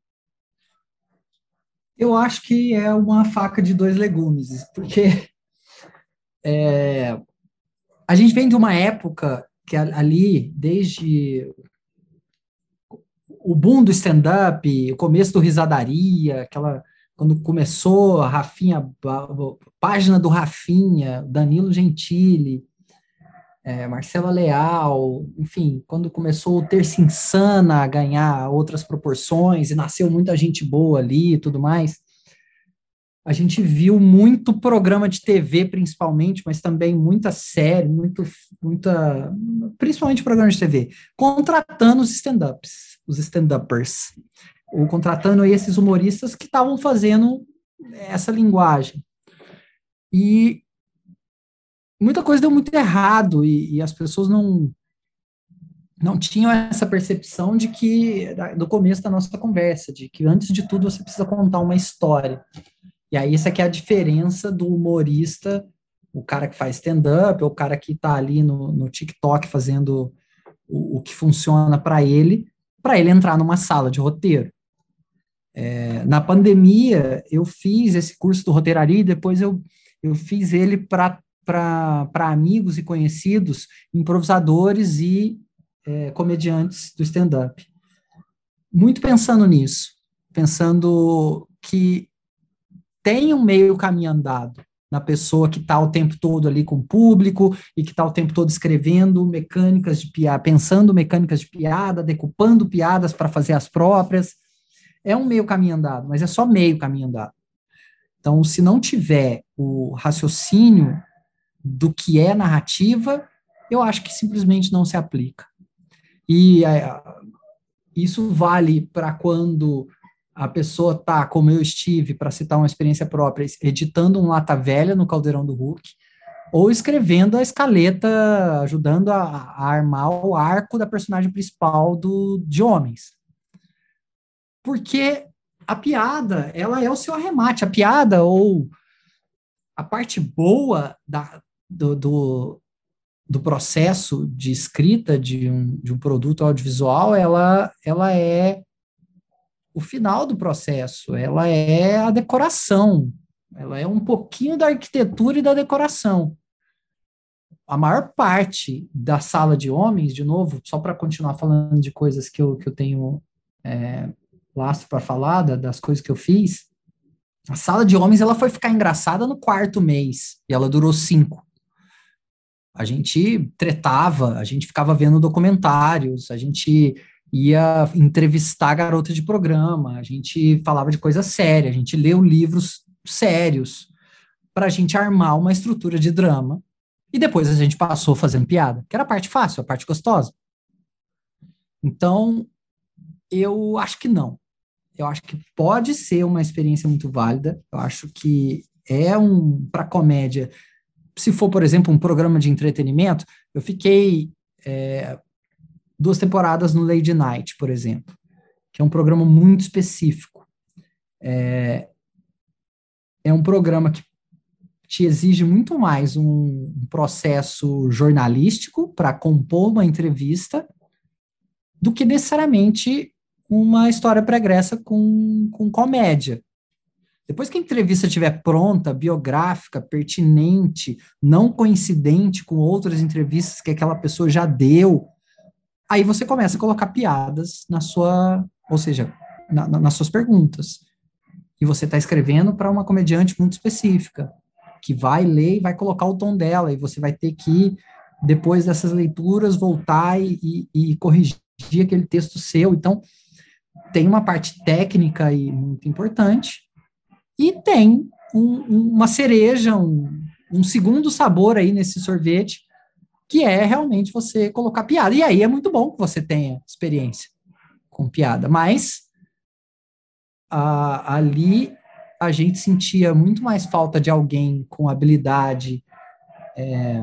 Eu acho que é uma faca de dois legumes, porque é, a gente vem de uma época que ali, desde o boom do stand-up, o começo do Risadaria, aquela, quando começou a Rafinha, a página do Rafinha, Danilo Gentili, é, Marcela Leal, enfim, quando começou o Terça Insana a ganhar outras proporções e nasceu muita gente boa ali e tudo mais, a gente viu muito programa de T V, principalmente, mas também muita série, muito, muita, principalmente programa de T V, contratando os stand-ups, os stand-uppers, ou contratando esses humoristas que estavam fazendo essa linguagem. E muita coisa deu muito errado, e, e as pessoas não, não tinham essa percepção de que, do começo da nossa conversa, de que antes de tudo você precisa contar uma história. E aí, essa aqui é a diferença do humorista, o cara que faz stand-up, ou o cara que está ali no, no TikTok fazendo o, o que funciona para ele, para ele entrar numa sala de roteiro. É, na pandemia, eu fiz esse curso do roteiraria e depois eu, eu fiz ele para amigos e conhecidos, improvisadores e é, comediantes do stand-up. Muito pensando nisso, pensando que tem um meio caminho andado na pessoa que está o tempo todo ali com o público e que está o tempo todo escrevendo mecânicas de piada, pensando mecânicas de piada, decupando piadas para fazer as próprias. É um meio caminho andado, mas é só meio caminho andado. Então, se não tiver o raciocínio do que é narrativa, eu acho que simplesmente não se aplica. E é, isso vale para quando a pessoa está, como eu estive, para citar uma experiência própria, editando um Lata Velha no Caldeirão do Hulk, ou escrevendo a escaleta, ajudando a, a armar o arco da personagem principal do, de Homens. Porque a piada, ela é o seu arremate. A piada, ou a parte boa da, do, do, do processo de escrita de um, de um produto audiovisual, ela, ela é o final do processo, ela é a decoração, ela é um pouquinho da arquitetura e da decoração. A maior parte da sala de homens, de novo, só para continuar falando de coisas que eu, que eu tenho é, laço para falar, das coisas que eu fiz, a sala de homens ela foi ficar engraçada no quarto mês, e ela durou cinco. A gente tretava, a gente ficava vendo documentários, a gente ia entrevistar garota de programa, a gente falava de coisa séria, a gente leu livros sérios para a gente armar uma estrutura de drama, e depois a gente passou fazendo piada, que era a parte fácil, a parte gostosa. Então, eu acho que não. Eu acho que pode ser uma experiência muito válida, eu acho que é um, para comédia, se for, por exemplo, um programa de entretenimento, eu fiquei... É, duas temporadas no Lady Night, por exemplo, que é um programa muito específico. É, é um programa que te exige muito mais um, um processo jornalístico para compor uma entrevista do que necessariamente uma história pregressa com, com comédia. Depois que a entrevista estiver pronta, biográfica, pertinente, não coincidente com outras entrevistas que aquela pessoa já deu, aí você começa a colocar piadas na sua, ou seja, na, na, nas suas perguntas. E você está escrevendo para uma comediante muito específica, que vai ler e vai colocar o tom dela, e você vai ter que, depois dessas leituras, voltar e, e, e corrigir aquele texto seu. Então, tem uma parte técnica aí muito importante, e tem um, uma cereja, um, um segundo sabor aí nesse sorvete, que é realmente você colocar piada. E aí é muito bom que você tenha experiência com piada, mas a, ali a gente sentia muito mais falta de alguém com habilidade é,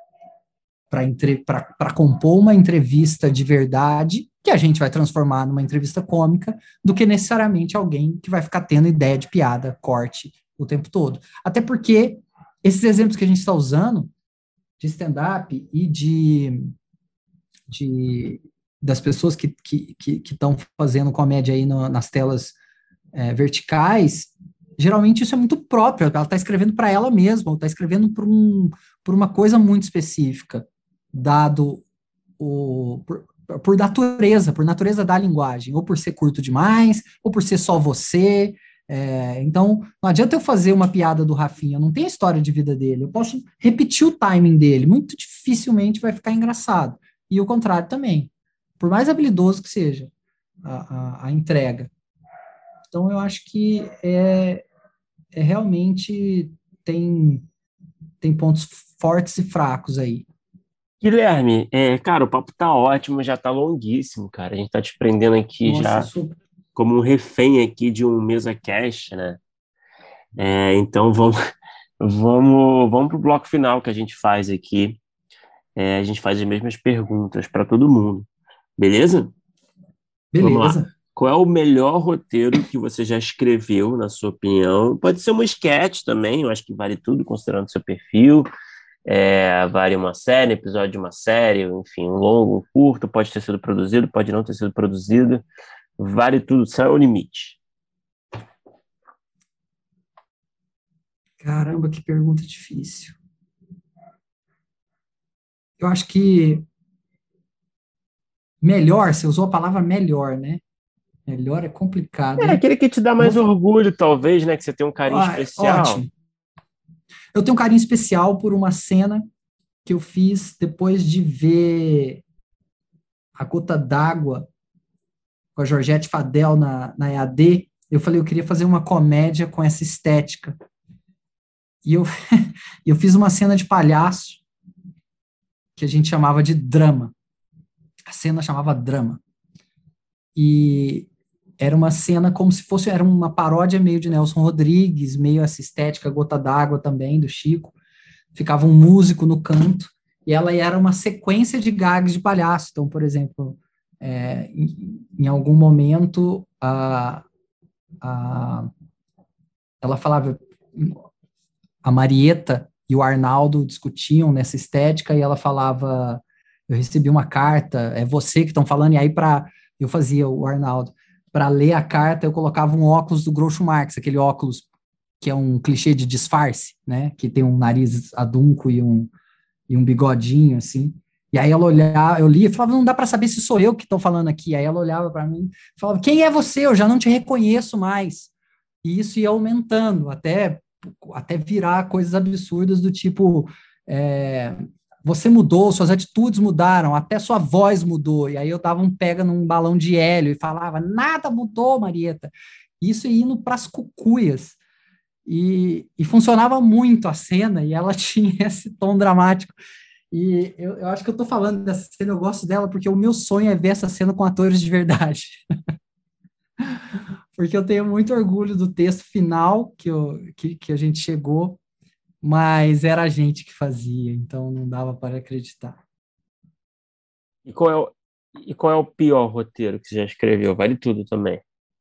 para compor uma entrevista de verdade, que a gente vai transformar numa entrevista cômica, do que necessariamente alguém que vai ficar tendo ideia de piada, corte, o tempo todo. Até porque esses exemplos que a gente está usando, de stand-up e de, de das pessoas que estão que, que, que fazendo comédia aí no, nas telas é, verticais, geralmente isso é muito próprio, ela está escrevendo para ela mesma, ou está escrevendo por, um, por uma coisa muito específica, dado o, por, por natureza, por natureza da linguagem, ou por ser curto demais, ou por ser só você. É, então, não adianta eu fazer uma piada do Rafinha, não tem a história de vida dele, eu posso repetir o timing dele, muito dificilmente vai ficar engraçado, e o contrário também, por mais habilidoso que seja a, a, a entrega. Então, eu acho que é, é realmente tem, tem pontos fortes e fracos aí.
Guilherme, é, cara, o papo tá ótimo, já tá longuíssimo, cara. A gente tá te prendendo aqui
Nossa,
já
sou...
como um refém aqui de um mesa cast, né? É, então vamos, vamos, vamos pro bloco final que a gente faz aqui. É, a gente faz as mesmas perguntas para todo mundo, beleza? Vamos lá.
Beleza.
Qual é o melhor roteiro que você já escreveu, na sua opinião? Pode ser uma sketch também, eu acho que vale tudo, considerando seu perfil. É, vale uma série, episódio de uma série, enfim, um longo, um curto, pode ter sido produzido, pode não ter sido produzido. Vale tudo, céu é o limite.
Caramba, que pergunta difícil. Eu acho que melhor, você usou a palavra melhor, né? Melhor é complicado,
É
hein?
aquele que te dá mais
Vou...
orgulho, talvez, né? Que você tem um carinho
Ah,
especial.
ótimo. Eu tenho um carinho especial por uma cena que eu fiz depois de ver A Gota d'Água com a Georgette Fadel na, na E A D. Eu falei, eu queria fazer uma comédia com essa estética. E eu, eu fiz uma cena de palhaço que a gente chamava de drama. A cena chamava drama. E era uma cena como se fosse, era uma paródia meio de Nelson Rodrigues, meio essa estética Gota d'Água também, do Chico. Ficava um músico no canto, e ela era uma sequência de gags de palhaço. Então, por exemplo, é, em, em algum momento, a, a, ela falava, a Marieta e o Arnaldo discutiam nessa estética, e ela falava, eu recebi uma carta, é você que estão falando, e aí para eu fazia o Arnaldo, para ler a carta, eu colocava um óculos do Groucho Marx, aquele óculos que é um clichê de disfarce, né, que tem um nariz adunco e um, e um bigodinho, assim, e aí ela olhava, eu lia e falava, não dá para saber se sou eu que estou falando aqui, aí ela olhava para mim e falava, quem é você? Eu já não te reconheço mais, e isso ia aumentando, até, até virar coisas absurdas do tipo, é, você mudou, suas atitudes mudaram, até sua voz mudou, e aí eu dava um pega num balão de hélio e falava, nada mudou, Marieta, isso ia indo para as cucuias, e, e funcionava muito a cena, e ela tinha esse tom dramático, e eu, eu acho que eu tô falando dessa cena, eu gosto dela, porque o meu sonho é ver essa cena com atores de verdade, porque eu tenho muito orgulho do texto final que, eu, que, que a gente chegou, mas era a gente que fazia, então não dava para acreditar.
E qual é o, e qual é o pior roteiro que você já escreveu? Vale tudo também.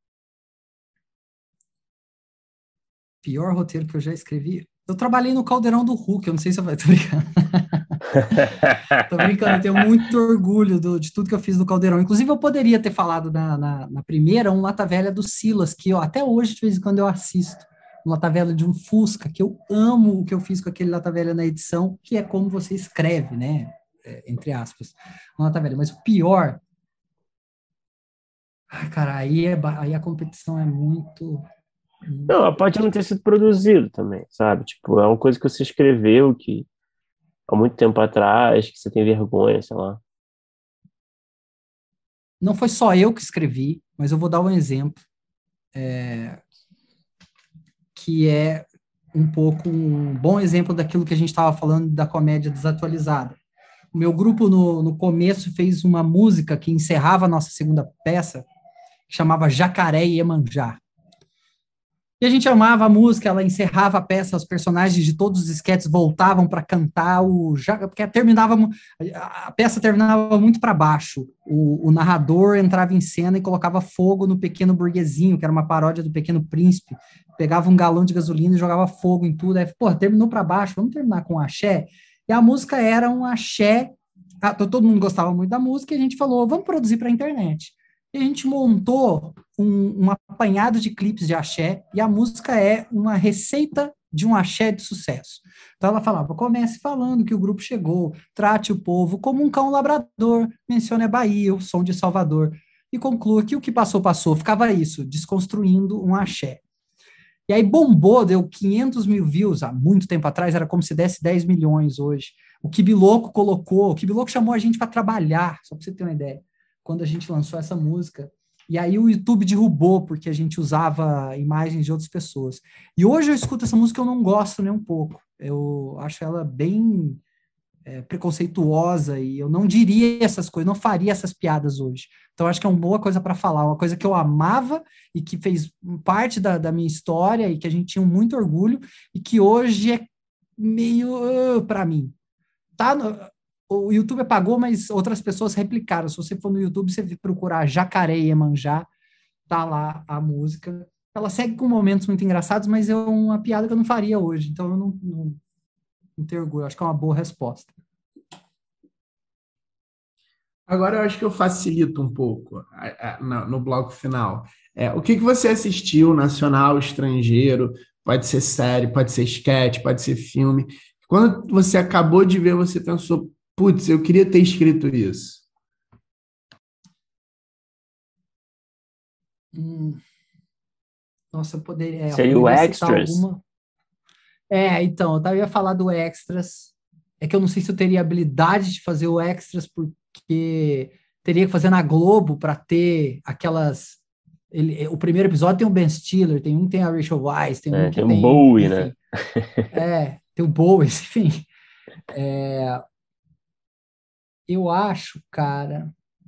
Pior roteiro que eu já escrevi? Eu trabalhei no Caldeirão do Hulk, eu não sei se eu vou... Tô brincando. Tô brincando, eu tenho muito orgulho do, de tudo que eu fiz no Caldeirão. Inclusive, eu poderia ter falado na, na, na primeira um Lata Velha do Silas, que eu, até hoje, de vez em quando, eu assisto. Um Lata Velha de um Fusca, que eu amo o que eu fiz com aquele Lata Velha na edição, que é como você escreve, né? É, entre aspas. Um Lata Velha. Mas o pior... Ai, cara, aí, é, aí a competição é muito...
Não, pode não ter sido produzido também, sabe? Tipo, é uma coisa que você escreveu que há muito tempo atrás, que você tem vergonha, sei lá.
Não foi só eu que escrevi, mas eu vou dar um exemplo, é, que é um pouco um bom exemplo daquilo que a gente estava falando da comédia desatualizada. O meu grupo, no, no começo, fez uma música que encerrava a nossa segunda peça, que chamava Jacaré e Iemanjá. E a gente amava a música, ela encerrava a peça, os personagens de todos os esquetes voltavam para cantar, o, já, porque terminava, a peça terminava muito para baixo. O, o narrador entrava em cena e colocava fogo no Pequeno Burguesinho, que era uma paródia do Pequeno Príncipe, pegava um galão de gasolina e jogava fogo em tudo. Aí, pô, terminou para baixo, vamos terminar com um axé? E a música era um axé, todo mundo gostava muito da música, e a gente falou, vamos produzir para a internet. E a gente montou um, um apanhado de clipes de axé, e a música é uma receita de um axé de sucesso. Então ela falava, comece falando que o grupo chegou, trate o povo como um cão labrador, mencione a Bahia, o som de Salvador, e conclua que o que passou, passou. Ficava isso, desconstruindo um axé. E aí bombou, deu quinhentos mil views, há muito tempo atrás, era como se desse dez milhões hoje. O Kibiloco colocou, o Kibiloco chamou a gente para trabalhar, só para você ter uma ideia, quando a gente lançou essa música. E aí o YouTube derrubou, porque a gente usava imagens de outras pessoas. E hoje eu escuto essa música e eu não gosto nem um pouco. Eu acho ela bem é, preconceituosa e eu não diria essas coisas, não faria essas piadas hoje. Então acho que é uma boa coisa para falar, uma coisa que eu amava e que fez parte da, da minha história e que a gente tinha muito orgulho e que hoje é meio uh, para mim. Tá no, o YouTube apagou, mas outras pessoas replicaram. Se você for no YouTube, você procurar Jacaré e Iemanjá, tá lá a música. Ela segue com momentos muito engraçados, mas é uma piada que eu não faria hoje. Então eu não, não, não tenho orgulho. Acho que é uma boa resposta.
Agora eu acho que eu facilito um pouco a, a, no, no bloco final. É, o que, que você assistiu, nacional, estrangeiro? Pode ser série, pode ser sketch, pode ser filme. Quando você acabou de ver, você pensou, putz, eu queria ter escrito isso.
Hum. Nossa, eu poderia... É,
Seria
eu
o
poderia
Extras?
Alguma... É, então, eu ia falar do Extras. É que eu não sei se eu teria habilidade de fazer o Extras, porque teria que fazer na Globo para ter aquelas... Ele, o primeiro episódio tem o Ben Stiller, tem um que tem a Rachel Weisz, tem
É,
um que
tem um
tem...
Bowie,
enfim,
né?
é, tem o Bowie, enfim. É, eu acho, cara...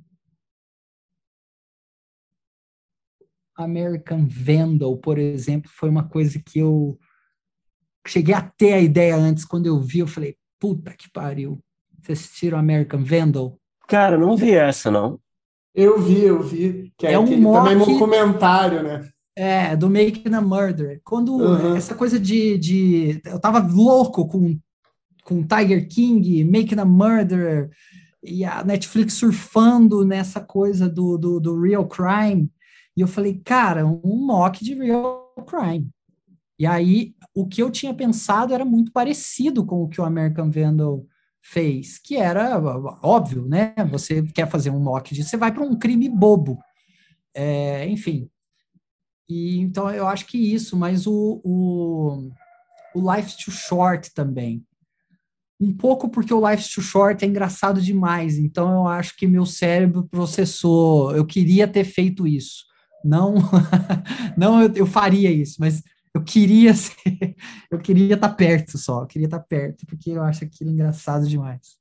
American Vandal, por exemplo, foi uma coisa que eu cheguei a ter a ideia antes. Quando eu vi, eu falei, puta que pariu. Vocês assistiram American Vandal?
Cara, não vi essa, não.
Eu vi, eu vi, que é
É um
aquele também
mock
documentário, né?
é, do Making a Murderer. Quando essa
Uhum.
coisa de, de... Eu tava louco com, com Tiger King, Making a Murderer, e a Netflix surfando nessa coisa do, do, do real crime. E eu falei, cara, um mock de real crime. E aí, o que eu tinha pensado era muito parecido com o que o American Vandal fez, que era óbvio, né? Você quer fazer um mock disso, você vai para um crime bobo. É, enfim. E, então, eu acho que isso, mas o, o, o Life's Too Short também. Um pouco porque o Life's Too Short é engraçado demais, então eu acho que meu cérebro processou, eu queria ter feito isso. Não, não eu, eu faria isso, mas eu queria ser, eu queria estar perto só, eu queria estar perto, porque eu acho aquilo engraçado demais.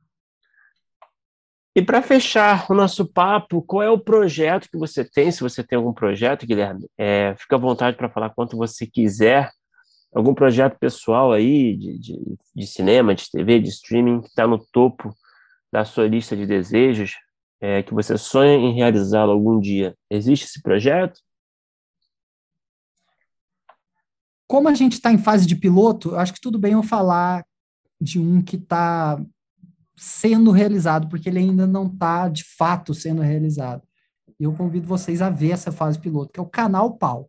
E para fechar o nosso papo, qual é o projeto que você tem? Se você tem algum projeto, Guilherme, é, fica à vontade para falar quanto você quiser. Algum projeto pessoal aí de, de, de cinema, de T V, de streaming, que está no topo da sua lista de desejos, é, que você sonha em realizá-lo algum dia? Existe esse projeto?
Como a gente está em fase de piloto, eu acho que tudo bem eu falar de um que está sendo realizado, porque ele ainda não está, de fato, sendo realizado. Eu convido vocês a ver essa fase piloto, que é o Canal Pau.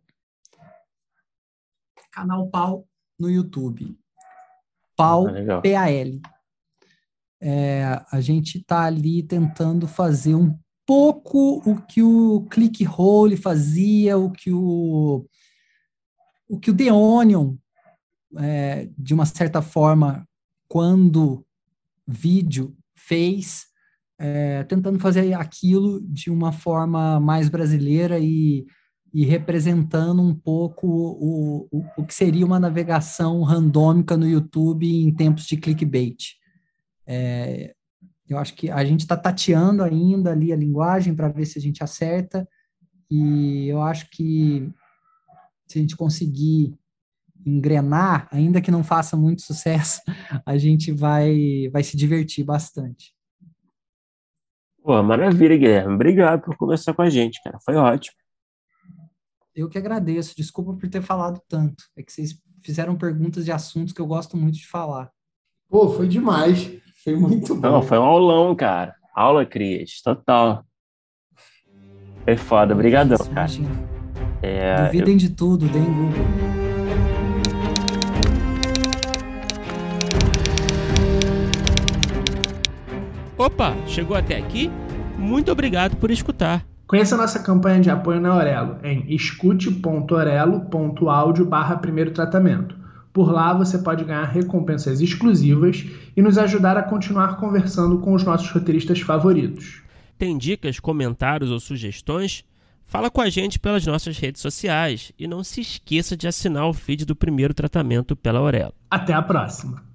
Canal Pau no YouTube. Pau,
ah,
P A L. É, a gente está ali tentando fazer um pouco o que o ClickHole fazia, o que o, o que o The Onion, é, de uma certa forma, quando vídeo fez, é, tentando fazer aquilo de uma forma mais brasileira e, e representando um pouco o, o, o que seria uma navegação randômica no YouTube em tempos de clickbait. É, eu acho que a gente está tateando ainda ali a linguagem para ver se a gente acerta, e eu acho que se a gente conseguir engrenar, ainda que não faça muito sucesso, a gente vai, vai se divertir bastante.
Pô, maravilha, Guilherme. Obrigado por conversar com a gente, cara. Foi ótimo.
Eu que agradeço. Desculpa por ter falado tanto. É que vocês fizeram perguntas de assuntos que eu gosto muito de falar.
Pô, foi demais. Foi muito bom.
Não, foi um aulão, cara. Aula, Cris. Total. Foi foda. Obrigadão, cara.
Imagina.
É,
Duvidem
eu...
de tudo, deem Google.
Opa, chegou até aqui? Muito obrigado por escutar.
Conheça a nossa campanha de apoio na Aurelo em escute ponto orelo ponto audio barra primeiro tratamento. Por lá você pode ganhar recompensas exclusivas e nos ajudar a continuar conversando com os nossos roteiristas favoritos.
Tem dicas, comentários ou sugestões? Fala com a gente pelas nossas redes sociais e não se esqueça de assinar o feed do Primeiro Tratamento pela Aurelo.
Até a próxima!